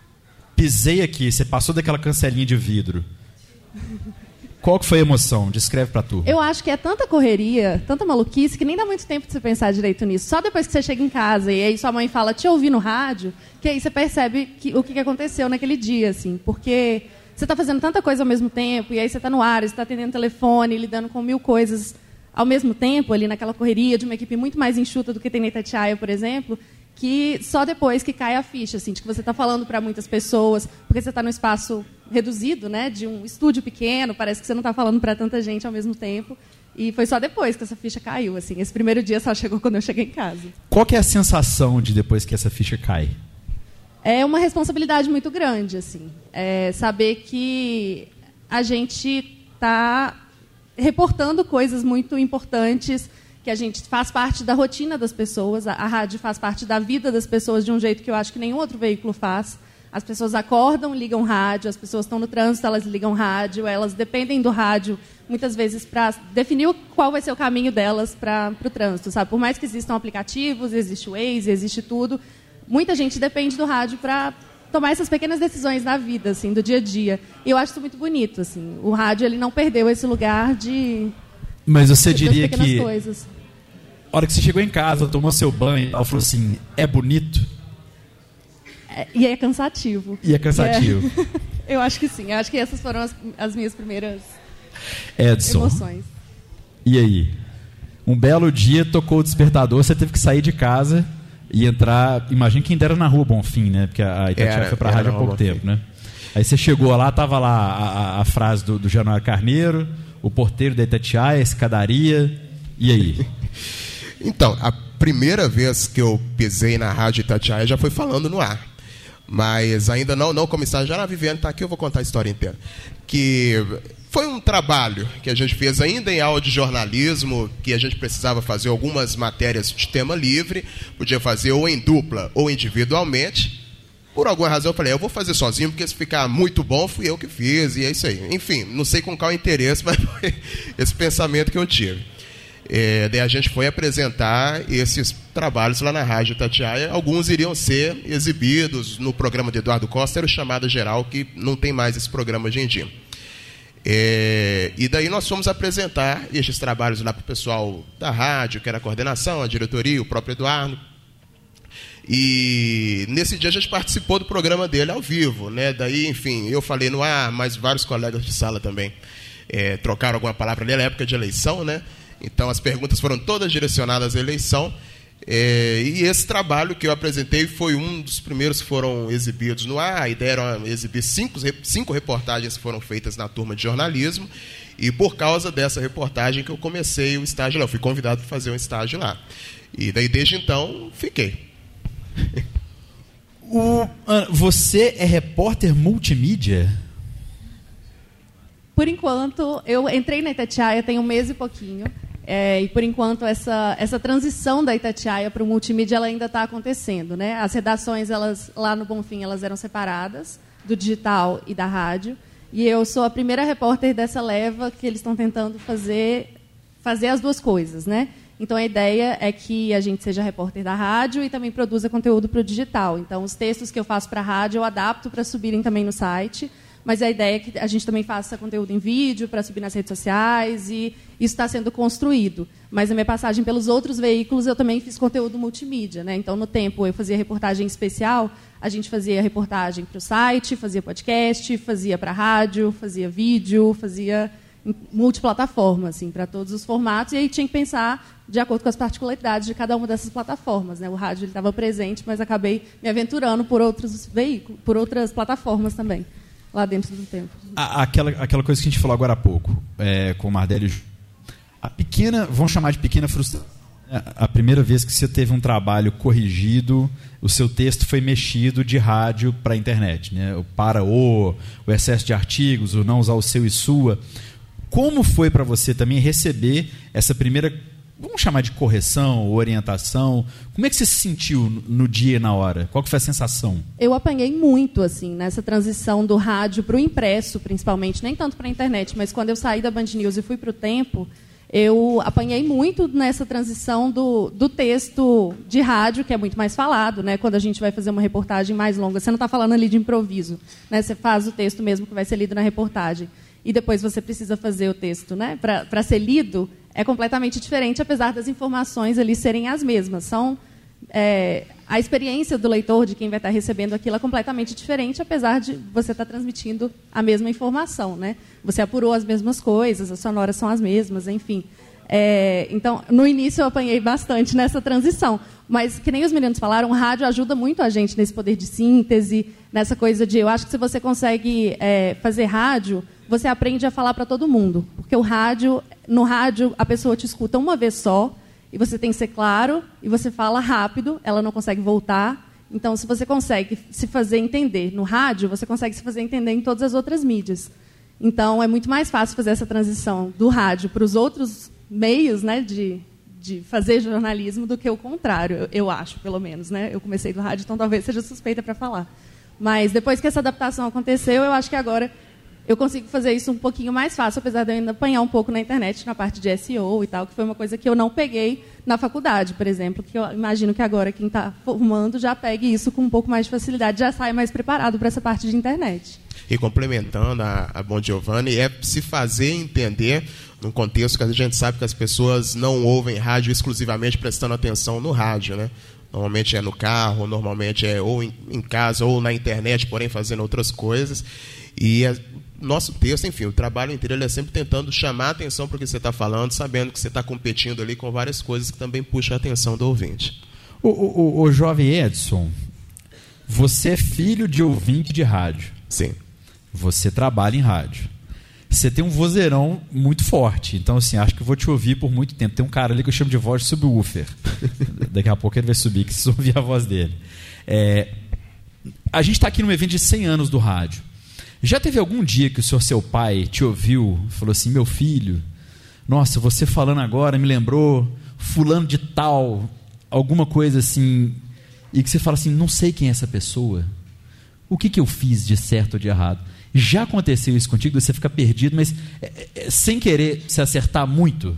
Pisei aqui, você passou daquela cancelinha de vidro. Qual que foi a emoção? Descreve pra tu.
Eu acho que é tanta correria, tanta maluquice, que nem dá muito tempo de você pensar direito nisso. Só depois que você chega em casa e aí sua mãe fala, te ouvi no rádio, que aí você percebe o que aconteceu naquele dia, assim. Porque você está fazendo tanta coisa ao mesmo tempo, e aí você está no ar, você está atendendo telefone, lidando com 1000 coisas ao mesmo tempo, ali naquela correria de uma equipe muito mais enxuta do que tem na Itatiaia, por exemplo, que só depois que cai a ficha, assim, de que você está falando para muitas pessoas, porque você está num espaço reduzido, né, de um estúdio pequeno, parece que você não está falando para tanta gente ao mesmo tempo, e foi só depois que essa ficha caiu, assim. Esse primeiro dia só chegou quando eu cheguei em casa.
Qual que é a sensação de depois que essa ficha cai?
É uma responsabilidade muito grande, assim, saber que a gente está reportando coisas muito importantes, que a gente faz parte da rotina das pessoas, a rádio faz parte da vida das pessoas de um jeito que eu acho que nenhum outro veículo faz. As pessoas acordam, ligam rádio, as pessoas estão no trânsito, elas ligam rádio, elas dependem do rádio, muitas vezes, para definir qual vai ser o caminho delas para o trânsito, sabe? Por mais que existam aplicativos, existe o Waze, existe tudo, muita gente depende do rádio para tomar essas pequenas decisões na vida, assim, do dia a dia. E eu acho isso muito bonito, assim. O rádio, ele não perdeu esse lugar de...
Mas você diria que...
coisas.
A hora que você chegou em casa, tomou seu banho, ela falou assim, é bonito?
E é cansativo.
E é cansativo.
Eu acho que sim. Eu acho que essas foram as minhas primeiras
Edson,
emoções.
E aí? Um belo dia tocou o despertador, você teve que sair de casa e entrar. Imagina quem dera na Rua Bonfim, né? Porque a Itatiaia foi pra rádio há pouco tempo, né? Aí você chegou lá, tava lá a frase do Januário Carneiro, o porteiro da Itatiaia, a escadaria. E aí?
Então, a primeira vez que eu pisei na rádio Itatiaia já foi falando no ar. Mas ainda não como estagiário. A Viviane está aqui, eu vou contar a história inteira. Que foi um trabalho que a gente fez ainda em aula de jornalismo, que a gente precisava fazer algumas matérias de tema livre, podia fazer ou em dupla ou individualmente. Por alguma razão eu falei, eu vou fazer sozinho, porque se ficar muito bom, fui eu que fiz, e é isso aí. Enfim, não sei com qual interesse, mas foi esse pensamento que eu tive. Daí a gente foi apresentar esses trabalhos lá na Rádio Itatiaia. Alguns iriam ser exibidos no programa de Eduardo Costa, era o Chamada Geral, que não tem mais esse programa hoje em dia. E daí nós fomos apresentar esses trabalhos lá para o pessoal da rádio, que era a coordenação, a diretoria, o próprio Eduardo. E nesse dia a gente participou do programa dele ao vivo, né? Daí, enfim, eu falei no ar, mas vários colegas de sala também trocaram alguma palavra ali, na época de eleição, né? Então as perguntas foram todas direcionadas à eleição. E esse trabalho que eu apresentei foi um dos primeiros que foram exibidos no ar. A ideia era exibir cinco reportagens que foram feitas na turma de jornalismo. E por causa dessa reportagem que eu comecei o estágio lá. Eu fui convidado para fazer um estágio lá. E daí, desde então, fiquei.
Você é repórter multimídia?
Por enquanto, eu entrei na Itatiaia tem um mês e pouquinho. E, por enquanto, essa transição da Itatiaia para o multimídia ela ainda está acontecendo, né? As redações, lá no Bonfim, elas eram separadas, do digital e da rádio. E eu sou a primeira repórter dessa leva que eles estão tentando fazer as duas coisas, né? Então, a ideia é que a gente seja repórter da rádio e também produza conteúdo para o digital. Então, os textos que eu faço para a rádio, eu adapto para subirem também no site. Mas a ideia é que a gente também faça conteúdo em vídeo para subir nas redes sociais e isso está sendo construído. Mas na minha passagem pelos outros veículos, eu também fiz conteúdo multimídia, né? Então, no tempo, eu fazia reportagem especial, a gente fazia reportagem para o site, fazia podcast, fazia para a rádio, fazia vídeo, fazia multiplataforma, assim, para todos os formatos. E aí tinha que pensar de acordo com as particularidades de cada uma dessas plataformas, né? O rádio estava presente, mas acabei me aventurando por outros veículos, por outras plataformas também. Lá dentro do tempo.
Aquela coisa que a gente falou agora há pouco, com o Mardelli, a pequena, vamos chamar de pequena frustração. A primeira vez que você teve um trabalho corrigido, o seu texto foi mexido de rádio para a internet, né? O excesso de artigos, o não usar o seu e sua. Como foi para você também receber essa primeira, vamos chamar de correção, orientação? Como é que você se sentiu no dia e na hora? Qual que foi a sensação?
Eu apanhei muito, assim, nessa transição do rádio para o impresso, principalmente. Nem tanto para a internet, mas quando eu saí da Band News e fui para o Tempo, eu apanhei muito nessa transição do texto de rádio, que é muito mais falado, né? Quando a gente vai fazer uma reportagem mais longa. Você não está falando ali de improviso, né? Você faz o texto mesmo que vai ser lido na reportagem. E depois você precisa fazer o texto, né? Para ser lido, é completamente diferente, apesar das informações ali serem as mesmas. A experiência do leitor, de quem vai estar recebendo aquilo, é completamente diferente, apesar de você estar transmitindo a mesma informação, né? Você apurou as mesmas coisas, as sonoras são as mesmas, enfim. Então, no início eu apanhei bastante nessa transição. Mas, que nem os meninos falaram, o rádio ajuda muito a gente nesse poder de síntese, nessa coisa de... Eu acho que se você consegue fazer rádio, você aprende a falar para todo mundo. Porque no rádio, a pessoa te escuta uma vez só, e você tem que ser claro, e você fala rápido, ela não consegue voltar. Então, se você consegue se fazer entender no rádio, você consegue se fazer entender em todas as outras mídias. Então, é muito mais fácil fazer essa transição do rádio para os outros meios, né, de fazer jornalismo do que o contrário, eu acho, pelo menos, né? Eu comecei do rádio, então talvez seja suspeita para falar. Mas depois que essa adaptação aconteceu, eu acho que agora eu consigo fazer isso um pouquinho mais fácil, apesar de eu ainda apanhar um pouco na internet, na parte de SEO e tal, que foi uma coisa que eu não peguei na faculdade, por exemplo, que eu imagino que agora quem está formando já pegue isso com um pouco mais de facilidade, já sai mais preparado para essa parte de internet.
E complementando a Bon Giovanni, é se fazer entender num contexto que a gente sabe que as pessoas não ouvem rádio exclusivamente prestando atenção no rádio, né? Normalmente é no carro, normalmente é ou em casa ou na internet, porém fazendo outras coisas. E nosso texto, enfim, o trabalho inteiro ele é sempre tentando chamar a atenção para o que você está falando, sabendo que você está competindo ali com várias coisas que também puxam a atenção do ouvinte.
O jovem Edson, você é filho de ouvinte de rádio.
Sim.
Você trabalha em rádio. Você tem um vozeirão muito forte. Então, assim, acho que eu vou te ouvir por muito tempo. Tem um cara ali que eu chamo de voz subwoofer. Daqui a pouco ele vai subir, que vocês vão ouvir a voz dele. A gente está aqui num evento de 100 anos do rádio. Já teve algum dia que o senhor, seu pai, te ouviu e falou assim, meu filho, nossa, você falando agora me lembrou fulano de tal, alguma coisa assim, e que você fala assim, não sei quem é essa pessoa. O que eu fiz de certo ou de errado? Já aconteceu isso contigo? Você fica perdido, mas sem querer se acertar muito?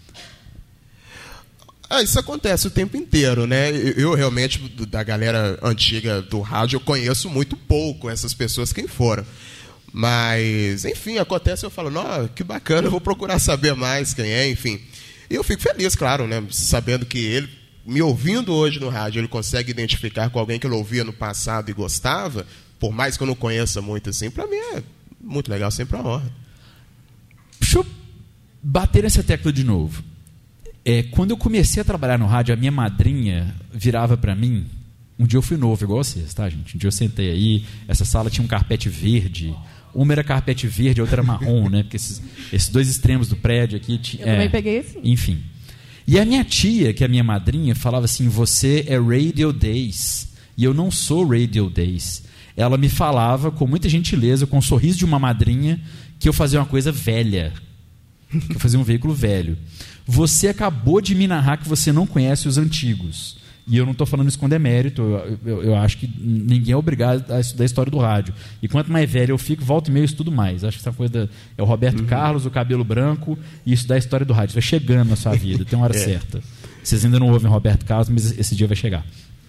Isso acontece o tempo inteiro, né? Eu realmente, da galera antiga do rádio, eu conheço muito pouco essas pessoas, quem foram. Mas, enfim, acontece, eu falo, não, que bacana, eu vou procurar saber mais quem é, enfim. E eu fico feliz, claro, né? Sabendo que ele, me ouvindo hoje no rádio, ele consegue identificar com alguém que ele ouvia no passado e gostava, por mais que eu não conheça muito assim, para mim é muito legal, sempre uma honra.
Deixa eu bater nessa tecla de novo. Quando eu comecei a trabalhar no rádio, a minha madrinha virava para mim. Um dia eu fui novo, igual vocês, tá, gente? Um dia eu sentei aí, essa sala tinha um carpete verde. Uma era carpete verde, a outra era marrom, né? Porque esses dois extremos do prédio aqui...
Eu também peguei assim.
Enfim. E a minha tia, que é a minha madrinha, falava assim, você é Radio Days. E eu não sou Radio Days. Ela me falava, com muita gentileza, com o sorriso de uma madrinha, que eu fazia uma coisa velha. Que eu fazia um veículo velho. Você acabou de me narrar que você não conhece os antigos. E eu não estou falando isso com demérito. Eu acho que ninguém é obrigado a estudar a história do rádio. E quanto mais velho eu fico, volta e meio eu estudo mais. Acho que essa coisa é o Roberto Carlos, o cabelo branco e estudar a história do rádio. Vai chegando na sua vida, tem uma hora certa. Vocês ainda não ouvem Roberto Carlos, mas esse dia vai chegar.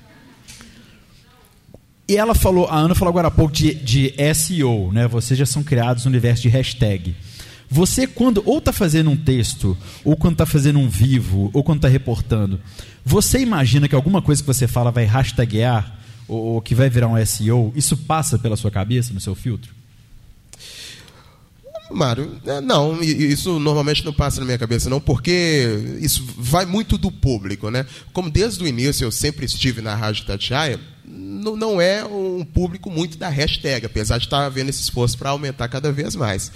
E a Ana falou agora há pouco de SEO, né? Vocês já são criados no universo de hashtag. Você, quando ou está fazendo um texto, ou quando está fazendo um vivo, ou quando está reportando, você imagina que alguma coisa que você fala vai hashtaguear, ou que vai virar um SEO? Isso passa pela sua cabeça, no seu filtro?
Mário, não, isso normalmente não passa na minha cabeça, não, porque isso vai muito do público, né? Como desde o início eu sempre estive na Rádio Itatiaia, não é um público muito da hashtag, apesar de estar havendo esse esforço para aumentar cada vez mais.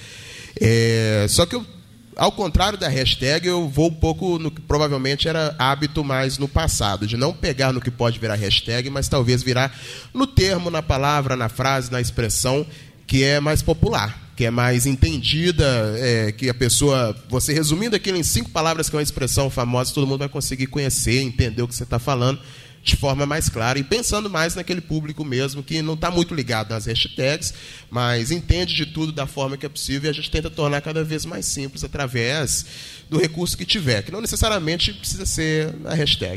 Só que eu, ao contrário da hashtag, eu vou um pouco no que provavelmente era hábito mais no passado, de não pegar no que pode virar hashtag, mas talvez virar no termo, na palavra, na frase, na expressão que é mais popular, que é mais entendida, que a pessoa, você resumindo aquilo em 5 palavras, que é uma expressão famosa, todo mundo vai conseguir conhecer, entender o que você está falando de forma mais clara e pensando mais naquele público mesmo que não está muito ligado nas hashtags, mas entende de tudo da forma que é possível e a gente tenta tornar cada vez mais simples através do recurso que tiver, que não necessariamente precisa ser a hashtag.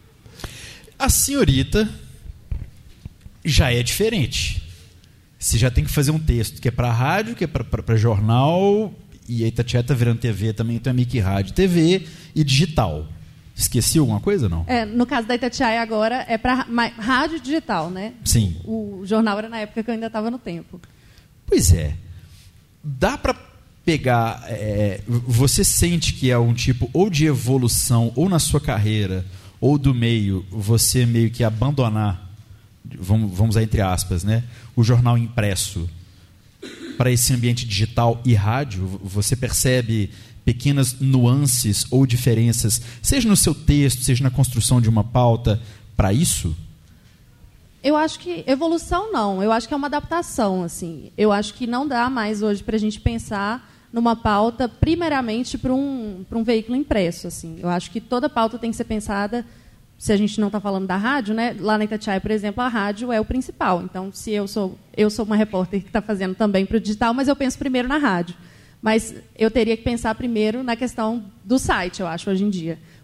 A senhorita já é diferente. Você já tem que fazer um texto que é para rádio, que é para jornal, e a Itatiaia está virando TV também, então é Mickey Rádio, TV e digital. Esqueci alguma coisa, não?
No caso da Itatiaia agora é para rádio digital, né?
Sim.
O jornal era na época que eu ainda estava no Tempo.
Pois é. Dá para pegar... você sente que é um tipo ou de evolução, ou na sua carreira, ou do meio, você meio que abandonar, vamos usar entre aspas, né? O jornal impresso para esse ambiente digital e rádio? Você percebe pequenas nuances ou diferenças, seja no seu texto, seja na construção de uma pauta, para isso?
Eu acho que evolução não, eu acho que é uma adaptação, assim. Eu acho que não dá mais hoje para a gente pensar numa pauta primeiramente para um veículo impresso, assim. Eu acho que toda pauta tem que ser pensada, se a gente não está falando da rádio, né? Lá na Itatiaia, por exemplo, a rádio é o principal. Então, se eu sou uma repórter que está fazendo também para o digital, mas eu penso primeiro na rádio. Mas eu teria que pensar primeiro na questão do site, eu acho, hoje em dia.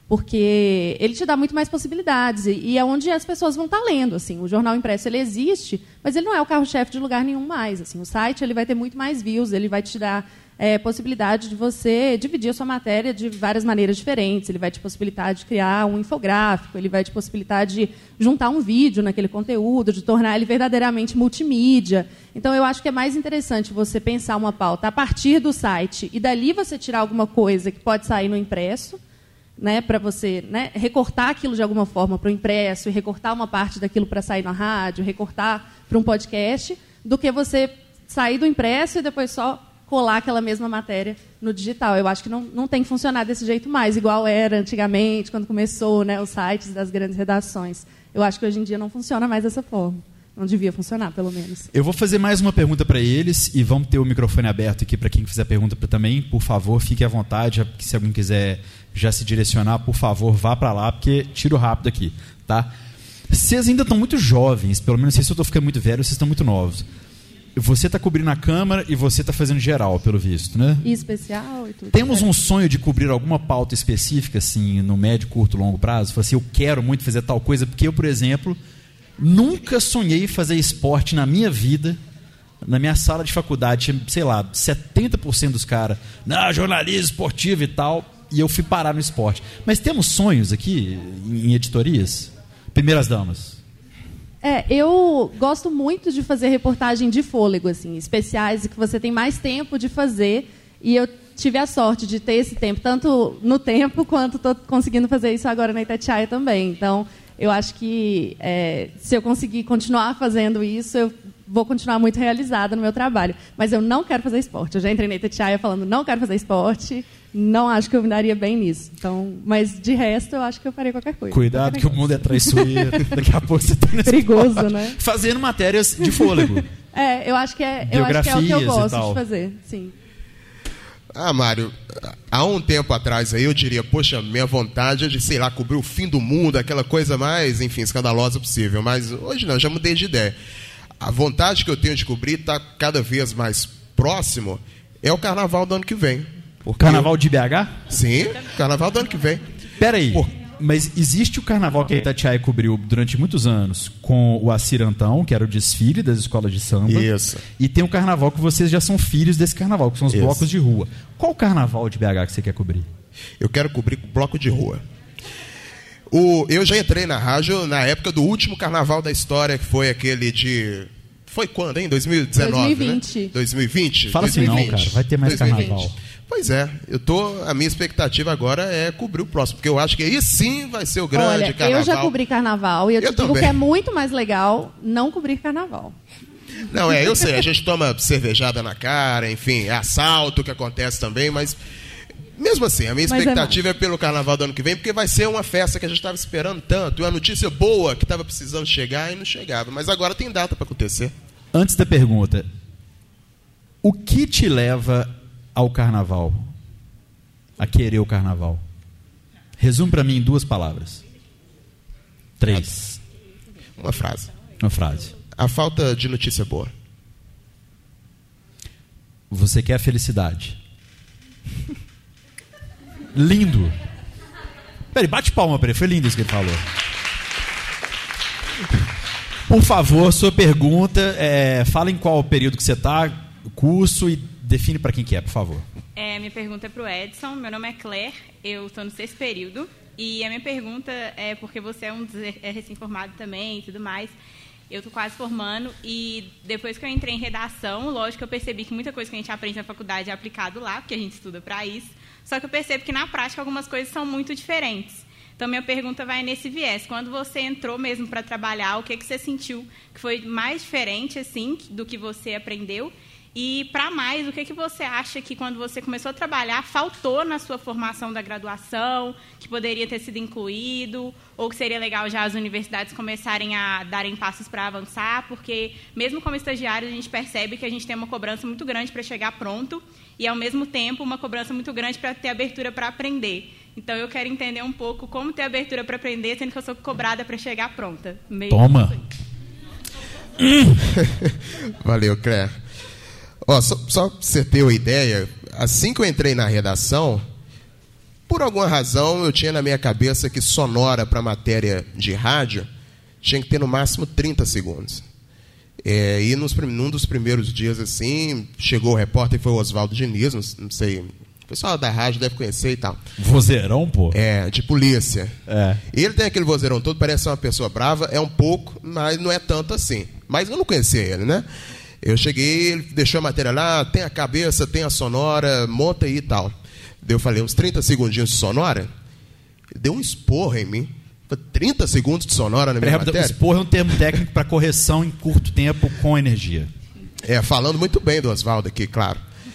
porque ele te dá muito mais possibilidades e é onde as pessoas vão estar lendo. Assim. O jornal impresso ele existe, mas ele não é o carro-chefe de lugar nenhum mais. Assim. O site ele vai ter muito mais views, ele vai te dar possibilidade de você dividir a sua matéria de várias maneiras diferentes. Ele vai te possibilitar de criar um infográfico, ele vai te possibilitar de juntar um vídeo naquele conteúdo, de tornar ele verdadeiramente multimídia. Então, eu acho que é mais interessante você pensar uma pauta a partir do site e dali você tirar alguma coisa que pode sair no impresso, né, para você, né, recortar aquilo de alguma forma para o impresso e recortar uma parte daquilo para sair na rádio, recortar para um podcast, do que você sair do impresso e depois só colar aquela mesma matéria no digital. Eu acho que não tem que funcionar desse jeito mais, igual era antigamente, quando começou, né, os sites das grandes redações. Eu acho que hoje em dia não funciona mais dessa forma. Não devia funcionar, pelo menos.
Eu vou fazer mais uma pergunta para eles e vamos ter o microfone aberto aqui para quem fizer pergunta também. Por favor, fique à vontade. Se alguém quiser já se direcionar, por favor, vá para lá, porque tiro rápido aqui. Tá? Vocês ainda estão muito jovens, pelo menos não sei se eu estou ficando muito velho, vocês estão muito novos. Você está cobrindo a Câmara e você está fazendo geral, pelo visto, né?
E especial e tudo.
Temos um sonho de cobrir alguma pauta específica, assim, no médio, curto, longo prazo? Assim, eu quero muito fazer tal coisa, porque eu, por exemplo, nunca sonhei fazer esporte na minha vida. Na minha sala de faculdade tinha, sei lá, 70% dos caras, jornalismo esportivo e tal, e eu fui parar no esporte. Mas temos sonhos aqui em editorias? Primeiras damas.
Eu gosto muito de fazer reportagem de fôlego, assim, especiais, que você tem mais tempo de fazer. E eu tive a sorte de ter esse tempo, tanto no tempo quanto estou conseguindo fazer isso agora na Itatiaia também. Então, eu acho que se eu conseguir continuar fazendo isso, eu vou continuar muito realizada no meu trabalho. Mas eu não quero fazer esporte. Eu já entrei na Itatiaia falando, não quero fazer esporte, não acho que eu me daria bem nisso. Então, mas de resto, eu acho que eu farei qualquer coisa.
Cuidado que o mundo é traiçoeiro. Daqui a pouco você está nesse
perigoso,
esporte,
né?
Fazendo matérias de fôlego.
Eu acho que é o que eu gosto de fazer, sim.
Mário, há um tempo atrás aí eu diria, poxa, minha vontade é de, sei lá, cobrir o fim do mundo, aquela coisa mais, enfim, escandalosa possível. Mas hoje não, já mudei de ideia. A vontade que eu tenho de cobrir está cada vez mais próximo, é o carnaval do ano que vem.
Carnaval de BH?
Sim, carnaval do ano que vem.
Peraí, mas existe o carnaval que a Itatiaia cobriu durante muitos anos com o Assir Antão, que era o desfile das escolas de samba.
Isso.
E tem o carnaval que vocês já são filhos desse carnaval, que são os blocos de rua. Qual carnaval de BH que você quer cobrir?
Eu quero cobrir o bloco de rua. Eu já entrei na rádio na época do último carnaval da história, que foi aquele de... Foi quando, hein? 2019,
2020.
Né? 2020?
Fala
2020.
assim não, cara. Vai ter mais
2020.
carnaval.
Pois é. A minha expectativa agora é cobrir o próximo, porque eu acho que aí sim vai ser o grande carnaval.
Eu já cobri carnaval e eu te digo
também.
que é muito mais legal não cobrir carnaval.
Não, eu sei. A gente toma cervejada na cara, enfim, é assalto que acontece também, mas... Mesmo assim, a minha expectativa é pelo carnaval do ano que vem, porque vai ser uma festa que a gente estava esperando tanto, uma notícia boa que estava precisando chegar e não chegava. Mas agora tem data para acontecer.
Antes da pergunta, o que te leva ao carnaval? A querer o carnaval? Resume para mim em 2 palavras. 3.
Uma frase.
Uma frase.
A falta de notícia boa.
Você quer a felicidade. Lindo. Peraí, bate palma para ele. Foi lindo isso que ele falou. Por favor, sua pergunta. Fala em qual período que você está, curso, e define para quem que é, por favor.
Minha pergunta é para o Edson. Meu nome é Claire, eu estou no 6º período. E a minha pergunta é porque você é recém-formado também e tudo mais. Eu estou quase formando e depois que eu entrei em redação, lógico que eu percebi que muita coisa que a gente aprende na faculdade é aplicado lá, porque a gente estuda para isso. Só que eu percebo que na prática algumas coisas são muito diferentes. Então, minha pergunta vai nesse viés. Quando você entrou mesmo para trabalhar, o que você sentiu que foi mais diferente assim, do que você aprendeu? E, para mais, o que você acha que, quando você começou a trabalhar, faltou na sua formação da graduação, que poderia ter sido incluído, ou que seria legal já as universidades começarem a darem passos para avançar? Porque, mesmo como estagiário, a gente percebe que a gente tem uma cobrança muito grande para chegar pronto e, ao mesmo tempo, uma cobrança muito grande para ter abertura para aprender. Então, eu quero entender um pouco como ter abertura para aprender, sendo que eu sou cobrada para chegar pronta.
Toma!
Valeu, Claire. Só para você ter uma ideia, assim que eu entrei na redação, Por alguma razão, eu tinha na minha cabeça que sonora para matéria de rádio tinha que ter no máximo 30 segundos. E num dos primeiros dias, assim, chegou o repórter, foi o Oswaldo Diniz, não sei, o pessoal da rádio deve conhecer e tal.
Vozeirão, pô?
De polícia.
É.
E ele tem aquele vozeirão todo, parece ser uma pessoa brava, é um pouco, mas não é tanto assim. Mas eu não conhecia ele, né? Eu cheguei, ele deixou a matéria lá, tem a cabeça, tem a sonora, monta aí e tal. Daí eu falei, uns 30 segundinhos de sonora? Ele deu um esporro em mim. 30 segundos de sonora na minha matéria?
Esporro é um termo técnico para correção em curto tempo com energia.
Falando muito bem do Oswaldo aqui, claro.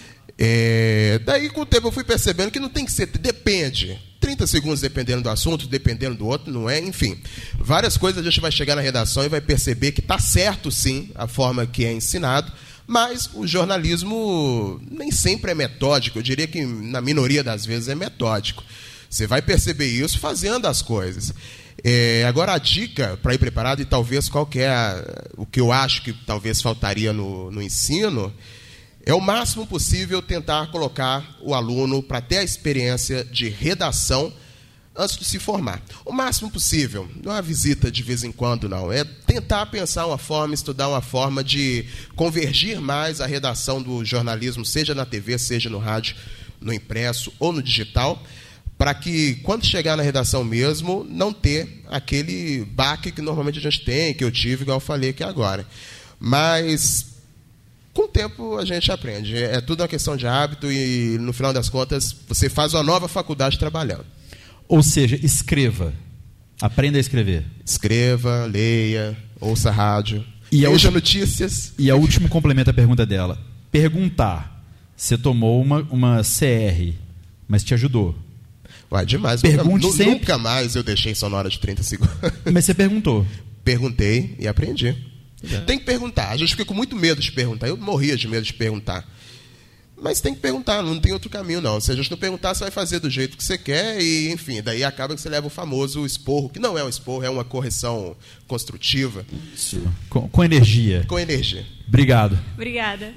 Daí, com o tempo, eu fui percebendo que não tem que ser... Depende. 30 segundos dependendo do assunto, dependendo do outro, não é? Enfim, várias coisas a gente vai chegar na redação e vai perceber que está certo, sim, a forma que é ensinado, mas o jornalismo nem sempre é metódico. Eu diria que, na minoria das vezes, é metódico. Você vai perceber isso fazendo as coisas. Agora, a dica para ir preparado, e talvez qual que é o que eu acho que talvez faltaria no ensino, é o máximo possível tentar colocar o aluno para ter a experiência de redação antes de se formar. O máximo possível, não é uma visita de vez em quando, não. É tentar pensar uma forma, estudar uma forma de convergir mais a redação do jornalismo, seja na TV, seja no rádio, no impresso ou no digital, para que, quando chegar na redação mesmo, não ter aquele baque que normalmente a gente tem, que eu tive, igual eu falei aqui agora. Mas, com o tempo, a gente aprende. É tudo uma questão de hábito e, no final das contas, você faz uma nova faculdade trabalhando.
Ou seja, escreva. Aprenda a escrever.
Escreva, leia, ouça rádio, veja notícias.
E a última complementa a pergunta dela. Perguntar. Você tomou uma CR, mas te ajudou.
Ué, demais.
Pergunte sempre.
Nunca mais eu deixei sonora de 30 segundos.
Mas você perguntou.
Perguntei e aprendi. Tem que perguntar. A gente fica com muito medo de perguntar. Eu morria de medo de perguntar. Mas tem que perguntar, não tem outro caminho, não. Se a gente não perguntar, você vai fazer do jeito que você quer e, enfim, daí acaba que você leva o famoso esporro, que não é um esporro, é uma correção construtiva.
Isso. Com energia.
Com energia.
Obrigado.
Obrigada.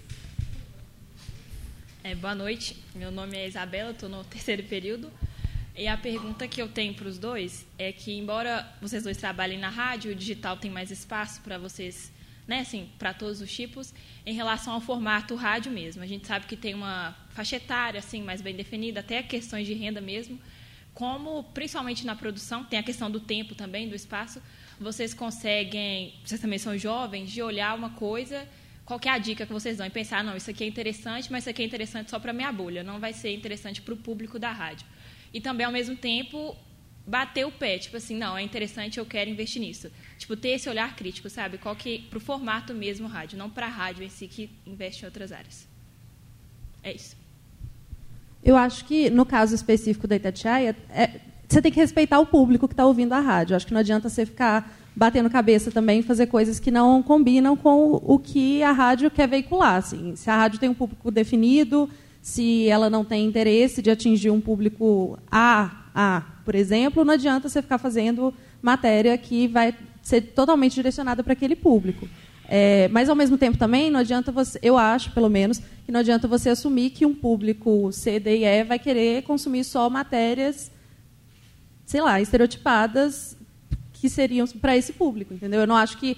Boa noite, meu nome é Isabela, estou no 3º período. E a pergunta que eu tenho para os dois é que, embora vocês dois trabalhem na rádio, o digital tem mais espaço para vocês, né, assim, para todos os tipos, em relação ao formato rádio mesmo. A gente sabe que tem uma faixa etária assim, mais bem definida, até questões de renda mesmo. Como, principalmente na produção, tem a questão do tempo também, do espaço, vocês conseguem, vocês também são jovens, de olhar uma coisa... Qual que é a dica que vocês dão? E pensar, não, isso aqui é interessante, mas isso aqui é interessante só para a minha bolha, não vai ser interessante para o público da rádio. E também, ao mesmo tempo, bater o pé, tipo assim, não, é interessante, eu quero investir nisso. Tipo, ter esse olhar crítico, sabe? Qual que, para o formato mesmo rádio, não para a rádio em si, que investe em outras áreas. É isso.
Eu acho que, no caso específico da Itatiaia, você tem que respeitar o público que está ouvindo a rádio. Acho que não adianta você ficar batendo cabeça também, fazer coisas que não combinam com o que a rádio quer veicular. Assim. Se a rádio tem um público definido, se ela não tem interesse de atingir um público A, por exemplo, não adianta você ficar fazendo matéria que vai ser totalmente direcionada para aquele público. Mas, ao mesmo tempo, também, não adianta você, eu acho, pelo menos, que não adianta você assumir que um público C, D e E vai querer consumir só matérias, sei lá, estereotipadas, que seriam para esse público, entendeu? Eu não acho que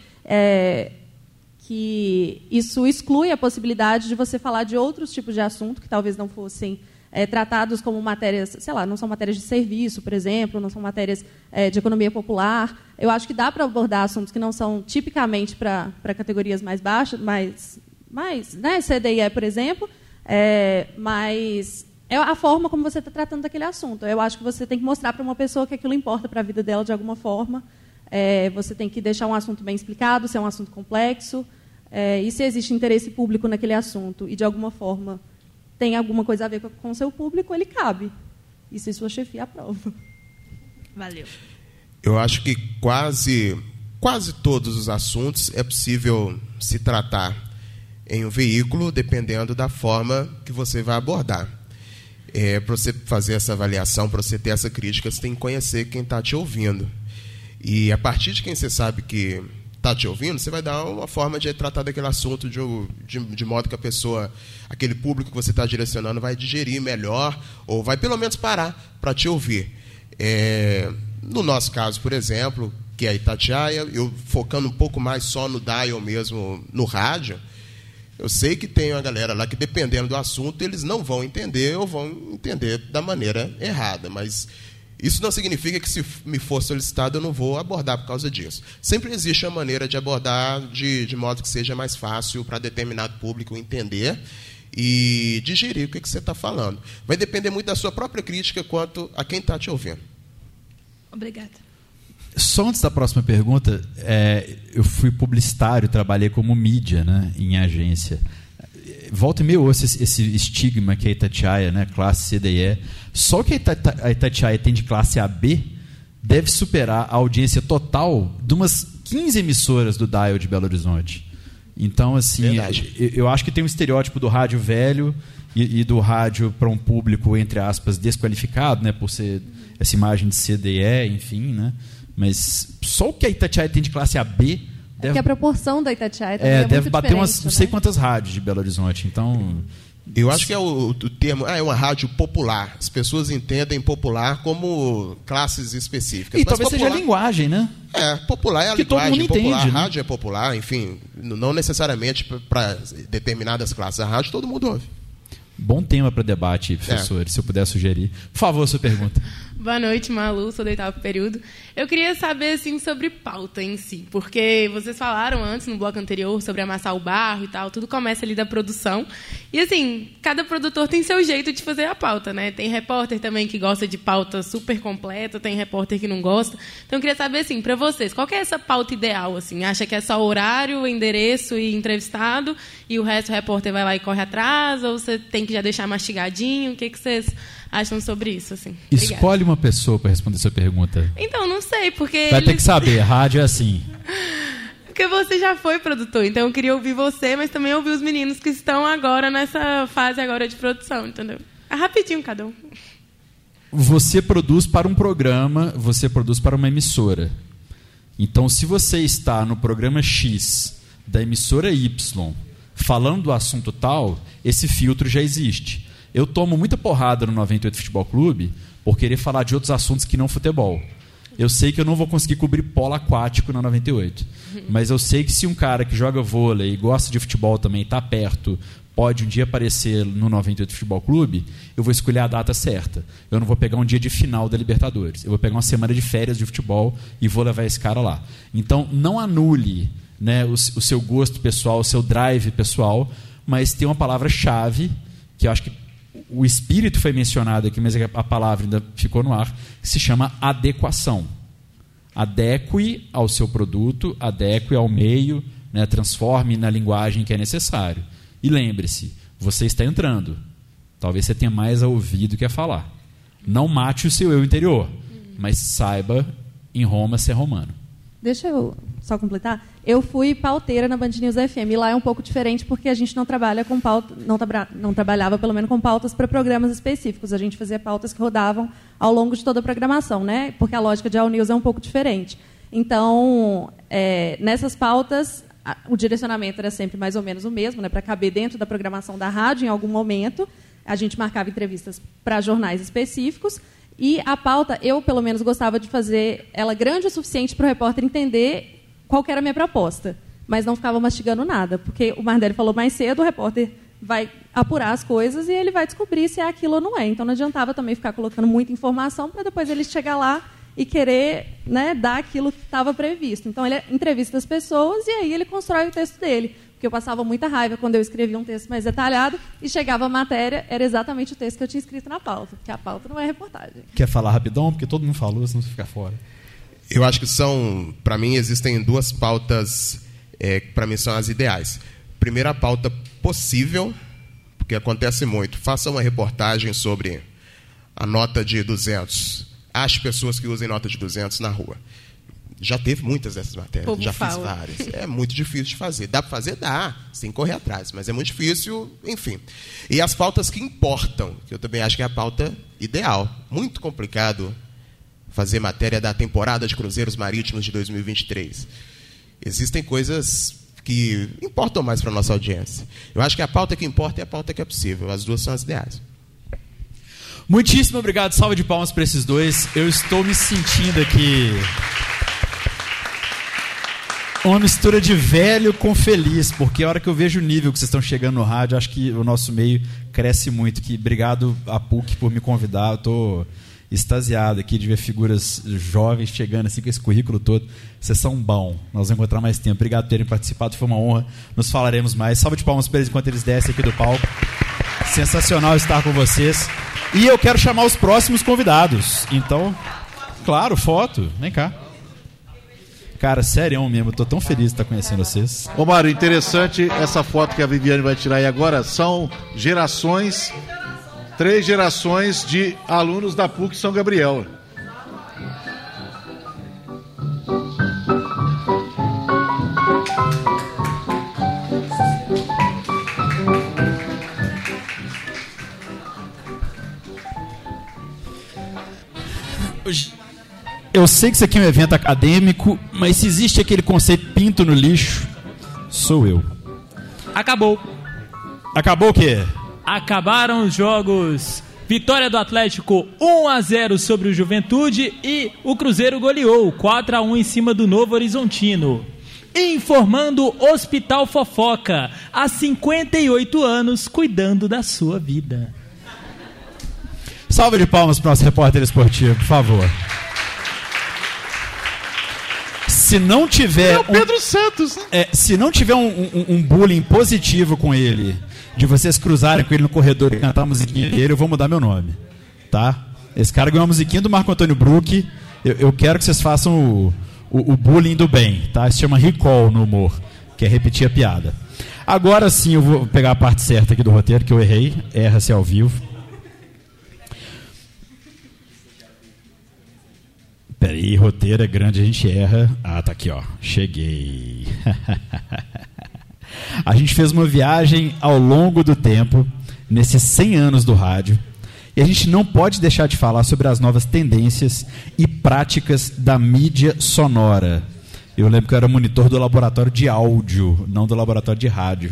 isso exclui a possibilidade de você falar de outros tipos de assunto que talvez não fossem tratados como matérias, sei lá, não são matérias de serviço, por exemplo, não são matérias de economia popular. Eu acho que dá para abordar assuntos que não são tipicamente para categorias mais baixas, mais né, CDE, por exemplo, mas é a forma como você está tratando daquele assunto. Eu acho que você tem que mostrar para uma pessoa que aquilo importa para a vida dela de alguma forma. Você tem que deixar um assunto bem explicado, se é um assunto complexo, e se existe interesse público naquele assunto e, de alguma forma, tem alguma coisa a ver com o seu público, ele cabe. E se sua chefia aprova.
Valeu.
Eu acho que quase todos os assuntos é possível se tratar em um veículo, dependendo da forma que você vai abordar. Para você fazer essa avaliação, para você ter essa crítica, você tem que conhecer quem está te ouvindo. E a partir de quem você sabe que está te ouvindo, você vai dar uma forma de tratar daquele assunto de modo que a pessoa, aquele público que você está direcionando, vai digerir melhor, ou vai pelo menos parar para te ouvir. No nosso caso, por exemplo, que é a Itatiaia, eu focando um pouco mais só no dial mesmo, no rádio, eu sei que tem uma galera lá que, dependendo do assunto, eles não vão entender ou vão entender da maneira errada, mas isso não significa que, se me for solicitado, eu não vou abordar por causa disso. Sempre existe uma maneira de abordar de modo que seja mais fácil para determinado público entender e digerir o que você está falando. Vai depender muito da sua própria crítica quanto a quem está te ouvindo.
Obrigada.
Só antes da próxima pergunta, eu fui publicitário, trabalhei como mídia, né, em agência. Volta e meia eu ouço esse estigma que é a Itatiaia, né, classe C, D e E. Só que a Itatiaia tem de classe AB deve superar a audiência total de umas 15 emissoras do dial de Belo Horizonte. Então, assim, eu acho que tem um estereótipo do rádio velho e do rádio para um público, entre aspas, desqualificado, né, por ser essa imagem de C, D e E, enfim, né? Mas só o que a Itatiaia tem de classe AB deve...
Porque a proporção da Itatiaia também é
deve
muito
bater umas
diferente,
não sei quantas rádios de Belo Horizonte. Então,
eu acho que é o termo, é uma rádio popular. As pessoas entendem popular como classes específicas.
E
mas
talvez
popular,
seja a linguagem, né?
Popular é a
que
linguagem
todo mundo
popular,
entende,
a
né?
rádio é popular, enfim, não necessariamente para determinadas classes. A rádio todo mundo ouve.
Bom tema para debate, professor, se eu puder sugerir. Por favor, sua pergunta.
Boa noite, Malu, sou do 8º período. Eu queria saber, assim, sobre pauta em si, porque vocês falaram antes, no bloco anterior, sobre amassar o barro e tal, tudo começa ali da produção. E, assim, cada produtor tem seu jeito de fazer a pauta, né? Tem repórter também que gosta de pauta super completa, tem repórter que não gosta. Então, eu queria saber, assim, para vocês, qual que é essa pauta ideal, assim? Acha que é só horário, endereço e entrevistado, e o resto o repórter vai lá e corre atrás, ou você tem que já deixar mastigadinho? O que vocês acham sobre isso, assim? Obrigada.
Escolhe uma pessoa para responder essa pergunta.
Então, não sei, porque...
Vai ter que saber, rádio é assim.
Porque você já foi produtor, então eu queria ouvir você, mas também ouvir os meninos que estão agora nessa fase agora de produção, entendeu? É rapidinho cada um.
Você produz para um programa, você produz para uma emissora. Então, se você está no programa X da emissora Y, falando do assunto tal, esse filtro já existe. Eu tomo muita porrada no 98 Futebol Clube por querer falar de outros assuntos que não futebol. Eu sei que eu não vou conseguir cobrir polo aquático na 98. Mas eu sei que se um cara que joga vôlei e gosta de futebol também está perto, pode um dia aparecer no 98 Futebol Clube, eu vou escolher a data certa. Eu não vou pegar um dia de final da Libertadores. Eu vou pegar uma semana de férias de futebol e vou levar esse cara lá. Então, não anule, né, o seu gosto pessoal, o seu drive pessoal, mas tem uma palavra-chave que eu acho que o espírito foi mencionado aqui, mas a palavra ainda ficou no ar, que se chama adequação. Adeque ao seu produto, adeque ao meio, né, transforme na linguagem que é necessário. E lembre-se, você está entrando. Talvez você tenha mais a ouvir do que a falar. Não mate o seu eu interior, mas saiba em Roma ser romano.
Deixa eu só completar. Eu fui pauteira na Band News FM. E lá é um pouco diferente porque a gente não trabalha com pauta, não trabalhava pelo menos com pautas para programas específicos. A gente fazia pautas que rodavam ao longo de toda a programação, né? Porque a lógica de All News é um pouco diferente. Então, nessas pautas, o direcionamento era sempre mais ou menos o mesmo, né? Para caber dentro da programação da rádio em algum momento. A gente marcava entrevistas para jornais específicos. E a pauta, eu pelo menos gostava de fazer ela grande o suficiente para o repórter entender qual que era a minha proposta, mas não ficava mastigando nada, porque o Mardelli falou mais cedo, o repórter vai apurar as coisas e ele vai descobrir se é aquilo ou não é. Então não adiantava também ficar colocando muita informação para depois ele chegar lá e querer, né, dar aquilo que estava previsto. Então ele entrevista as pessoas e aí ele constrói o texto dele. Porque eu passava muita raiva quando eu escrevia um texto mais detalhado e chegava a matéria, era exatamente o texto que eu tinha escrito na pauta, porque a pauta não é reportagem.
Quer falar rapidão? Porque todo mundo falou, senão você fica fora.
Eu acho que para mim, existem duas pautas que para mim são as ideais. Primeiro, a pauta possível, porque acontece muito. Faça uma reportagem sobre a nota de 200. Ache pessoas que usem nota de 200 na rua. Já teve muitas dessas matérias, já fiz várias. É muito difícil de fazer. Dá para fazer? Dá. Você tem que correr atrás, mas é muito difícil, enfim. E as pautas que importam, que eu também acho que é a pauta ideal. Muito complicado fazer matéria da temporada de cruzeiros marítimos de 2023. Existem coisas que importam mais para a nossa audiência. Eu acho que a pauta que importa é a pauta que é possível. As duas são as ideais.
Muitíssimo obrigado. Salva de palmas para esses dois. Eu estou me sentindo aqui uma mistura de velho com feliz, porque a hora que eu vejo o nível que vocês estão chegando no rádio, acho que o nosso meio cresce muito. Obrigado a PUC por me convidar. Eu estou extasiado aqui de ver figuras jovens chegando assim com esse currículo todo. Vocês são bons. Nós vamos encontrar mais tempo. Obrigado por terem participado. Foi uma honra. Nos falaremos mais. Salve de palmas para eles enquanto eles descem aqui do palco. Sensacional estar com vocês. E eu quero chamar os próximos convidados. Então, claro, foto. Vem cá. Cara, sério mesmo, eu tô tão feliz de estar conhecendo vocês.
Ô Mário, interessante essa foto que a Viviane vai tirar aí agora. São gerações, 3 gerações de alunos da PUC São Gabriel.
Eu sei que isso aqui é um evento acadêmico, mas se existe aquele conceito pinto no lixo, sou eu.
Acabou.
Acabou o quê?
Acabaram os jogos. Vitória do Atlético 1-0 sobre o Juventude e o Cruzeiro goleou 4-1 em cima do Novo Horizontino. Informando Hospital Fofoca, há 58 anos cuidando da sua vida.
Salve de palmas para o nosso repórter esportivo, por favor. Se não tiver
é o Pedro Santos, né?
Se não tiver um bullying positivo com ele, de vocês cruzarem com ele no corredor e cantar a musiquinha dele, eu vou mudar meu nome, tá? Esse cara ganhou a musiquinha do Marco Antônio Bruck. Eu quero que vocês façam o bullying do bem, tá? Isso se chama recall no humor, que é repetir a piada. Agora sim eu vou pegar a parte certa aqui do roteiro, que eu errei. Erra-se ao vivo. Peraí, roteiro é grande, a gente erra. Ah, tá aqui, ó. Cheguei. A gente fez uma viagem ao longo do tempo, nesses 100 anos do rádio, e a gente não pode deixar de falar sobre as novas tendências e práticas da mídia sonora. Eu lembro que eu era monitor do laboratório de áudio, não do laboratório de rádio.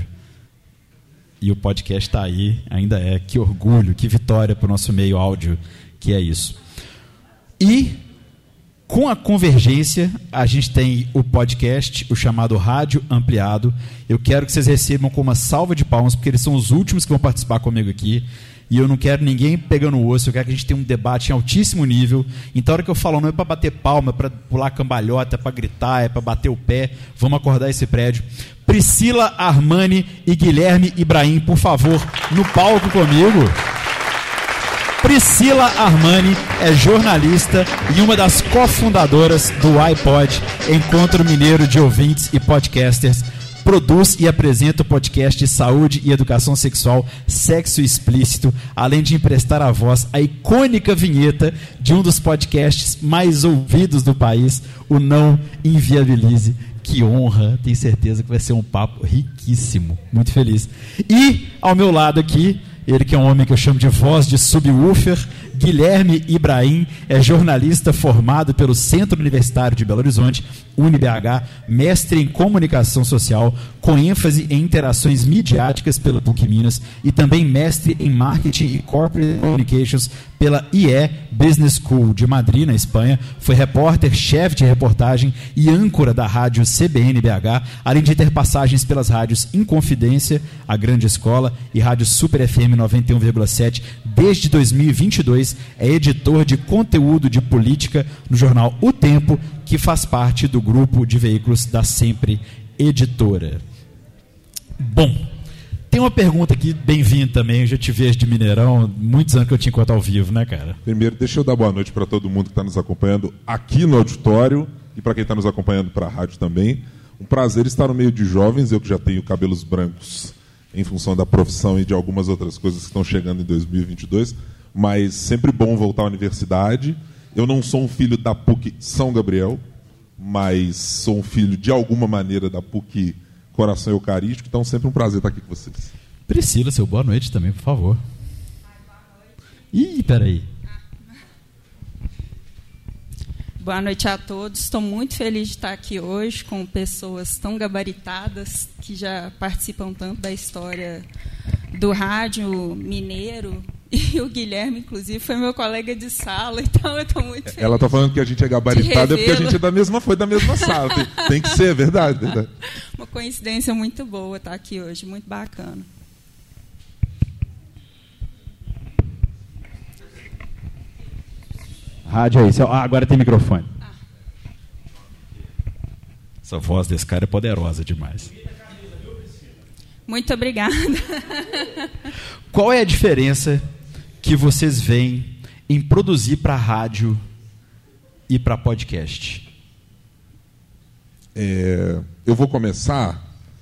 E o podcast está aí, ainda é. Que orgulho, que vitória para o nosso meio áudio, que é isso. E com a convergência, a gente tem o podcast, o chamado Rádio Ampliado. Eu quero que vocês recebam com uma salva de palmas, porque eles são os últimos que vão participar comigo aqui. E eu não quero ninguém pegando o osso, eu quero que a gente tenha um debate em altíssimo nível. Então, a hora que eu falo, não é para bater palma, é para pular cambalhota, é para gritar, é para bater o pé. Vamos acordar esse prédio. Priscila Armani e Guilherme Ibrahim, por favor, no palco comigo. Priscila Armani é jornalista e uma das cofundadoras do iPod, Encontro Mineiro de Ouvintes e Podcasters. Produz e apresenta o podcast de saúde e educação sexual Sexo Explícito, além de emprestar a voz à icônica vinheta de um dos podcasts mais ouvidos do país, o Não Inviabilize. Que honra, tenho certeza que vai ser um papo riquíssimo. Muito feliz. E, ao meu lado aqui, ele que é um homem que eu chamo de voz de subwoofer, Guilherme Ibrahim, é jornalista formado pelo Centro Universitário de Belo Horizonte, UniBH, mestre em comunicação social, com ênfase em interações midiáticas pela PUC Minas e também mestre em marketing e corporate communications pela IE Business School de Madrid, na Espanha. Foi repórter, chefe de reportagem e âncora da rádio CBN-BH, além de ter passagens pelas rádios Inconfidência, a Grande Escola, e rádio Super FM 91,7. Desde 2022, é editor de conteúdo de política no jornal O Tempo, que faz parte do grupo de veículos da Sempre Editora. Bom, tem uma pergunta aqui, bem-vindo também, eu já te vejo de Mineirão, muitos anos que eu te encontro ao vivo, né, cara?
Primeiro, deixa eu dar boa noite para todo mundo que está nos acompanhando aqui no auditório e para quem está nos acompanhando para a rádio também. Um prazer estar no meio de jovens, eu que já tenho cabelos brancos em função da profissão e de algumas outras coisas que estão chegando em 2022, mas sempre bom voltar à universidade. Eu não sou um filho da PUC São Gabriel, mas sou um filho, de alguma maneira, da PUC Coração Eucarístico, então sempre um prazer estar aqui com vocês.
Priscila, seu boa noite também, por favor. Ih, peraí.
Boa noite a todos. Estou muito feliz de estar aqui hoje com pessoas tão gabaritadas que já participam tanto da história do rádio mineiro. E o Guilherme, inclusive, foi meu colega de sala, então eu estou muito feliz.
Ela está falando que a gente é gabaritado, é porque a gente foi da mesma sala. Tem que ser, verdade.
Uma coincidência muito boa estar aqui hoje, muito bacana.
Rádio aí. Agora tem microfone.
Essa voz desse cara é poderosa demais.
Muito obrigada.
Qual é a diferença que vocês veem em produzir para rádio e para podcast?
Eu vou começar.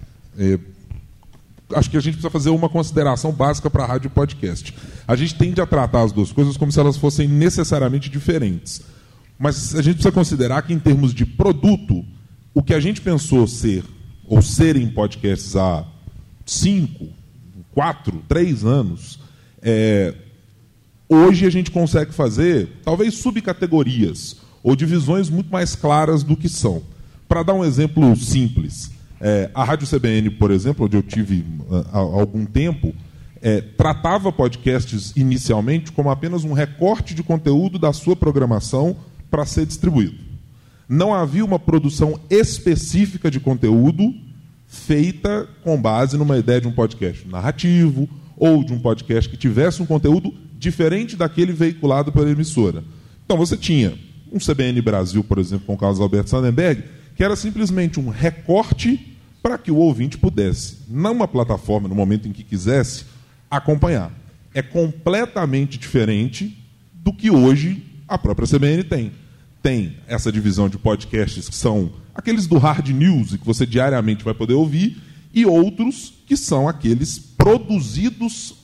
Acho que a gente precisa fazer uma consideração básica para rádio e podcast. A gente tende a tratar as duas coisas como se elas fossem necessariamente diferentes. Mas a gente precisa considerar que, em termos de produto, o que a gente pensou ser, ou serem podcasts há 5, 4, 3 anos, hoje a gente consegue fazer, talvez, subcategorias ou divisões muito mais claras do que são. Para dar um exemplo simples, a Rádio CBN, por exemplo, onde eu tive há algum tempo, tratava podcasts inicialmente como apenas um recorte de conteúdo da sua programação para ser distribuído. Não havia uma produção específica de conteúdo feita com base numa ideia de um podcast narrativo ou de um podcast que tivesse um conteúdo diferente daquele veiculado pela emissora. Então você tinha um CBN Brasil, por exemplo, com o Carlos Alberto Sandenberg, que era simplesmente um recorte para que o ouvinte pudesse, numa plataforma, no momento em que quisesse, acompanhar. É completamente diferente do que hoje a própria CBN tem. Tem essa divisão de podcasts que são aqueles do hard news, que você diariamente vai poder ouvir, e outros que são aqueles produzidos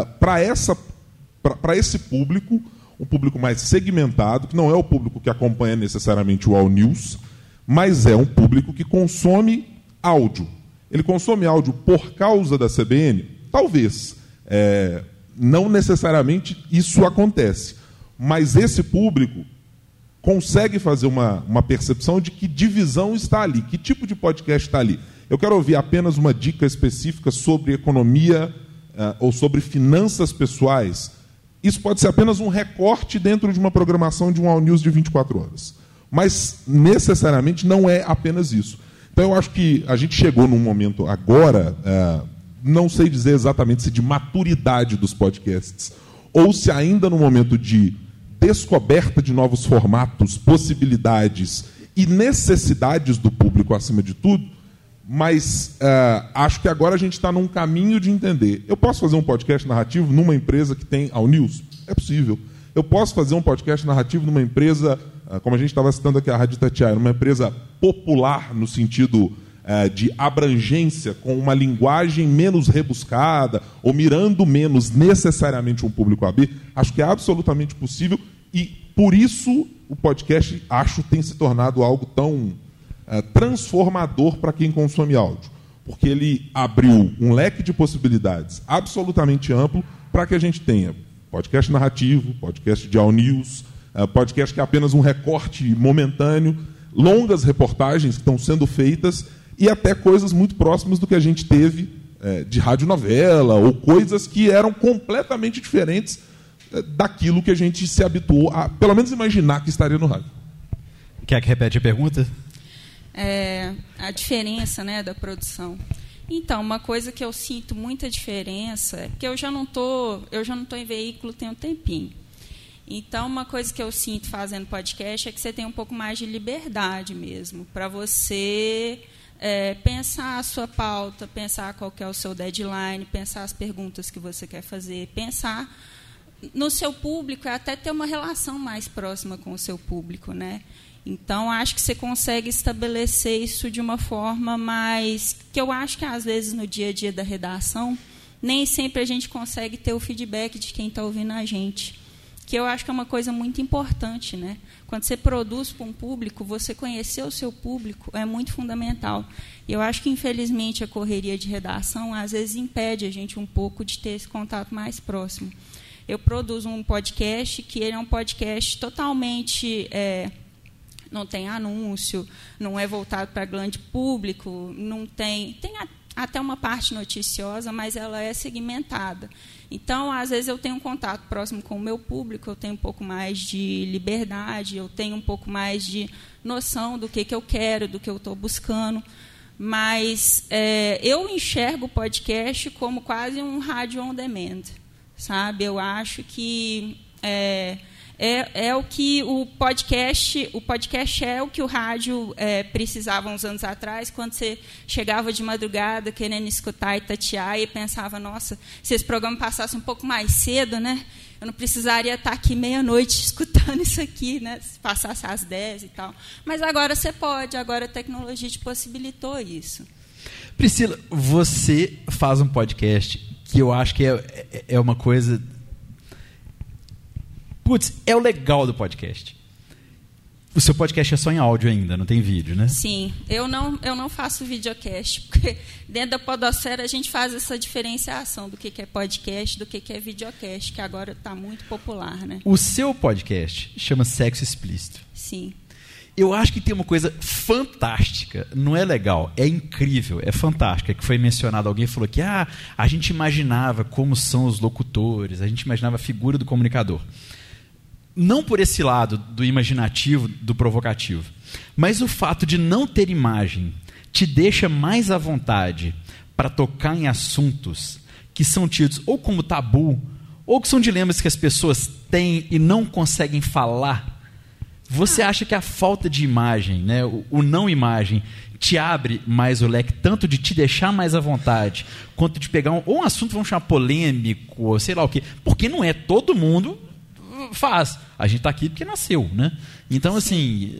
para esse público, um público mais segmentado, que não é o público que acompanha necessariamente o All News, mas é um público que consome áudio. Ele consome áudio por causa da CBN? Talvez. Não necessariamente isso acontece. Mas esse público consegue fazer uma percepção de que divisão está ali, que tipo de podcast está ali. Eu quero ouvir apenas uma dica específica sobre economia ou sobre finanças pessoais. Isso pode ser apenas um recorte dentro de uma programação de um All News de 24 horas. Mas, necessariamente, não é apenas isso. Então, eu acho que a gente chegou num momento agora, não sei dizer exatamente se de maturidade dos podcasts, ou se ainda no momento de descoberta de novos formatos, possibilidades e necessidades do público acima de tudo, mas acho que agora a gente está num caminho de entender. Eu posso fazer um podcast narrativo numa empresa que tem All News? É possível. Eu posso fazer um podcast narrativo numa empresa, como a gente estava citando aqui a Rádio Itatiaia, numa empresa popular no sentido de abrangência, com uma linguagem menos rebuscada, ou mirando menos necessariamente um público AB. Acho que é absolutamente possível, e por isso o podcast, acho, tem se tornado algo tão transformador para quem consome áudio, porque ele abriu um leque de possibilidades absolutamente amplo para que a gente tenha podcast narrativo, podcast de All News, podcast que é apenas um recorte momentâneo, longas reportagens que estão sendo feitas e até coisas muito próximas do que a gente teve de radionovela ou coisas que eram completamente diferentes daquilo que a gente se habituou a, pelo menos, imaginar que estaria no rádio.
Quer que repete a pergunta?
A diferença, né, da produção. Então, uma coisa que eu sinto muita diferença é que eu já não tô em veículo tem um tempinho. Então, uma coisa que eu sinto fazendo podcast é que você tem um pouco mais de liberdade mesmo, para você pensar a sua pauta, pensar qual que é o seu deadline, pensar as perguntas que você quer fazer, pensar no seu público, até ter uma relação mais próxima com o seu público, né? Então, acho que você consegue estabelecer isso de uma forma mais... que eu acho que, às vezes, no dia a dia da redação, nem sempre a gente consegue ter o feedback de quem está ouvindo a gente. Que eu acho que é uma coisa muito importante, né? Quando você produz para um público, você conhecer o seu público é muito fundamental. E eu acho que, infelizmente, a correria de redação, às vezes, impede a gente um pouco de ter esse contato mais próximo. Eu produzo um podcast que ele é um podcast totalmente... não tem anúncio, não é voltado para grande público, não tem até uma parte noticiosa, mas ela é segmentada. Então, às vezes, eu tenho um contato próximo com o meu público, eu tenho um pouco mais de liberdade, eu tenho um pouco mais de noção do que eu quero, do que eu estou buscando. Mas eu enxergo o podcast como quase um rádio on demand, sabe? Eu acho que é o que o podcast é o que o rádio precisava uns anos atrás, quando você chegava de madrugada querendo escutar e tatear e pensava, nossa, se esse programa passasse um pouco mais cedo, né? Eu não precisaria estar aqui meia-noite escutando isso aqui, né? Se passasse às 10 e tal. Mas agora você pode, agora a tecnologia te possibilitou isso.
Priscila, você faz um podcast que eu acho que é uma coisa... Putz, é o legal do podcast. O seu podcast é só em áudio ainda, não tem vídeo, né?
Sim, eu não faço videocast, porque dentro da podosfera a gente faz essa diferenciação do que é podcast, do que é videocast, que agora está muito popular, né?
O seu podcast chama Sexo Explícito.
Sim.
Eu acho que tem uma coisa fantástica, não é legal, é incrível, é fantástica, que foi mencionado, alguém falou que a gente imaginava como são os locutores, a gente imaginava a figura do comunicador. Não por esse lado do imaginativo, do provocativo, mas o fato de não ter imagem te deixa mais à vontade para tocar em assuntos que são tidos ou como tabu, ou que são dilemas que as pessoas têm e não conseguem falar. Você acha que a falta de imagem, né, o não imagem, te abre mais o leque, tanto de te deixar mais à vontade, quanto de pegar um assunto, vamos chamar polêmico, ou sei lá o quê, porque não é todo mundo faz. A gente está aqui porque nasceu, né? Então, assim,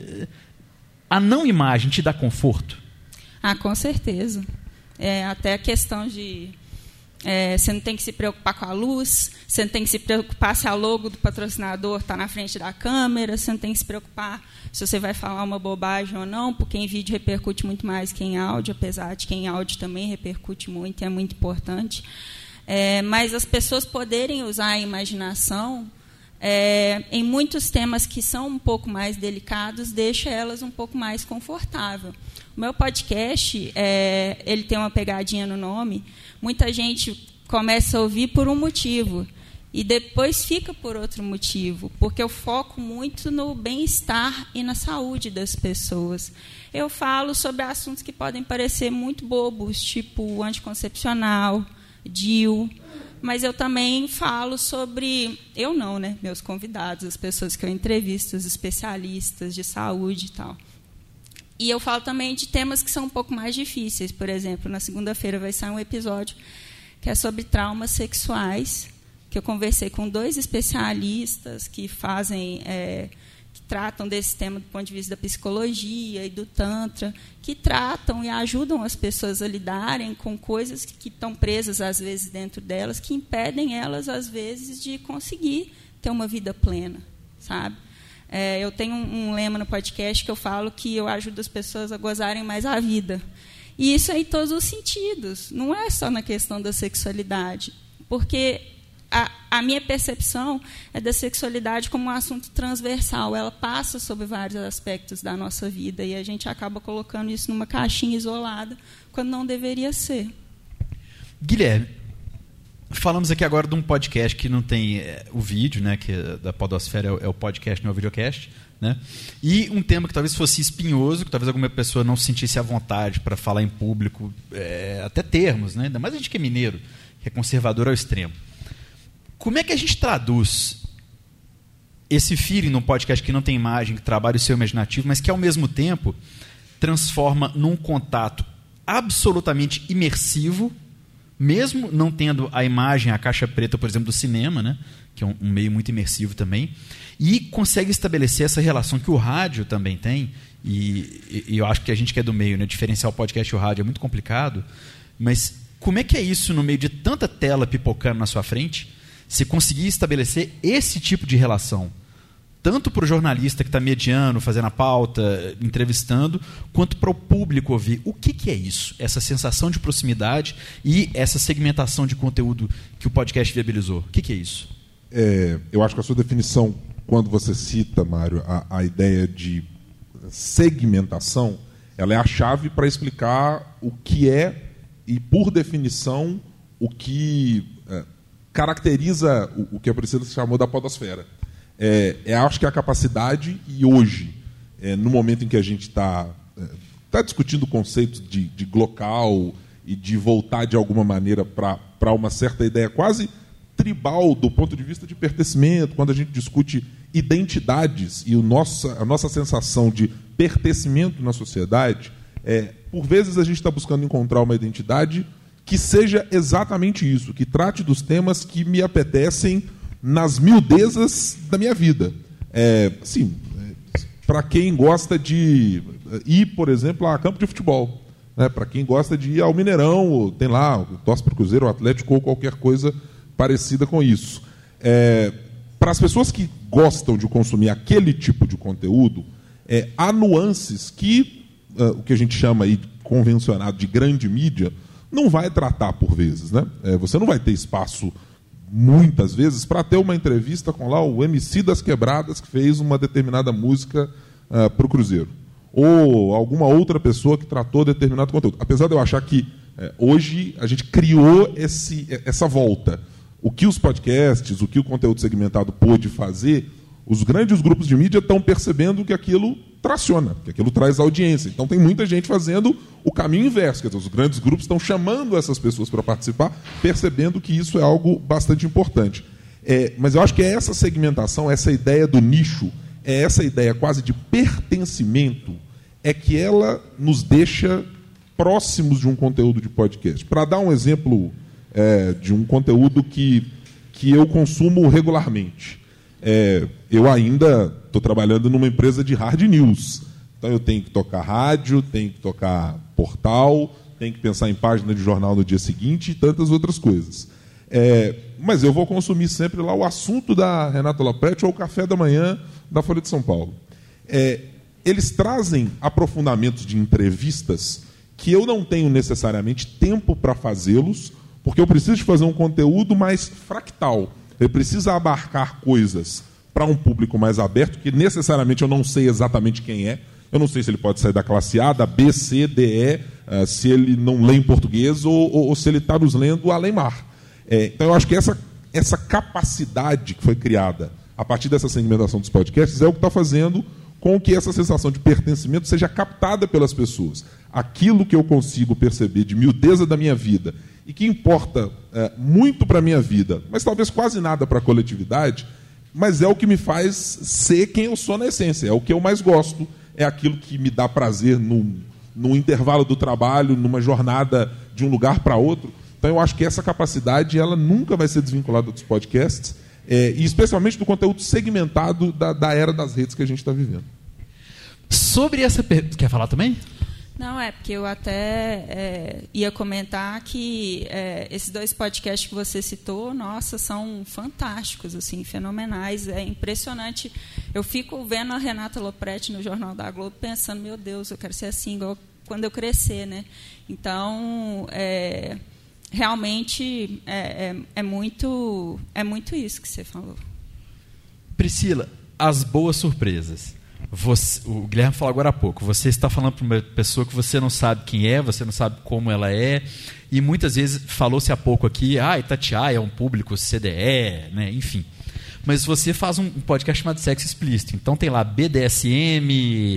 a não imagem te dá conforto?
Com certeza. Até a questão de... você não tem que se preocupar com a luz, você não tem que se preocupar se a logo do patrocinador está na frente da câmera, você não tem que se preocupar se você vai falar uma bobagem ou não, porque em vídeo repercute muito mais que em áudio, apesar de que em áudio também repercute muito, e é muito importante. Mas as pessoas poderem usar a imaginação em muitos temas que são um pouco mais delicados, deixa elas um pouco mais confortável. O meu podcast, ele tem uma pegadinha no nome. Muita gente começa a ouvir por um motivo e depois fica por outro motivo, porque eu foco muito no bem-estar e na saúde das pessoas. Eu falo sobre assuntos que podem parecer muito bobos, tipo anticoncepcional, DIU, mas eu também falo sobre... Eu não, né? Meus convidados, as pessoas que eu entrevisto, os especialistas de saúde e tal. E eu falo também de temas que são um pouco mais difíceis. Por exemplo, na segunda-feira vai sair um episódio que é sobre traumas sexuais, que eu conversei com 2 especialistas que fazem... que tratam desse tema do ponto de vista da psicologia e do Tantra, que tratam e ajudam as pessoas a lidarem com coisas que estão presas, às vezes, dentro delas, que impedem elas, às vezes, de conseguir ter uma vida plena, sabe? Eu tenho um lema no podcast que eu falo que eu ajudo as pessoas a gozarem mais a vida. E isso é em todos os sentidos, não é só na questão da sexualidade, porque... A minha percepção é da sexualidade como um assunto transversal. Ela passa sobre vários aspectos da nossa vida e a gente acaba colocando isso numa caixinha isolada, quando não deveria ser.
Guilherme, falamos aqui agora de um podcast que não tem o vídeo, né, que da podosfera é o podcast, não é o videocast, né? E um tema que talvez fosse espinhoso, que talvez alguma pessoa não se sentisse à vontade para falar em público, até termos, né? Ainda mais a gente que é mineiro, que é conservador ao extremo. Como é que a gente traduz esse feeling num podcast que não tem imagem, que trabalha o seu imaginativo, mas que, ao mesmo tempo, transforma num contato absolutamente imersivo, mesmo não tendo a imagem, a caixa preta, por exemplo, do cinema, né? Que é um meio muito imersivo também, e consegue estabelecer essa relação que o rádio também tem, e eu acho que a gente que é do meio, né? Diferenciar o podcast e o rádio é muito complicado, mas como é que é isso no meio de tanta tela pipocando na sua frente? Se conseguir estabelecer esse tipo de relação, tanto para o jornalista que está mediando, fazendo a pauta, entrevistando, quanto para o público ouvir. O que é isso? Essa sensação de proximidade e essa segmentação de conteúdo que o podcast viabilizou. O que é isso?
Eu acho que a sua definição, quando você cita, Mário, a ideia de segmentação, ela é a chave para explicar o que é e, por definição, o que caracteriza o que a Priscila chamou da podosfera. Acho que a capacidade, e hoje, no momento em que a gente está discutindo conceitos de local e de voltar de alguma maneira para uma certa ideia quase tribal do ponto de vista de pertencimento, quando a gente discute identidades e a nossa sensação de pertencimento na sociedade, por vezes a gente está buscando encontrar uma identidade que seja exatamente isso, que trate dos temas que me apetecem nas miudezas da minha vida. Para quem gosta de ir, por exemplo, a campo de futebol, né? Para quem gosta de ir ao Mineirão, ou tem lá, torce para o Cruzeiro, o Atlético ou qualquer coisa parecida com isso. Para as pessoas que gostam de consumir aquele tipo de conteúdo, há nuances que o que a gente chama aí convencionado de grande mídia não vai tratar por vezes, né? Você não vai ter espaço muitas vezes para ter uma entrevista com lá o MC das Quebradas que fez uma determinada música para o Cruzeiro, ou alguma outra pessoa que tratou determinado conteúdo. Apesar de eu achar que hoje a gente criou essa volta. O que os podcasts, o que o conteúdo segmentado pôde fazer, os grandes grupos de mídia estão percebendo que aquilo traciona, que aquilo traz audiência. Então tem muita gente fazendo o caminho inverso, quer dizer, os grandes grupos estão chamando essas pessoas para participar, percebendo que isso é algo bastante importante. Mas eu acho que essa segmentação, essa ideia do nicho, essa ideia quase de pertencimento, é que ela nos deixa próximos de um conteúdo de podcast. Para dar um exemplo de um conteúdo que eu consumo regularmente. Eu ainda estou trabalhando numa empresa de hard news. Então eu tenho que tocar rádio, tenho que tocar portal, tenho que pensar em página de jornal no dia seguinte e tantas outras coisas. Mas eu vou consumir sempre lá o assunto da Renata Lopretti ou o café da manhã da Folha de São Paulo. Eles trazem aprofundamentos de entrevistas que eu não tenho necessariamente tempo para fazê-los, porque eu preciso de fazer um conteúdo mais fractal. Ele precisa abarcar coisas para um público mais aberto, que necessariamente eu não sei exatamente quem é. Eu não sei se ele pode sair da classe A, da B, C, D, E, se ele não lê em português ou se ele está nos lendo além mar. Então eu acho que essa capacidade que foi criada a partir dessa segmentação dos podcasts é o que está fazendo com que essa sensação de pertencimento seja captada pelas pessoas. Aquilo que eu consigo perceber de miudeza da minha vida e que importa muito para a minha vida, mas talvez quase nada para a coletividade, mas é o que me faz ser quem eu sou na essência, é o que eu mais gosto, é aquilo que me dá prazer num intervalo do trabalho, numa jornada de um lugar para outro. Então eu acho que essa capacidade ela nunca vai ser desvinculada dos podcasts, e especialmente do conteúdo segmentado da era das redes que a gente está vivendo.
Sobre essa pergunta... Quer falar também?
Não, porque eu até ia comentar que esses 2 podcasts que você citou, nossa, são fantásticos, assim, fenomenais, é impressionante. Eu fico vendo a Renata Lopretti no Jornal da Globo pensando, meu Deus, eu quero ser assim, igual quando eu crescer, né? Então, realmente é muito isso que você falou.
Priscila, as boas surpresas. O Guilherme falou agora há pouco, você está falando para uma pessoa que você não sabe quem é, você não sabe como ela é, e muitas vezes falou-se há pouco aqui, Itatiaia é um público CDE, né? Enfim. Mas você faz um podcast chamado Sexo Explícito, então tem lá BDSM,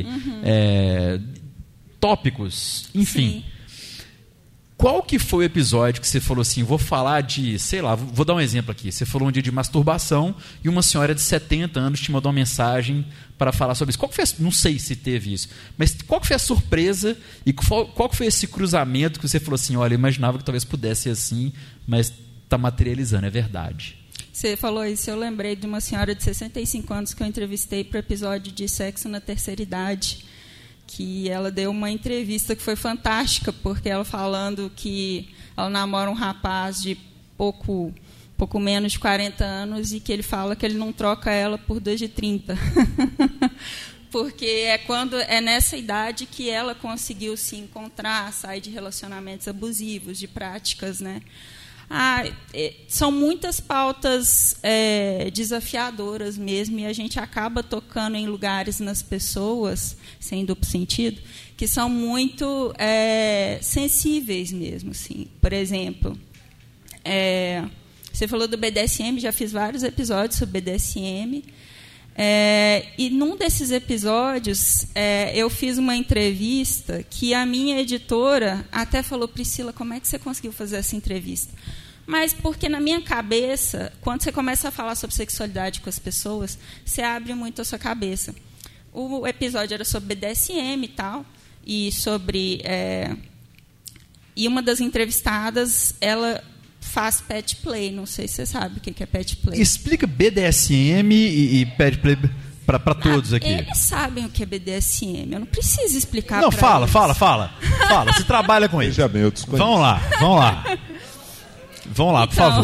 tópicos, enfim. Sim. Qual que foi o episódio que você falou assim, vou falar de, sei lá, vou dar um exemplo aqui. Você falou um dia de masturbação e uma senhora de 70 anos te mandou uma mensagem para falar sobre isso. Qual que foi não sei se teve isso, mas qual que foi a surpresa e qual que foi esse cruzamento que você falou assim, olha, eu imaginava que talvez pudesse ser assim, mas está materializando, é verdade.
Você falou isso, eu lembrei de uma senhora de 65 anos que eu entrevistei para o episódio de Sexo na Terceira Idade, que ela deu uma entrevista que foi fantástica, porque ela falando que ela namora um rapaz de pouco menos de 40 anos e que ele fala que ele não troca ela por 2 de 30. Porque é nessa idade que ela conseguiu se encontrar, sair de relacionamentos abusivos, de práticas, né? São muitas pautas desafiadoras mesmo, e a gente acaba tocando em lugares nas pessoas, sem duplo sentido, que são muito sensíveis mesmo. Assim. Por exemplo, você falou do BDSM, já fiz vários episódios sobre BDSM, e num desses episódios eu fiz uma entrevista que a minha editora até falou: Priscila, como é que você conseguiu fazer essa entrevista? Mas porque na minha cabeça, quando você começa a falar sobre sexualidade com as pessoas, você abre muito a sua cabeça. O episódio era sobre BDSM e tal, e sobre... e uma das entrevistadas, ela faz pet play. Não sei se você sabe o que é pet play.
Explica BDSM e pet play para todos aqui.
Eles sabem o que é BDSM. Eu não preciso explicar.
Não,
fala.
Fala. Você trabalha com isso.
Já bem, eu desconheço.
Vamos lá, por favor.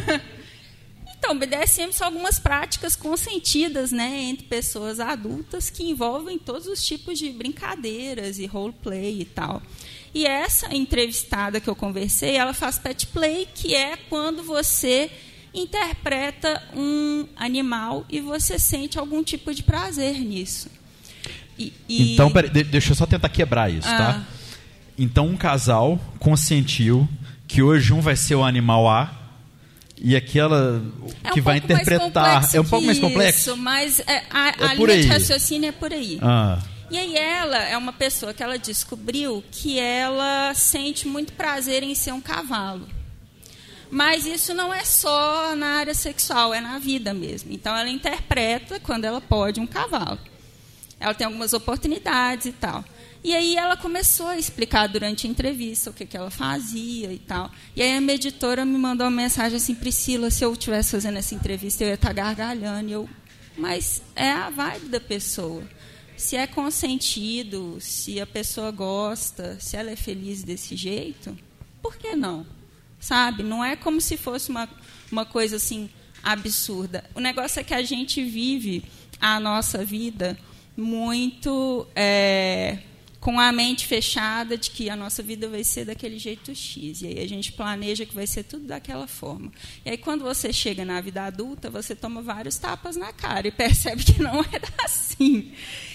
Então, BDSM são algumas práticas consentidas, né, entre pessoas adultas que envolvem todos os tipos de brincadeiras e roleplay e tal. E essa entrevistada que eu conversei, ela faz pet play, que é quando você interpreta um animal e você sente algum tipo de prazer nisso.
Então, deixa eu só tentar quebrar isso, tá? Então, um casal consentiu que hoje um vai ser o animal A e aquela que vai interpretar... É um pouco mais complexo?
Isso, mas a linha de raciocínio é por aí. E aí ela é uma pessoa que ela descobriu que ela sente muito prazer em ser um cavalo. Mas isso não é só na área sexual, é na vida mesmo. Então ela interpreta, quando ela pode, um cavalo. Ela tem algumas oportunidades e tal. E aí ela começou a explicar durante a entrevista o que ela fazia e tal. E aí a minha editora me mandou uma mensagem assim: Priscila, se eu estivesse fazendo essa entrevista, eu ia estar gargalhando. Mas é a vibe da pessoa. Se é consentido, se a pessoa gosta, se ela é feliz desse jeito, por que não? Sabe? Não é como se fosse uma coisa assim absurda. O negócio é que a gente vive a nossa vida muito com a mente fechada de que a nossa vida vai ser daquele jeito X. E aí a gente planeja que vai ser tudo daquela forma. E aí quando você chega na vida adulta, você toma vários tapas na cara e percebe que não é assim.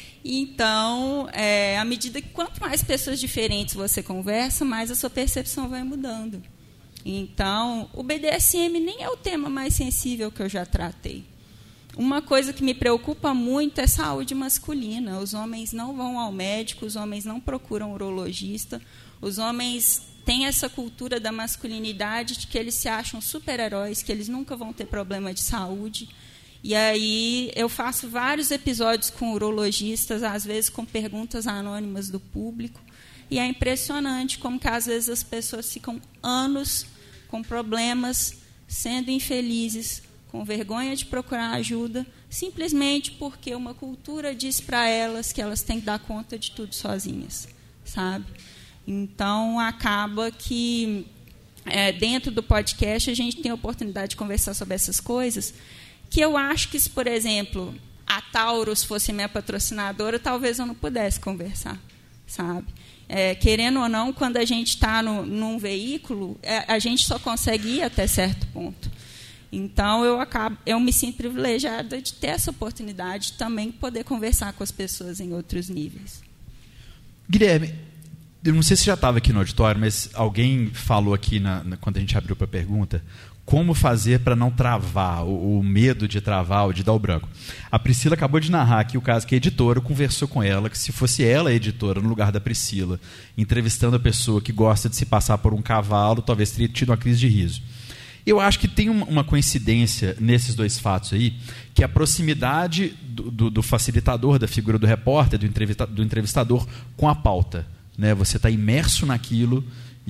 Então, à medida que quanto mais pessoas diferentes você conversa, mais a sua percepção vai mudando. Então, o BDSM nem é o tema mais sensível que eu já tratei. Uma coisa que me preocupa muito é saúde masculina. Os homens não vão ao médico, os homens não procuram urologista, os homens têm essa cultura da masculinidade de que eles se acham super-heróis, que eles nunca vão ter problema de saúde. E aí eu faço vários episódios com urologistas, às vezes com perguntas anônimas do público, e é impressionante como que às vezes as pessoas ficam anos com problemas, sendo infelizes, com vergonha de procurar ajuda, simplesmente porque uma cultura diz para elas que elas têm que dar conta de tudo sozinhas, sabe? Então, acaba que dentro do podcast a gente tem a oportunidade de conversar sobre essas coisas, que eu acho que se, por exemplo, a Taurus fosse minha patrocinadora, talvez eu não pudesse conversar, sabe? Querendo ou não, quando a gente está num veículo, a gente só consegue ir até certo ponto. Então, eu me sinto privilegiada de ter essa oportunidade de também poder conversar com as pessoas em outros níveis.
Guilherme, eu não sei se já estava aqui no auditório, mas alguém falou aqui, quando a gente abriu para a pergunta, como fazer para não travar, o medo de travar ou de dar o branco. A Priscila acabou de narrar aqui o caso que a editora conversou com ela, que se fosse ela a editora, no lugar da Priscila, entrevistando a pessoa que gosta de se passar por um cavalo, talvez teria tido uma crise de riso. Eu acho que tem uma coincidência nesses dois fatos aí, que é a proximidade do facilitador, da figura do repórter, do entrevistador, com a pauta. Né? Você está imerso naquilo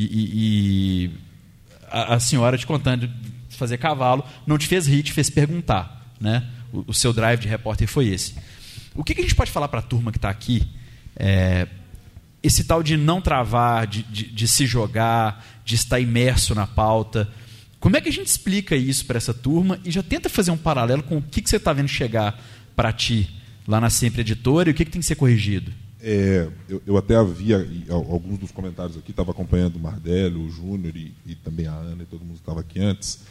e a senhora te contando de fazer cavalo não te fez rir, te fez perguntar. Né? O seu drive de repórter foi esse. O que a gente pode falar para a turma que está aqui? Esse tal de não travar, de se jogar, de estar imerso na pauta. Como é que a gente explica isso para essa turma e já tenta fazer um paralelo com o que você está vendo chegar para ti lá na Sempre Editora e o que tem que ser corrigido?
Eu até havia, alguns dos comentários aqui, estava acompanhando o Mardelio, o Júnior e também a Ana, e todo mundo estava aqui antes.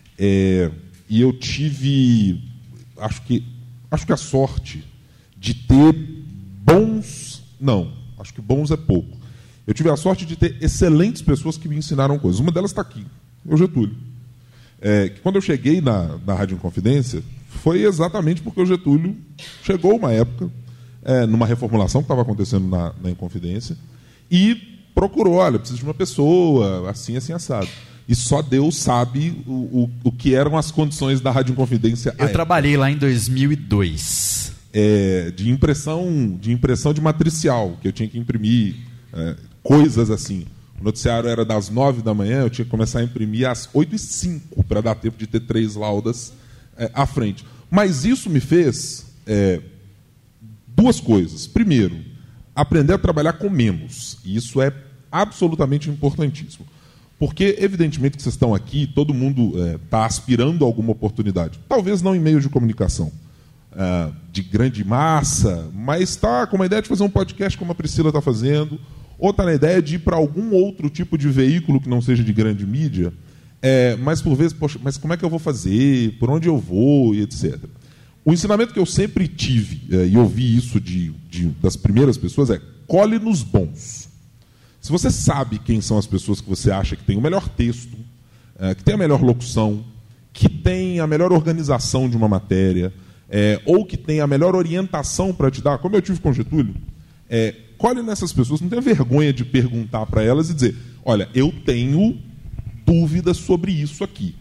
E eu tive, acho que a sorte de ter bons... Não, acho que bons é pouco. Eu tive a sorte de ter excelentes pessoas que me ensinaram coisas. Uma delas está aqui, o Getúlio. Que quando eu cheguei na Rádio Inconfidência, foi exatamente porque o Getúlio chegou uma época, numa reformulação que estava acontecendo na Inconfidência, e procurou, olha, preciso de uma pessoa, assim, assado. E só Deus sabe o que eram as condições da Rádio Inconfidência.
Eu trabalhei lá em 2002.
De impressão de matricial, que eu tinha que imprimir coisas assim. O noticiário era das 9 da manhã, eu tinha que começar a imprimir às 8h05 para dar tempo de ter 3 laudas à frente. Mas isso me fez duas coisas. Primeiro, aprender a trabalhar com menos. E isso é absolutamente importantíssimo. Porque, evidentemente, que vocês estão aqui, todo mundo está aspirando a alguma oportunidade. Talvez não em meios de comunicação de grande massa, mas está com uma ideia de fazer um podcast como a Priscila está fazendo, ou está na ideia de ir para algum outro tipo de veículo que não seja de grande mídia, mas por vezes, poxa, mas como é que eu vou fazer? Por onde eu vou? E etc. O ensinamento que eu sempre tive, e ouvi isso das primeiras pessoas, colhe nos bons. Se você sabe quem são as pessoas que você acha que tem o melhor texto, que tem a melhor locução, que tem a melhor organização de uma matéria, ou que tem a melhor orientação para te dar, como eu tive com o Getúlio, colhe nessas pessoas, não tenha vergonha de perguntar para elas e dizer, olha, eu tenho dúvidas sobre isso aqui.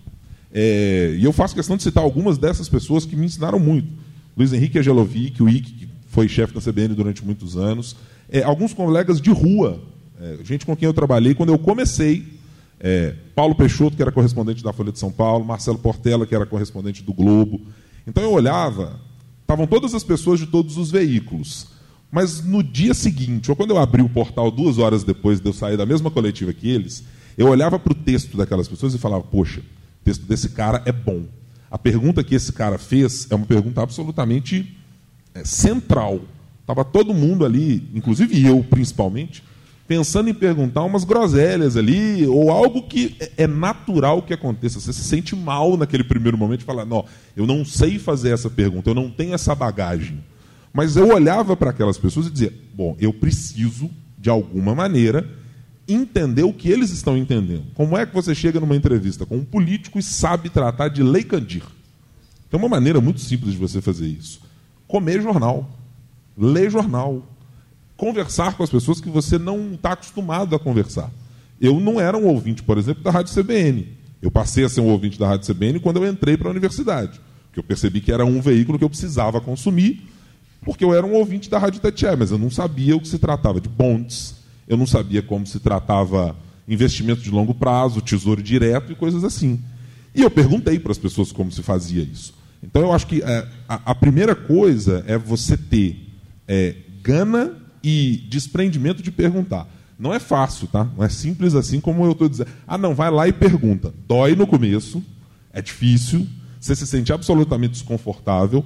E eu faço questão de citar algumas dessas pessoas que me ensinaram muito. Luiz Henrique Agelovic, o Ike, que foi chefe da CBN durante muitos anos, alguns colegas de rua, gente com quem eu trabalhei quando eu comecei, Paulo Peixoto, que era correspondente da Folha de São Paulo, Marcelo Portela, que era correspondente do Globo. Então eu olhava, estavam todas as pessoas de todos os veículos, mas no dia seguinte, ou quando eu abri o portal 2 horas depois de eu sair da mesma coletiva que eles, eu olhava para o texto daquelas pessoas e falava, poxa, o texto desse cara é bom. A pergunta que esse cara fez é uma pergunta absolutamente central. Estava todo mundo ali, inclusive eu principalmente, pensando em perguntar umas groselhas ali, ou algo que é natural que aconteça. Você se sente mal naquele primeiro momento e fala, não, eu não sei fazer essa pergunta, eu não tenho essa bagagem. Mas eu olhava para aquelas pessoas e dizia, bom, eu preciso, de alguma maneira, entender o que eles estão entendendo. Como é que você chega numa entrevista com um político e sabe tratar de Lei Candir? Tem uma maneira muito simples de você fazer isso. Comer jornal, ler jornal, conversar com as pessoas que você não está acostumado a conversar. Eu não era um ouvinte, por exemplo, da Rádio CBN. Eu passei a ser um ouvinte da Rádio CBN quando eu entrei para a universidade, porque eu percebi que era um veículo que eu precisava consumir, porque eu era um ouvinte da Rádio Itatiaia, mas eu não sabia o que se tratava de bonds, eu não sabia como se tratava investimento de longo prazo, tesouro direto e coisas assim. E eu perguntei para as pessoas como se fazia isso. Então eu acho que a primeira coisa é você ter gana e desprendimento de perguntar. Não é fácil, tá? Não é simples assim como eu estou dizendo. Não, vai lá e pergunta. Dói no começo, é difícil, você se sente absolutamente desconfortável.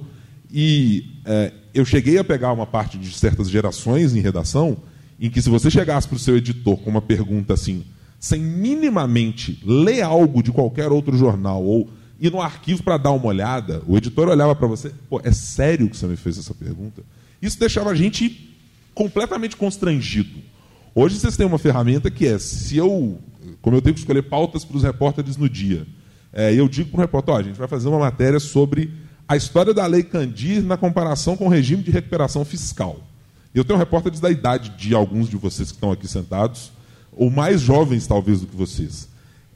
E eu cheguei a pegar uma parte de certas gerações em redação em que se você chegasse para o seu editor com uma pergunta assim, sem minimamente ler algo de qualquer outro jornal ou ir no arquivo para dar uma olhada, o editor olhava para você, pô, é sério que você me fez essa pergunta? Isso deixava a gente completamente constrangido. Hoje vocês têm uma ferramenta que como eu tenho que escolher pautas para os repórteres no dia, eu digo para o repórter, a gente vai fazer uma matéria sobre a história da Lei Candir na comparação com o regime de recuperação fiscal. Eu tenho repórteres da idade de alguns de vocês que estão aqui sentados, ou mais jovens talvez do que vocês.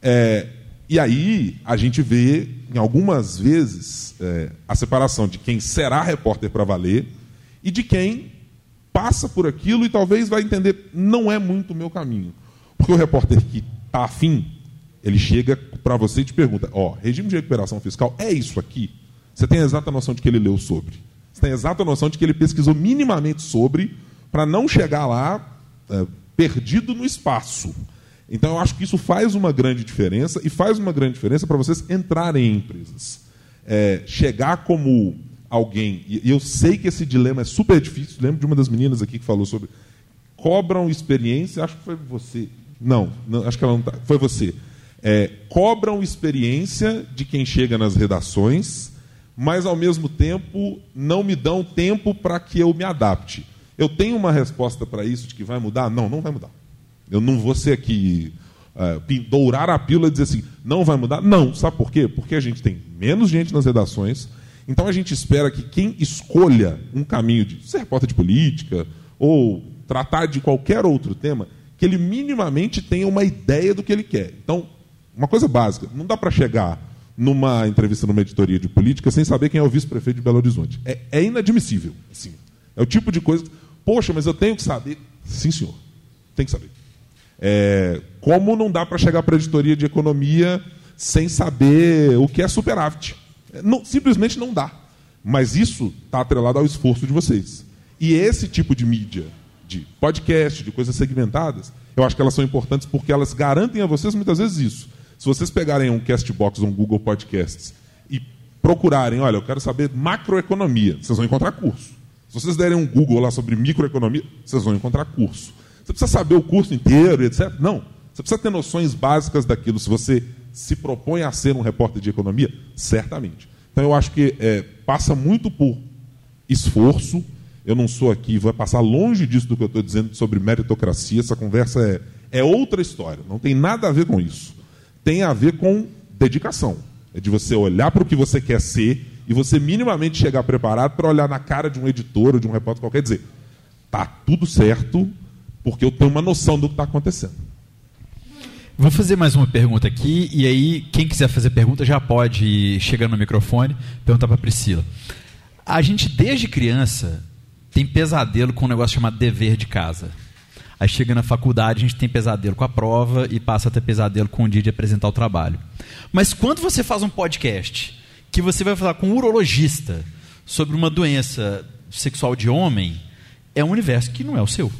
E aí a gente vê, em algumas vezes, a separação de quem será repórter para valer e de quem passa por aquilo e talvez vai entender, não é muito o meu caminho. Porque o repórter que está afim, ele chega para você e te pergunta, regime de recuperação fiscal é isso aqui? Você tem a exata noção de que ele leu sobre? Você tem a exata noção de que ele pesquisou minimamente sobre, para não chegar lá perdido no espaço. Então, eu acho que isso faz uma grande diferença, e faz uma grande diferença para vocês entrarem em empresas. Chegar como alguém, e eu sei que esse dilema é super difícil, lembro de uma das meninas aqui que falou sobre cobram experiência, acho que foi você, não acho que ela não tá, foi você, cobram experiência de quem chega nas redações, mas ao mesmo tempo não me dão tempo para que eu me adapte. Eu tenho uma resposta para isso de que vai mudar? Não vai mudar. Eu não vou ser aqui dourar a pílula e dizer assim, não vai mudar? Não, sabe por quê? Porque a gente tem menos gente nas redações, então a gente espera que quem escolha um caminho de ser repórter de política ou tratar de qualquer outro tema, que ele minimamente tenha uma ideia do que ele quer. Então, uma coisa básica, não dá para chegar numa entrevista numa editoria de política sem saber quem é o vice-prefeito de Belo Horizonte. É inadmissível. Assim. É o tipo de coisa... Poxa, mas eu tenho que saber. Sim, senhor. Tem que saber. Como não dá para chegar para a editoria de economia sem saber o que é superávit? Simplesmente não dá. Mas isso está atrelado ao esforço de vocês. E esse tipo de mídia, de podcast, de coisas segmentadas, eu acho que elas são importantes porque elas garantem a vocês muitas vezes isso. Se vocês pegarem um Castbox ou um Google Podcasts e procurarem, olha, eu quero saber macroeconomia, vocês vão encontrar curso. Se vocês derem um Google lá sobre microeconomia, vocês vão encontrar curso. Você precisa saber o curso inteiro, etc. Não. Você precisa ter noções básicas daquilo. Se você se propõe a ser um repórter de economia, certamente. Então, eu acho que passa muito por esforço. Eu não sou aqui, vou passar longe disso do que eu estou dizendo sobre meritocracia. Essa conversa é outra história. Não tem nada a ver com isso. Tem a ver com dedicação. É de você olhar para o que você quer ser e você minimamente chegar preparado para olhar na cara de um editor ou de um repórter qualquer e dizer, tá tudo certo, porque eu tenho uma noção do que está acontecendo.
Vou fazer mais uma pergunta aqui, e aí quem quiser fazer pergunta já pode chegar no microfone e perguntar para a Priscila. A gente, desde criança, tem pesadelo com um negócio chamado dever de casa. Aí chega na faculdade, a gente tem pesadelo com a prova e passa a ter pesadelo com o dia de apresentar o trabalho. Mas quando você faz um podcast que você vai falar com um urologista sobre uma doença sexual de homem, é um universo que não é o seu.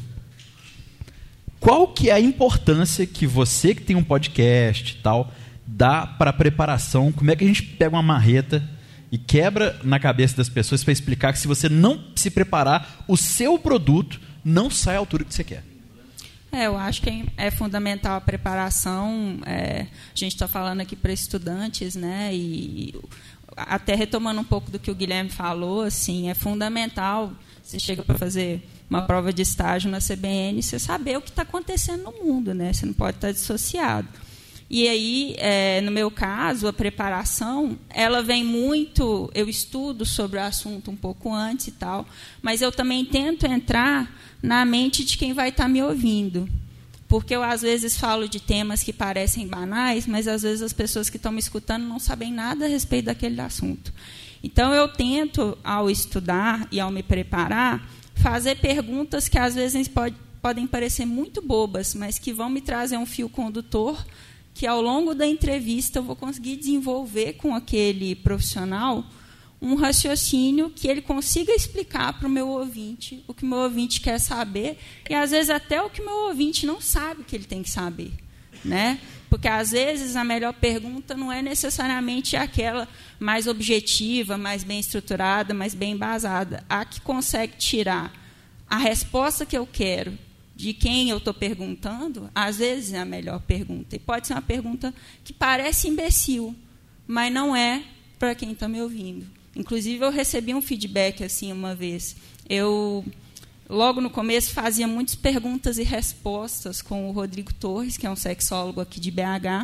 Qual que é a importância que você que tem um podcast e tal, dá para a preparação? Como é que a gente pega uma marreta e quebra na cabeça das pessoas para explicar que se você não se preparar, o seu produto não sai à altura que você quer?
Eu acho que é fundamental a preparação. A gente está falando aqui para estudantes, né? E até retomando um pouco do que o Guilherme falou, assim, é fundamental. Você chega para fazer uma prova de estágio na CBN, você saber o que está acontecendo no mundo, né? Você não pode estar dissociado. E aí, no meu caso, a preparação, ela vem muito... Eu estudo sobre o assunto um pouco antes e tal, mas eu também tento entrar na mente de quem vai estar me ouvindo. Porque eu, às vezes, falo de temas que parecem banais, mas, às vezes, as pessoas que estão me escutando não sabem nada a respeito daquele assunto. Então, eu tento, ao estudar e ao me preparar, fazer perguntas que, às vezes, podem parecer muito bobas, mas que vão me trazer um fio condutor que, ao longo da entrevista, eu vou conseguir desenvolver com aquele profissional um raciocínio que ele consiga explicar para o meu ouvinte o que o meu ouvinte quer saber e, às vezes, até o que o meu ouvinte não sabe que ele tem que saber, né? Porque, às vezes, a melhor pergunta não é necessariamente aquela mais objetiva, mais bem estruturada, mais bem embasada. A que consegue tirar a resposta que eu quero de quem eu estou perguntando, às vezes é a melhor pergunta. E pode ser uma pergunta que parece imbecil, mas não é para quem está me ouvindo. Inclusive, eu recebi um feedback assim uma vez. Eu, logo no começo, fazia muitas perguntas e respostas com o Rodrigo Torres, que é um sexólogo aqui de BH,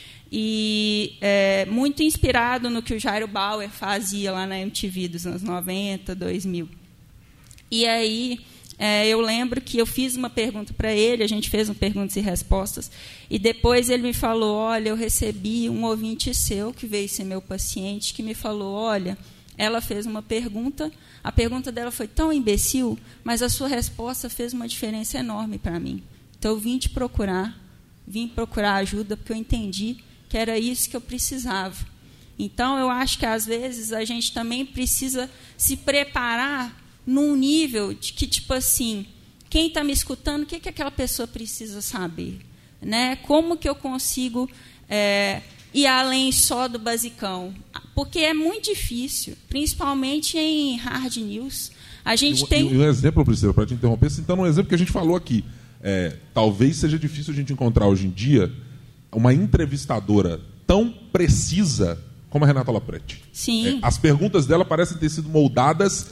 e muito inspirado no que o Jairo Bauer fazia lá na MTV dos anos 90, 2000. E aí... eu lembro que eu fiz uma pergunta para ele, a gente fez um perguntas e respostas, e depois ele me falou, olha, eu recebi um ouvinte seu, que veio ser meu paciente, que me falou, olha, ela fez uma pergunta, a pergunta dela foi tão imbecil, mas a sua resposta fez uma diferença enorme para mim. Então, eu vim procurar ajuda, porque eu entendi que era isso que eu precisava. Então, eu acho que, às vezes, a gente também precisa se preparar num nível de que, tipo assim, quem está me escutando, o que aquela pessoa precisa saber? Né? Como que eu consigo ir além só do basicão, porque é muito difícil, principalmente em hard news. A gente tem...
E um exemplo, Priscila, para te interromper, citando um exemplo que a gente falou aqui. Talvez seja difícil a gente encontrar hoje em dia uma entrevistadora tão precisa como a Renata Lopretti.
Sim.
As perguntas dela parecem ter sido moldadas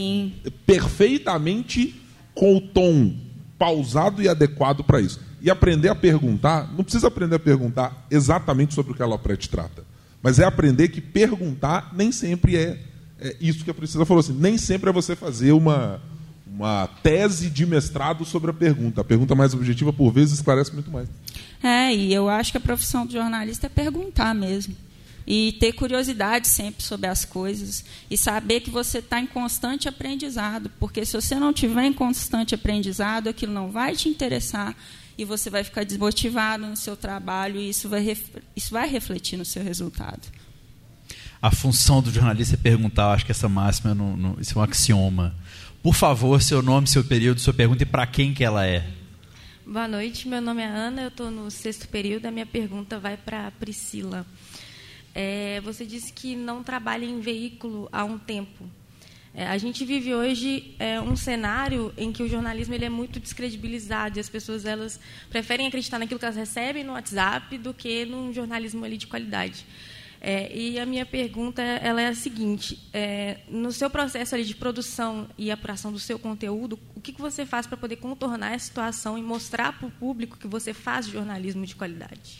perfeitamente com o tom pausado e adequado para isso. E aprender a perguntar, não precisa aprender a perguntar exatamente sobre o que a Lopretti trata, mas é aprender que perguntar nem sempre é isso que a Priscila falou, assim, nem sempre é você fazer uma tese de mestrado sobre a pergunta. A pergunta mais objetiva, por vezes, esclarece muito mais.
E eu acho que a profissão do jornalista é perguntar mesmo. E ter curiosidade sempre sobre as coisas. E saber que você está em constante aprendizado. Porque se você não tiver em constante aprendizado, aquilo não vai te interessar. E você vai ficar desmotivado no seu trabalho. E isso vai refletir no seu resultado.
A função do jornalista é perguntar. Eu acho que essa máxima, isso é um axioma. Por favor, seu nome, seu período, sua pergunta e para quem que ela é.
Boa noite, meu nome é Ana, eu estou no 6º período. A minha pergunta vai para a Priscila. Você disse que não trabalha em veículo há um tempo. A gente vive hoje um cenário em que o jornalismo ele é muito descredibilizado e as pessoas elas preferem acreditar naquilo que elas recebem no WhatsApp do que num jornalismo ali de qualidade. E a minha pergunta ela é a seguinte: no seu processo ali de produção e apuração do seu conteúdo, o que você faz para poder contornar essa situação e mostrar para o público que você faz jornalismo de qualidade?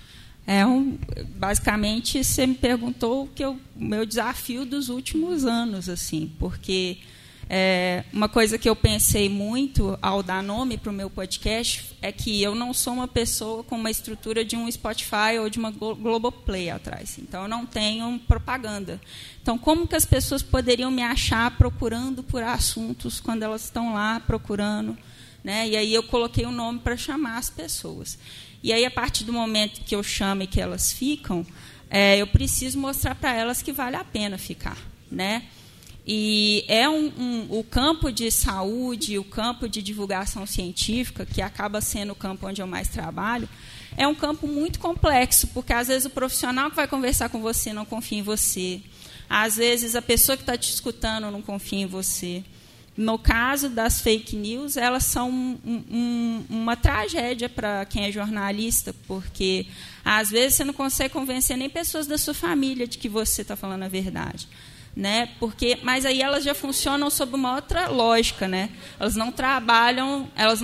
Basicamente, você me perguntou o meu desafio dos últimos anos, assim, porque uma coisa que eu pensei muito ao dar nome para o meu podcast é que eu não sou uma pessoa com uma estrutura de um Spotify ou de uma Globoplay atrás. Então, eu não tenho propaganda. Então, como que as pessoas poderiam me achar procurando por assuntos quando elas estão lá procurando? Né? E aí eu coloquei um nome para chamar as pessoas. E aí, a partir do momento que eu chamo e que elas ficam, eu preciso mostrar para elas que vale a pena ficar, né? E o campo de saúde, o campo de divulgação científica, que acaba sendo o campo onde eu mais trabalho, é um campo muito complexo, porque, às vezes, o profissional que vai conversar com você não confia em você. Às vezes, a pessoa que está te escutando não confia em você. No caso das fake news, elas são uma tragédia para quem é jornalista, porque, às vezes, você não consegue convencer nem pessoas da sua família de que você está falando a verdade. Né? Mas aí elas já funcionam sob uma outra lógica. Né? Elas não trabalham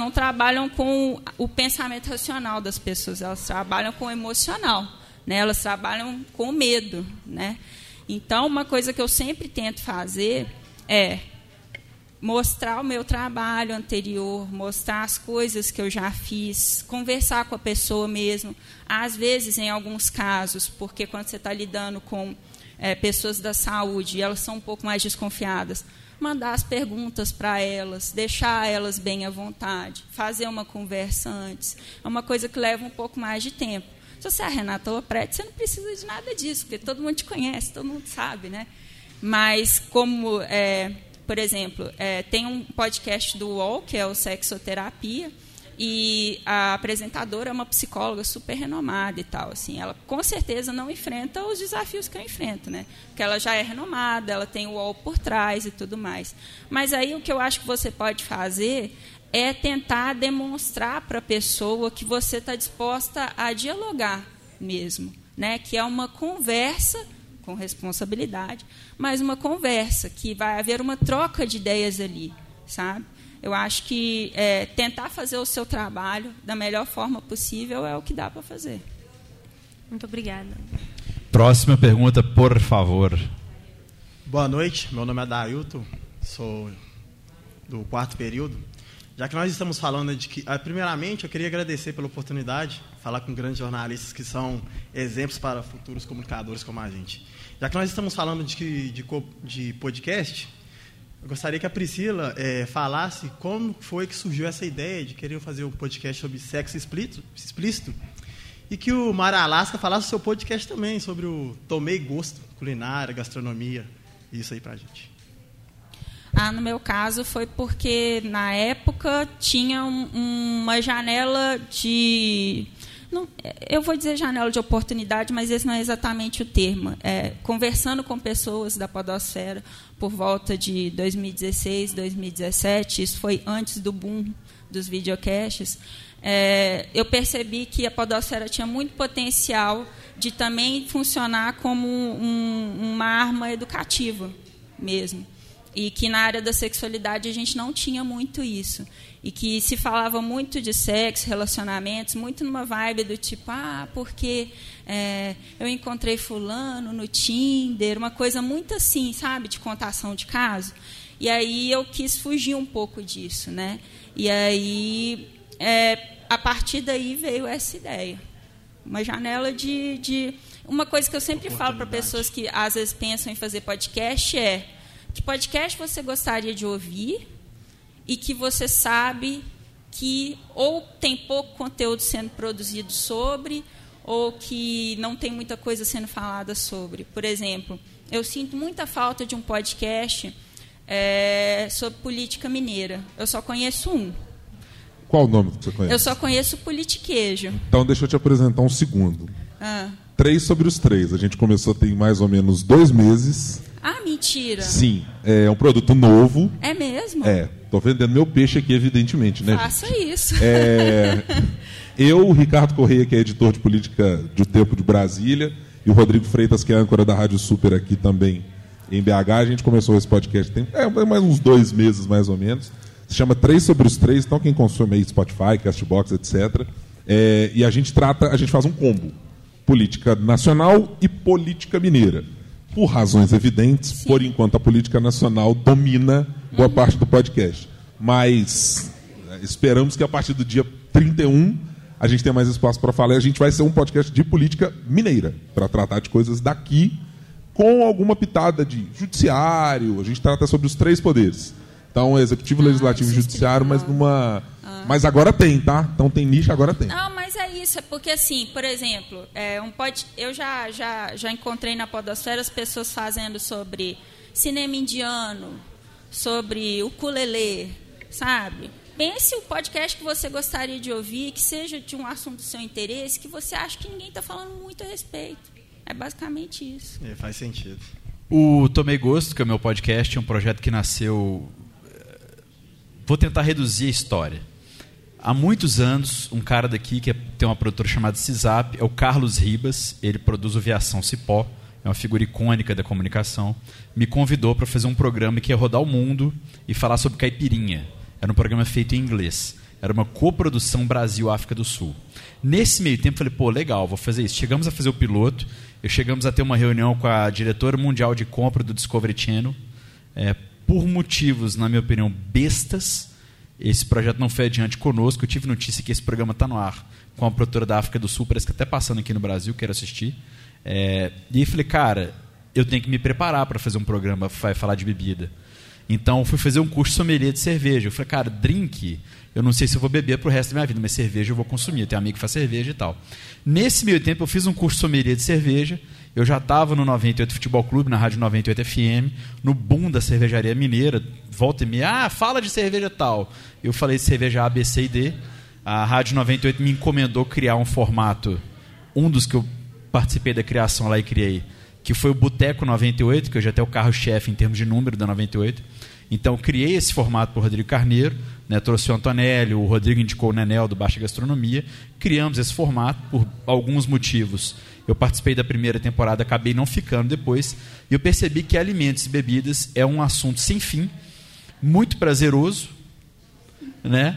com o pensamento racional das pessoas, elas trabalham com o emocional. Né? Elas trabalham com o medo. Né? Então, uma coisa que eu sempre tento fazer é mostrar o meu trabalho anterior, mostrar as coisas que eu já fiz, conversar com a pessoa mesmo. Às vezes, em alguns casos, porque quando você está lidando com pessoas da saúde e elas são um pouco mais desconfiadas, mandar as perguntas para elas, deixar elas bem à vontade, fazer uma conversa antes. É uma coisa que leva um pouco mais de tempo. Se você é a Renata Lopretti, você não precisa de nada disso, porque todo mundo te conhece, todo mundo sabe. Né? Mas como... por exemplo, tem um podcast do UOL, que é o Sexoterapia, e a apresentadora é uma psicóloga super renomada e tal. Assim, ela, com certeza, não enfrenta os desafios que eu enfrento, né? Porque ela já é renomada, ela tem o UOL por trás e tudo mais. Mas aí o que eu acho que você pode fazer é tentar demonstrar para a pessoa que você está disposta a dialogar mesmo, né? Que é uma conversa com responsabilidade, mas uma conversa, que vai haver uma troca de ideias ali, sabe? Eu acho que tentar fazer o seu trabalho da melhor forma possível é o que dá para fazer.
Muito obrigada.
Próxima pergunta, por favor.
Boa noite, meu nome é Dailton, sou do 4º período. Já que nós estamos falando de que... primeiramente, eu queria agradecer pela oportunidade de falar com grandes jornalistas que são exemplos para futuros comunicadores como a gente. Já que nós estamos falando de podcast, eu gostaria que a Priscila falasse como foi que surgiu essa ideia de querer fazer um podcast sobre sexo explícito e que o Mário Alasca falasse o seu podcast também sobre o Tomei Gosto, culinária, gastronomia, isso aí pra gente.
No meu caso, foi porque, na época, tinha uma janela de... eu vou dizer janela de oportunidade, mas esse não é exatamente o termo. Conversando com pessoas da podosfera por volta de 2016, 2017, isso foi antes do boom dos videocasts, eu percebi que a podosfera tinha muito potencial de também funcionar como uma arma educativa mesmo. E que na área da sexualidade a gente não tinha muito isso. E que se falava muito de sexo, relacionamentos, muito numa vibe do tipo, porque eu encontrei fulano no Tinder, uma coisa muito assim, sabe, de contação de caso. E aí eu quis fugir um pouco disso, né? E aí, a partir daí veio essa ideia. Uma janela de... Uma coisa que eu sempre falo para pessoas que às vezes pensam em fazer podcast que podcast você gostaria de ouvir e que você sabe que ou tem pouco conteúdo sendo produzido sobre ou que não tem muita coisa sendo falada sobre. Por exemplo, eu sinto muita falta de um podcast sobre política mineira. Eu só conheço um.
Qual o nome que você conhece?
Eu só conheço Politiquejo.
Então deixa eu te apresentar um segundo. 3 sobre os 3. A gente começou tem mais ou menos 2 meses.
Mentira.
Sim, é um produto novo.
É mesmo?
Tô vendendo meu peixe aqui, evidentemente, né?
Faça isso.
Eu, o Ricardo Correia, que é editor de política de O Tempo de Brasília, e o Rodrigo Freitas, que é âncora da Rádio Super aqui também em BH, a gente começou esse podcast tem mais uns 2 meses, mais ou menos. Se chama 3 sobre os 3, então quem consome aí Spotify, Castbox, etc. E a gente faz um combo. Política nacional e política mineira. Por razões evidentes, por enquanto a política nacional domina boa parte do podcast. Mas esperamos que a partir do dia 31 a gente tenha mais espaço para falar. E a gente vai ser um podcast de política mineira, para tratar de coisas daqui, com alguma pitada de judiciário. A gente trata sobre os 3 poderes. Então, executivo, legislativo e judiciário, mas numa... Mas agora tem, tá? Então tem nicho, agora tem.
Não, mas é isso. É porque, assim, por exemplo, eu já encontrei na podosfera as pessoas fazendo sobre cinema indiano, sobre ukulele, sabe? Pense o podcast que você gostaria de ouvir, que seja de um assunto do seu interesse, que você acha que ninguém está falando muito a respeito. É basicamente isso.
Faz sentido.
O Tomei Gosto, que é o meu podcast, é um projeto que nasceu... Vou tentar reduzir a história. Há muitos anos, um cara daqui, que tem uma produtora chamada CISAP, é o Carlos Ribas, ele produz o Viação Cipó, é uma figura icônica da comunicação, me convidou para fazer um programa que ia rodar o mundo e falar sobre caipirinha. Era um programa feito em inglês. Era uma coprodução Brasil-África do Sul. Nesse meio tempo, falei, legal, vou fazer isso. Chegamos a fazer o piloto, chegamos a ter uma reunião com a diretora mundial de compra do Discovery Channel. Por motivos, na minha opinião, bestas, esse projeto não foi adiante conosco. Eu tive notícia que esse programa está no ar com a produtora da África do Sul, parece que até passando aqui no Brasil, quero assistir. E falei, cara, eu tenho que me preparar para fazer um programa que vai falar de bebida. Então, fui fazer um curso de sommelier de cerveja. Eu falei, cara, drink, eu não sei se eu vou beber para o resto da minha vida, mas cerveja eu vou consumir. Eu tenho um amigo que faz cerveja e tal. Nesse meio tempo, eu fiz um curso de sommelier de cerveja. Eu já estava no 98 Futebol Clube, na Rádio 98 FM, no boom da cervejaria mineira. Volta e meia, fala de cerveja tal. Eu falei de cerveja A, B, C e D. A Rádio 98 me encomendou criar um formato, um dos que eu participei da criação lá e criei, que foi o Boteco 98, que hoje até é o carro-chefe em termos de número da 98. Então, criei esse formato para o Rodrigo Carneiro, né, trouxe o Antonelli, o Rodrigo indicou o Nenel, do Baixa Gastronomia. Criamos esse formato por alguns motivos. Eu participei da primeira temporada, acabei não ficando depois, e eu percebi que alimentos e bebidas é um assunto sem fim, muito prazeroso, né?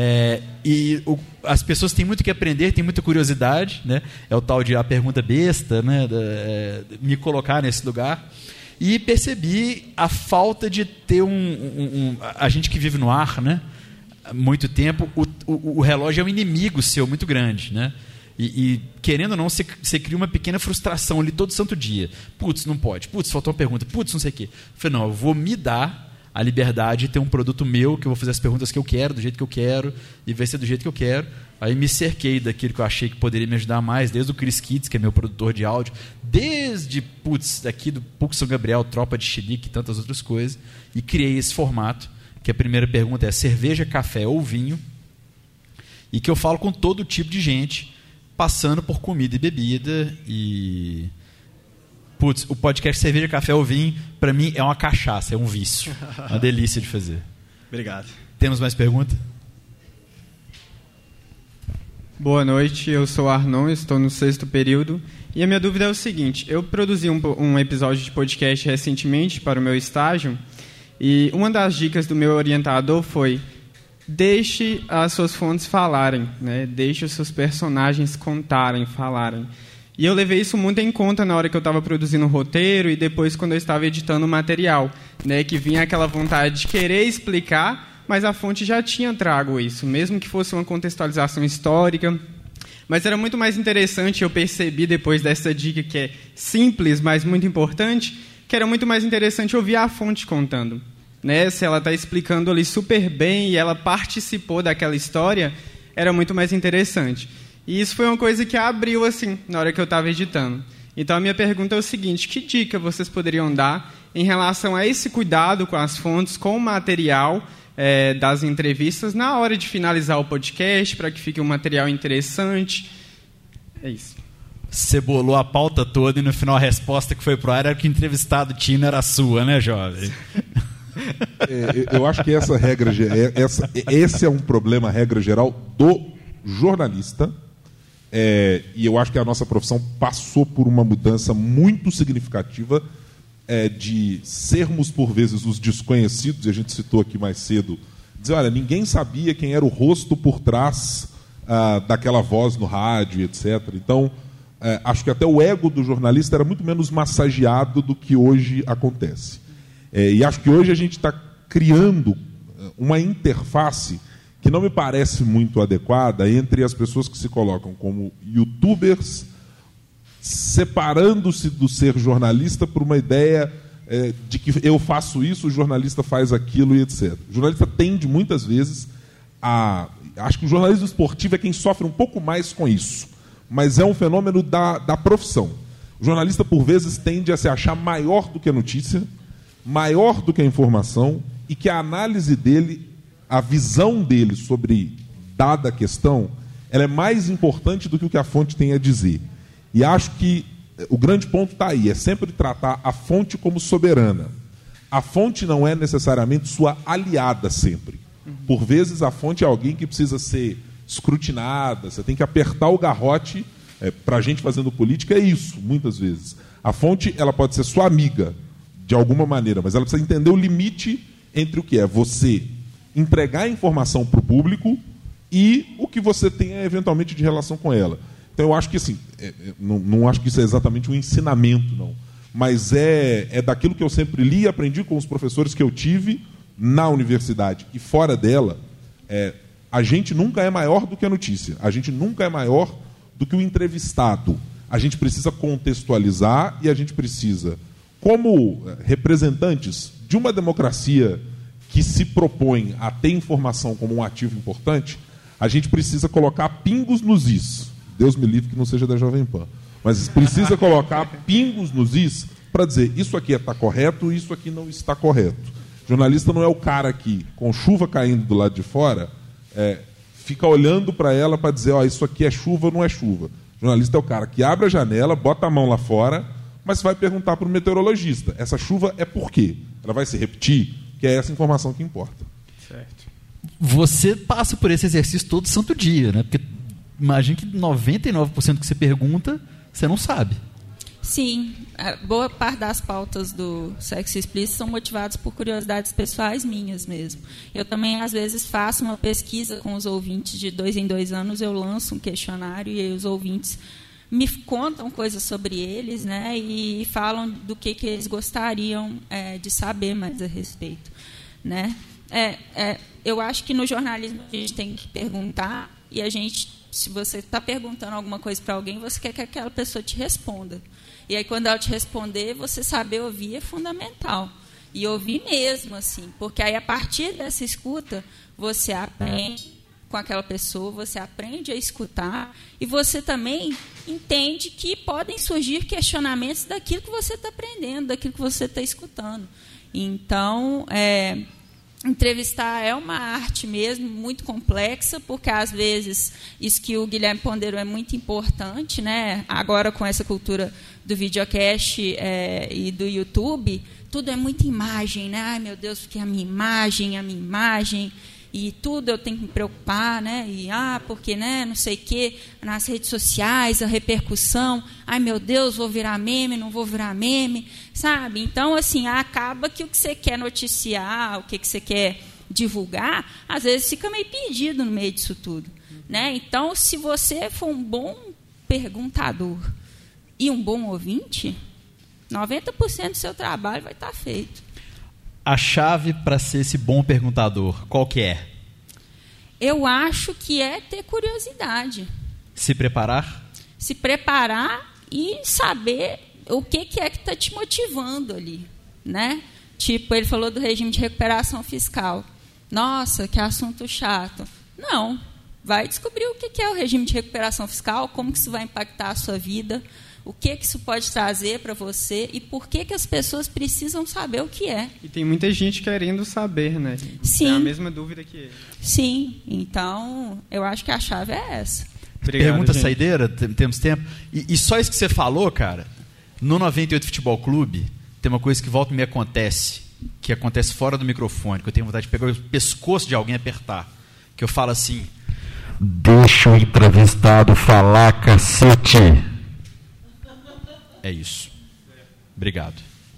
As pessoas têm muito que aprender, têm muita curiosidade, né? É o tal de a pergunta besta, né? Me colocar nesse lugar. E percebi a falta de ter a gente que vive no ar, né? Há muito tempo, o relógio é um inimigo seu muito grande, né? E querendo ou não, você cria uma pequena frustração ali todo santo dia. Putz, não pode. Putz, faltou uma pergunta. Putz, não sei o quê. Eu falei, não, eu vou me dar a liberdade de ter um produto meu, que eu vou fazer as perguntas que eu quero, do jeito que eu quero, e vai ser do jeito que eu quero. Aí me cerquei daquilo que eu achei que poderia me ajudar mais, desde o Chris Kitts, que é meu produtor de áudio, desde, daqui do PUC São Gabriel, Tropa de Chilique e tantas outras coisas, e criei esse formato, que a primeira pergunta é cerveja, café ou vinho, e que eu falo com todo tipo de gente, passando por comida e bebida e... Putz, o podcast Cerveja, Café ou Vinho, para mim, é uma cachaça, é um vício. Uma delícia de fazer.
Obrigado.
Temos mais pergunta?
Boa noite, eu sou Arnon, estou no 6º período. E a minha dúvida é o seguinte, eu produzi um episódio de podcast recentemente para o meu estágio, e uma das dicas do meu orientador foi: deixe as suas fontes falarem, né? Deixe os seus personagens contarem, falarem. E eu levei isso muito em conta na hora que eu estava produzindo o roteiro e depois quando eu estava editando o material, né? Que vinha aquela vontade de querer explicar, mas a fonte já tinha trago isso, mesmo que fosse uma contextualização histórica. Mas era muito mais interessante, eu percebi depois dessa dica que é simples, mas muito importante, que era muito mais interessante ouvir a fonte contando. Né? Se ela está explicando ali super bem e ela participou daquela história, era muito mais interessante. E isso foi uma coisa que abriu assim, na hora que eu estava editando. Então, a minha pergunta é o seguinte: que dica vocês poderiam dar em relação a esse cuidado com as fontes, com o material das entrevistas, na hora de finalizar o podcast, para que fique um material interessante? É isso.
Você bolou a pauta toda e no final a resposta que foi pro ar era que o entrevistado tinha era sua, né, jovem?
Eu acho que essa regra, esse é um problema, regra geral, do jornalista. E eu acho que a nossa profissão passou por uma mudança muito significativa de sermos, por vezes, os desconhecidos, e a gente citou aqui mais cedo, dizer, olha, ninguém sabia quem era o rosto por trás daquela voz no rádio, etc. Então, acho que até o ego do jornalista era muito menos massageado do que hoje acontece. E acho que hoje a gente está criando uma interface que não me parece muito adequada entre as pessoas que se colocam como youtubers, separando-se do ser jornalista por uma ideia de que eu faço isso, o jornalista faz aquilo e etc. O jornalista tende, muitas vezes, a... Acho que o jornalismo esportivo é quem sofre um pouco mais com isso, mas é um fenômeno da profissão. O jornalista, por vezes, tende a se achar maior do que a notícia, maior do que a informação, e que a análise dele, a visão dele sobre dada questão, ela é mais importante do que o que a fonte tem a dizer. E acho que o grande ponto está aí, é sempre tratar a fonte como soberana. A fonte não é necessariamente sua aliada sempre. Por vezes a fonte é alguém que precisa ser escrutinada, você tem que apertar o garrote. Para a gente fazendo política é isso, muitas vezes. A fonte ela pode ser sua amiga, de alguma maneira, mas ela precisa entender o limite entre o que é você entregar a informação para o público e o que você tem eventualmente de relação com ela. Então eu acho que assim, não acho que isso é exatamente um ensinamento, não. Mas é daquilo que eu sempre li e aprendi com os professores que eu tive na universidade e fora dela. A gente nunca é maior do que a notícia. A gente nunca é maior do que o entrevistado. A gente precisa contextualizar e a gente precisa, como representantes de uma democracia que se propõe a ter informação como um ativo importante, a gente precisa colocar pingos nos is. Deus me livre que não seja da Jovem Pan. Mas precisa colocar pingos nos is para dizer isso aqui está correto e isso aqui não está correto. O jornalista não é o cara que, com chuva caindo do lado de fora, fica olhando para ela para dizer isso aqui é chuva ou não é chuva. O jornalista é o cara que abre a janela, bota a mão lá fora, mas vai perguntar para o meteorologista, essa chuva é por quê? Ela vai se repetir? Que é essa informação que importa.
Certo.
Você passa por esse exercício todo santo dia, né? Porque imagino que 99% que você pergunta, você não sabe.
Sim, boa parte das pautas do Sexo Explícito são motivadas por curiosidades pessoais minhas mesmo. Eu também, às vezes, faço uma pesquisa com os ouvintes de 2 em 2 anos, eu lanço um questionário e aí os ouvintes me contam coisas sobre eles, né, e falam do que eles gostariam de saber mais a respeito. Né? Eu acho que no jornalismo a gente tem que perguntar e a gente, se você está perguntando alguma coisa para alguém, você quer que aquela pessoa te responda. E aí, quando ela te responder, você saber ouvir é fundamental. E ouvir mesmo, assim, porque aí, a partir dessa escuta, você aprende com aquela pessoa, você aprende a escutar e você também entende que podem surgir questionamentos daquilo que você está aprendendo, daquilo que você está escutando. Então, entrevistar é uma arte mesmo, muito complexa, porque às vezes isso que o Guilherme ponderou é muito importante, né? Agora com essa cultura do videocast e do YouTube, tudo é muita imagem, né? Ai, meu Deus, porque a minha imagem, e tudo eu tenho que me preocupar, né? E porque, né, não sei o quê, nas redes sociais, a repercussão, ai, meu Deus, vou virar meme, não vou virar meme, sabe? Então, assim, acaba que o que você quer noticiar, o que você quer divulgar, às vezes fica meio perdido no meio disso tudo, né? Então, se você for um bom perguntador e um bom ouvinte, 90% do seu trabalho vai estar feito.
A chave para ser esse bom perguntador, qual que é?
Eu acho que é ter curiosidade.
Se preparar?
Se preparar e saber o que é que está te motivando ali, né? Tipo, ele falou do regime de recuperação fiscal. Nossa, que assunto chato. Não, vai descobrir o que é o regime de recuperação fiscal, como que isso vai impactar a sua vida, o que isso pode trazer para você e por que as pessoas precisam saber o que é.
E tem muita gente querendo saber, né?
Sim.
É a mesma dúvida que ele.
Sim, então eu acho que a chave é essa.
Obrigado, pergunta gente. Saideira, temos tempo. E só isso que você falou, cara, no 98 Futebol Clube, tem uma coisa que volta e me acontece, que acontece fora do microfone, que eu tenho vontade de pegar o pescoço de alguém e apertar. Que eu falo assim: deixa o entrevistado falar, cacete. É isso. Obrigado.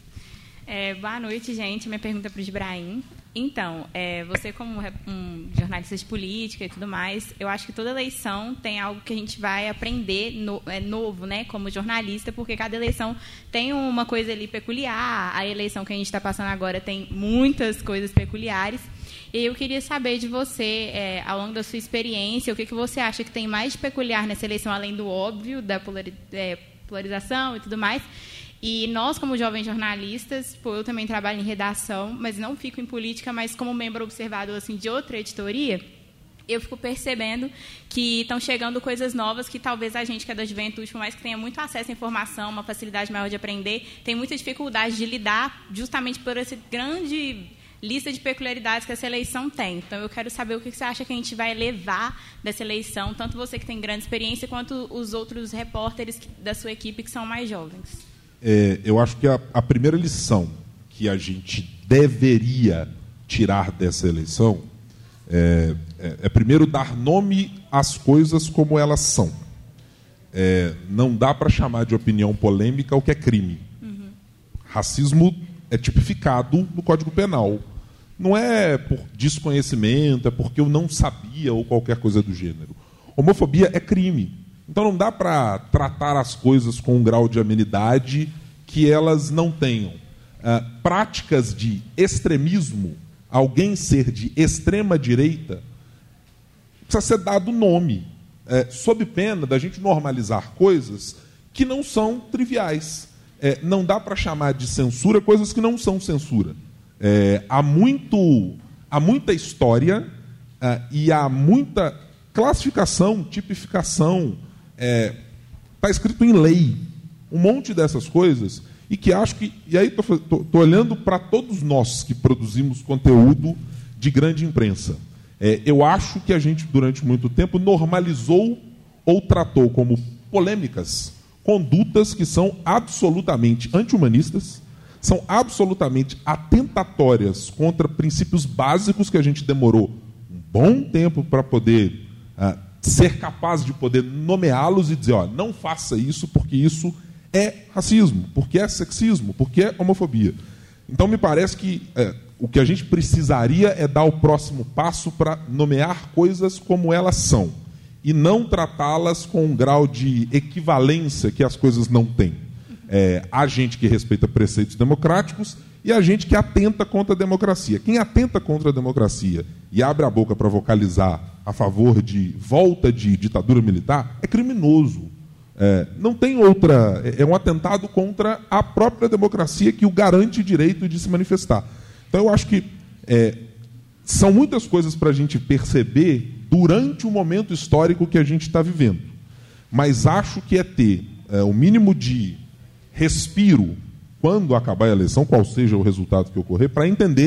Boa noite, gente. Minha pergunta é para o Ibrahim. Então, você como um jornalista de política e tudo mais, eu acho que toda eleição tem algo que a gente vai aprender novo, né, como jornalista, porque cada eleição tem uma coisa ali peculiar. A eleição que a gente está passando agora tem muitas coisas peculiares. E eu queria saber de você, ao longo da sua experiência, o que você acha que tem mais de peculiar nessa eleição, além do óbvio, da polarização e tudo mais. E nós, como jovens jornalistas, eu também trabalho em redação, mas não fico em política, mas como membro observador assim, de outra editoria, eu fico percebendo que estão chegando coisas novas que talvez a gente, que é da juventude, por mais que tenha muito acesso à informação, uma facilidade maior de aprender, tem muita dificuldade de lidar justamente por essa grande lista de peculiaridades que essa eleição tem. Então, eu quero saber o que você acha que a gente vai levar dessa eleição, tanto você que tem grande experiência, quanto os outros repórteres da sua equipe que são mais jovens.
Eu acho que a primeira lição que a gente deveria tirar dessa eleição é primeiro dar nome às coisas como elas são. Não dá para chamar de opinião polêmica o que é crime. Uhum. Racismo é tipificado no Código Penal. Não é por desconhecimento, é porque eu não sabia ou qualquer coisa do gênero. Homofobia é crime. Então não dá para tratar as coisas com um grau de amenidade que elas não tenham. Práticas de extremismo, alguém ser de extrema direita, precisa ser dado nome, sob pena da gente normalizar coisas que não são triviais. Não dá para chamar de censura coisas que não são censura. Há muita história e há muita classificação, tipificação, está escrito em lei, um monte dessas coisas, e que acho que... E aí estou olhando para todos nós que produzimos conteúdo de grande imprensa. Eu acho que a gente, durante muito tempo, normalizou ou tratou como polêmicas condutas que são absolutamente anti-humanistas, são absolutamente atentatórias contra princípios básicos que a gente demorou um bom tempo para poder ser capaz de poder nomeá-los e dizer, não faça isso porque isso é racismo, porque é sexismo, porque é homofobia. Então me parece que o que a gente precisaria é dar o próximo passo para nomear coisas como elas são e não tratá-las com um grau de equivalência que as coisas não têm. Há gente que respeita preceitos democráticos e há gente que atenta contra a democracia. Quem atenta contra a democracia e abre a boca para vocalizar a favor de volta de ditadura militar é criminoso. Não tem outra... É um atentado contra a própria democracia que o garante o direito de se manifestar. Então, eu acho que são muitas coisas para a gente perceber durante o momento histórico que a gente está vivendo. Mas acho que é ter o mínimo de respiro quando acabar a eleição, qual seja o resultado que ocorrer, para entender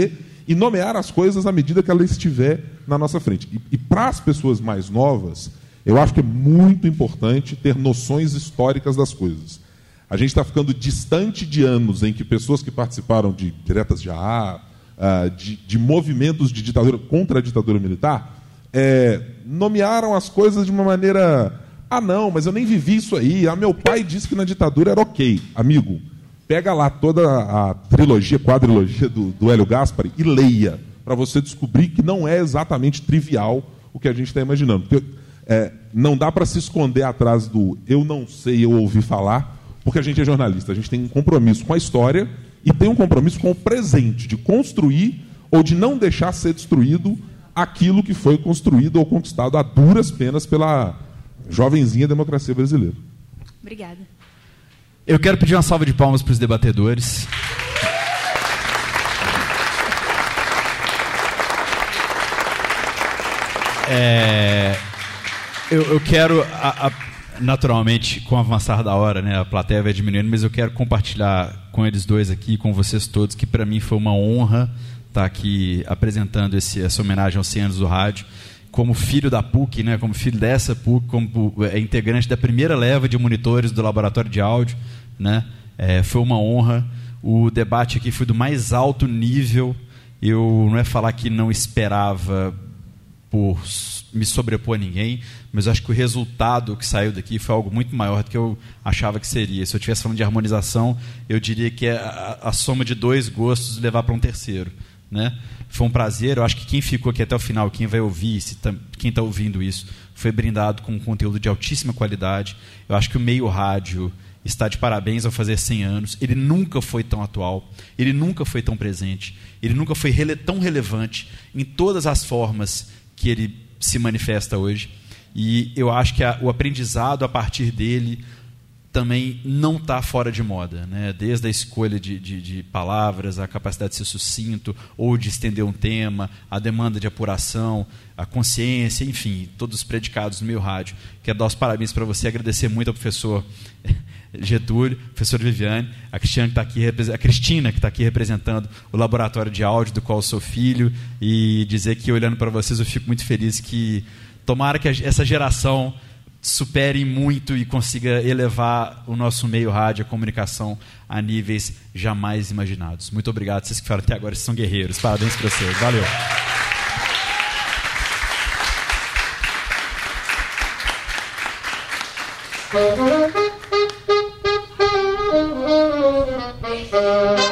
e nomear as coisas à medida que ela estiver na nossa frente. E para as pessoas mais novas, eu acho que é muito importante ter noções históricas das coisas. A gente está ficando distante de anos em que pessoas que participaram de diretas de AA, de movimentos de ditadura contra a ditadura militar, nomearam as coisas de uma maneira... não, mas eu nem vivi isso aí. Meu pai disse que na ditadura era ok. Amigo, pega lá toda a quadrilogia do Hélio Gaspari e leia, para você descobrir que não é exatamente trivial o que a gente está imaginando. Porque, não dá para se esconder atrás do eu não sei, eu ouvi falar, porque a gente é jornalista. A gente tem um compromisso com a história e tem um compromisso com o presente, de construir ou de não deixar ser destruído aquilo que foi construído ou conquistado a duras penas pela jovenzinha democracia brasileira.
Obrigada.
Eu quero pedir uma salva de palmas para os debatedores. Eu quero, naturalmente, com o avançar da hora, né, a plateia vai diminuindo, mas eu quero compartilhar com eles dois aqui, com vocês todos, que para mim foi uma honra estar aqui apresentando essa homenagem aos 100 anos do rádio, como filho da PUC, né, como filho dessa PUC, como integrante da primeira leva de monitores do laboratório de áudio, né, foi uma honra. O debate aqui foi do mais alto nível. Eu não é falar que não esperava por me sobrepor a ninguém, mas eu acho que o resultado que saiu daqui foi algo muito maior do que eu achava que seria. Se eu estivesse falando de harmonização, eu diria que é a soma de dois gostos levar para um terceiro, né? Foi um prazer. Eu acho que quem ficou aqui até o final, quem vai ouvir, quem está ouvindo isso, foi brindado com um conteúdo de altíssima qualidade. Eu acho que o meio rádio está de parabéns ao fazer 100 anos. Ele nunca foi tão atual, ele nunca foi tão presente, ele nunca foi tão relevante em todas as formas que ele se manifesta hoje. E eu acho que o aprendizado a partir dele também não está fora de moda, né? Desde a escolha de palavras, a capacidade de ser sucinto ou de estender um tema, a demanda de apuração, a consciência, enfim, todos os predicados no meio rádio. Quero dar os parabéns para você, agradecer muito ao professor Getúlio, professor Viviane, a Cristina que está aqui representando o laboratório de áudio do qual eu sou filho, e dizer que, olhando para vocês, eu fico muito feliz que tomara que essa geração supere muito e consiga elevar o nosso meio rádio, a comunicação, a níveis jamais imaginados. Muito obrigado, vocês que ficaram até agora, vocês são guerreiros. Parabéns para vocês. Valeu.
Thank you.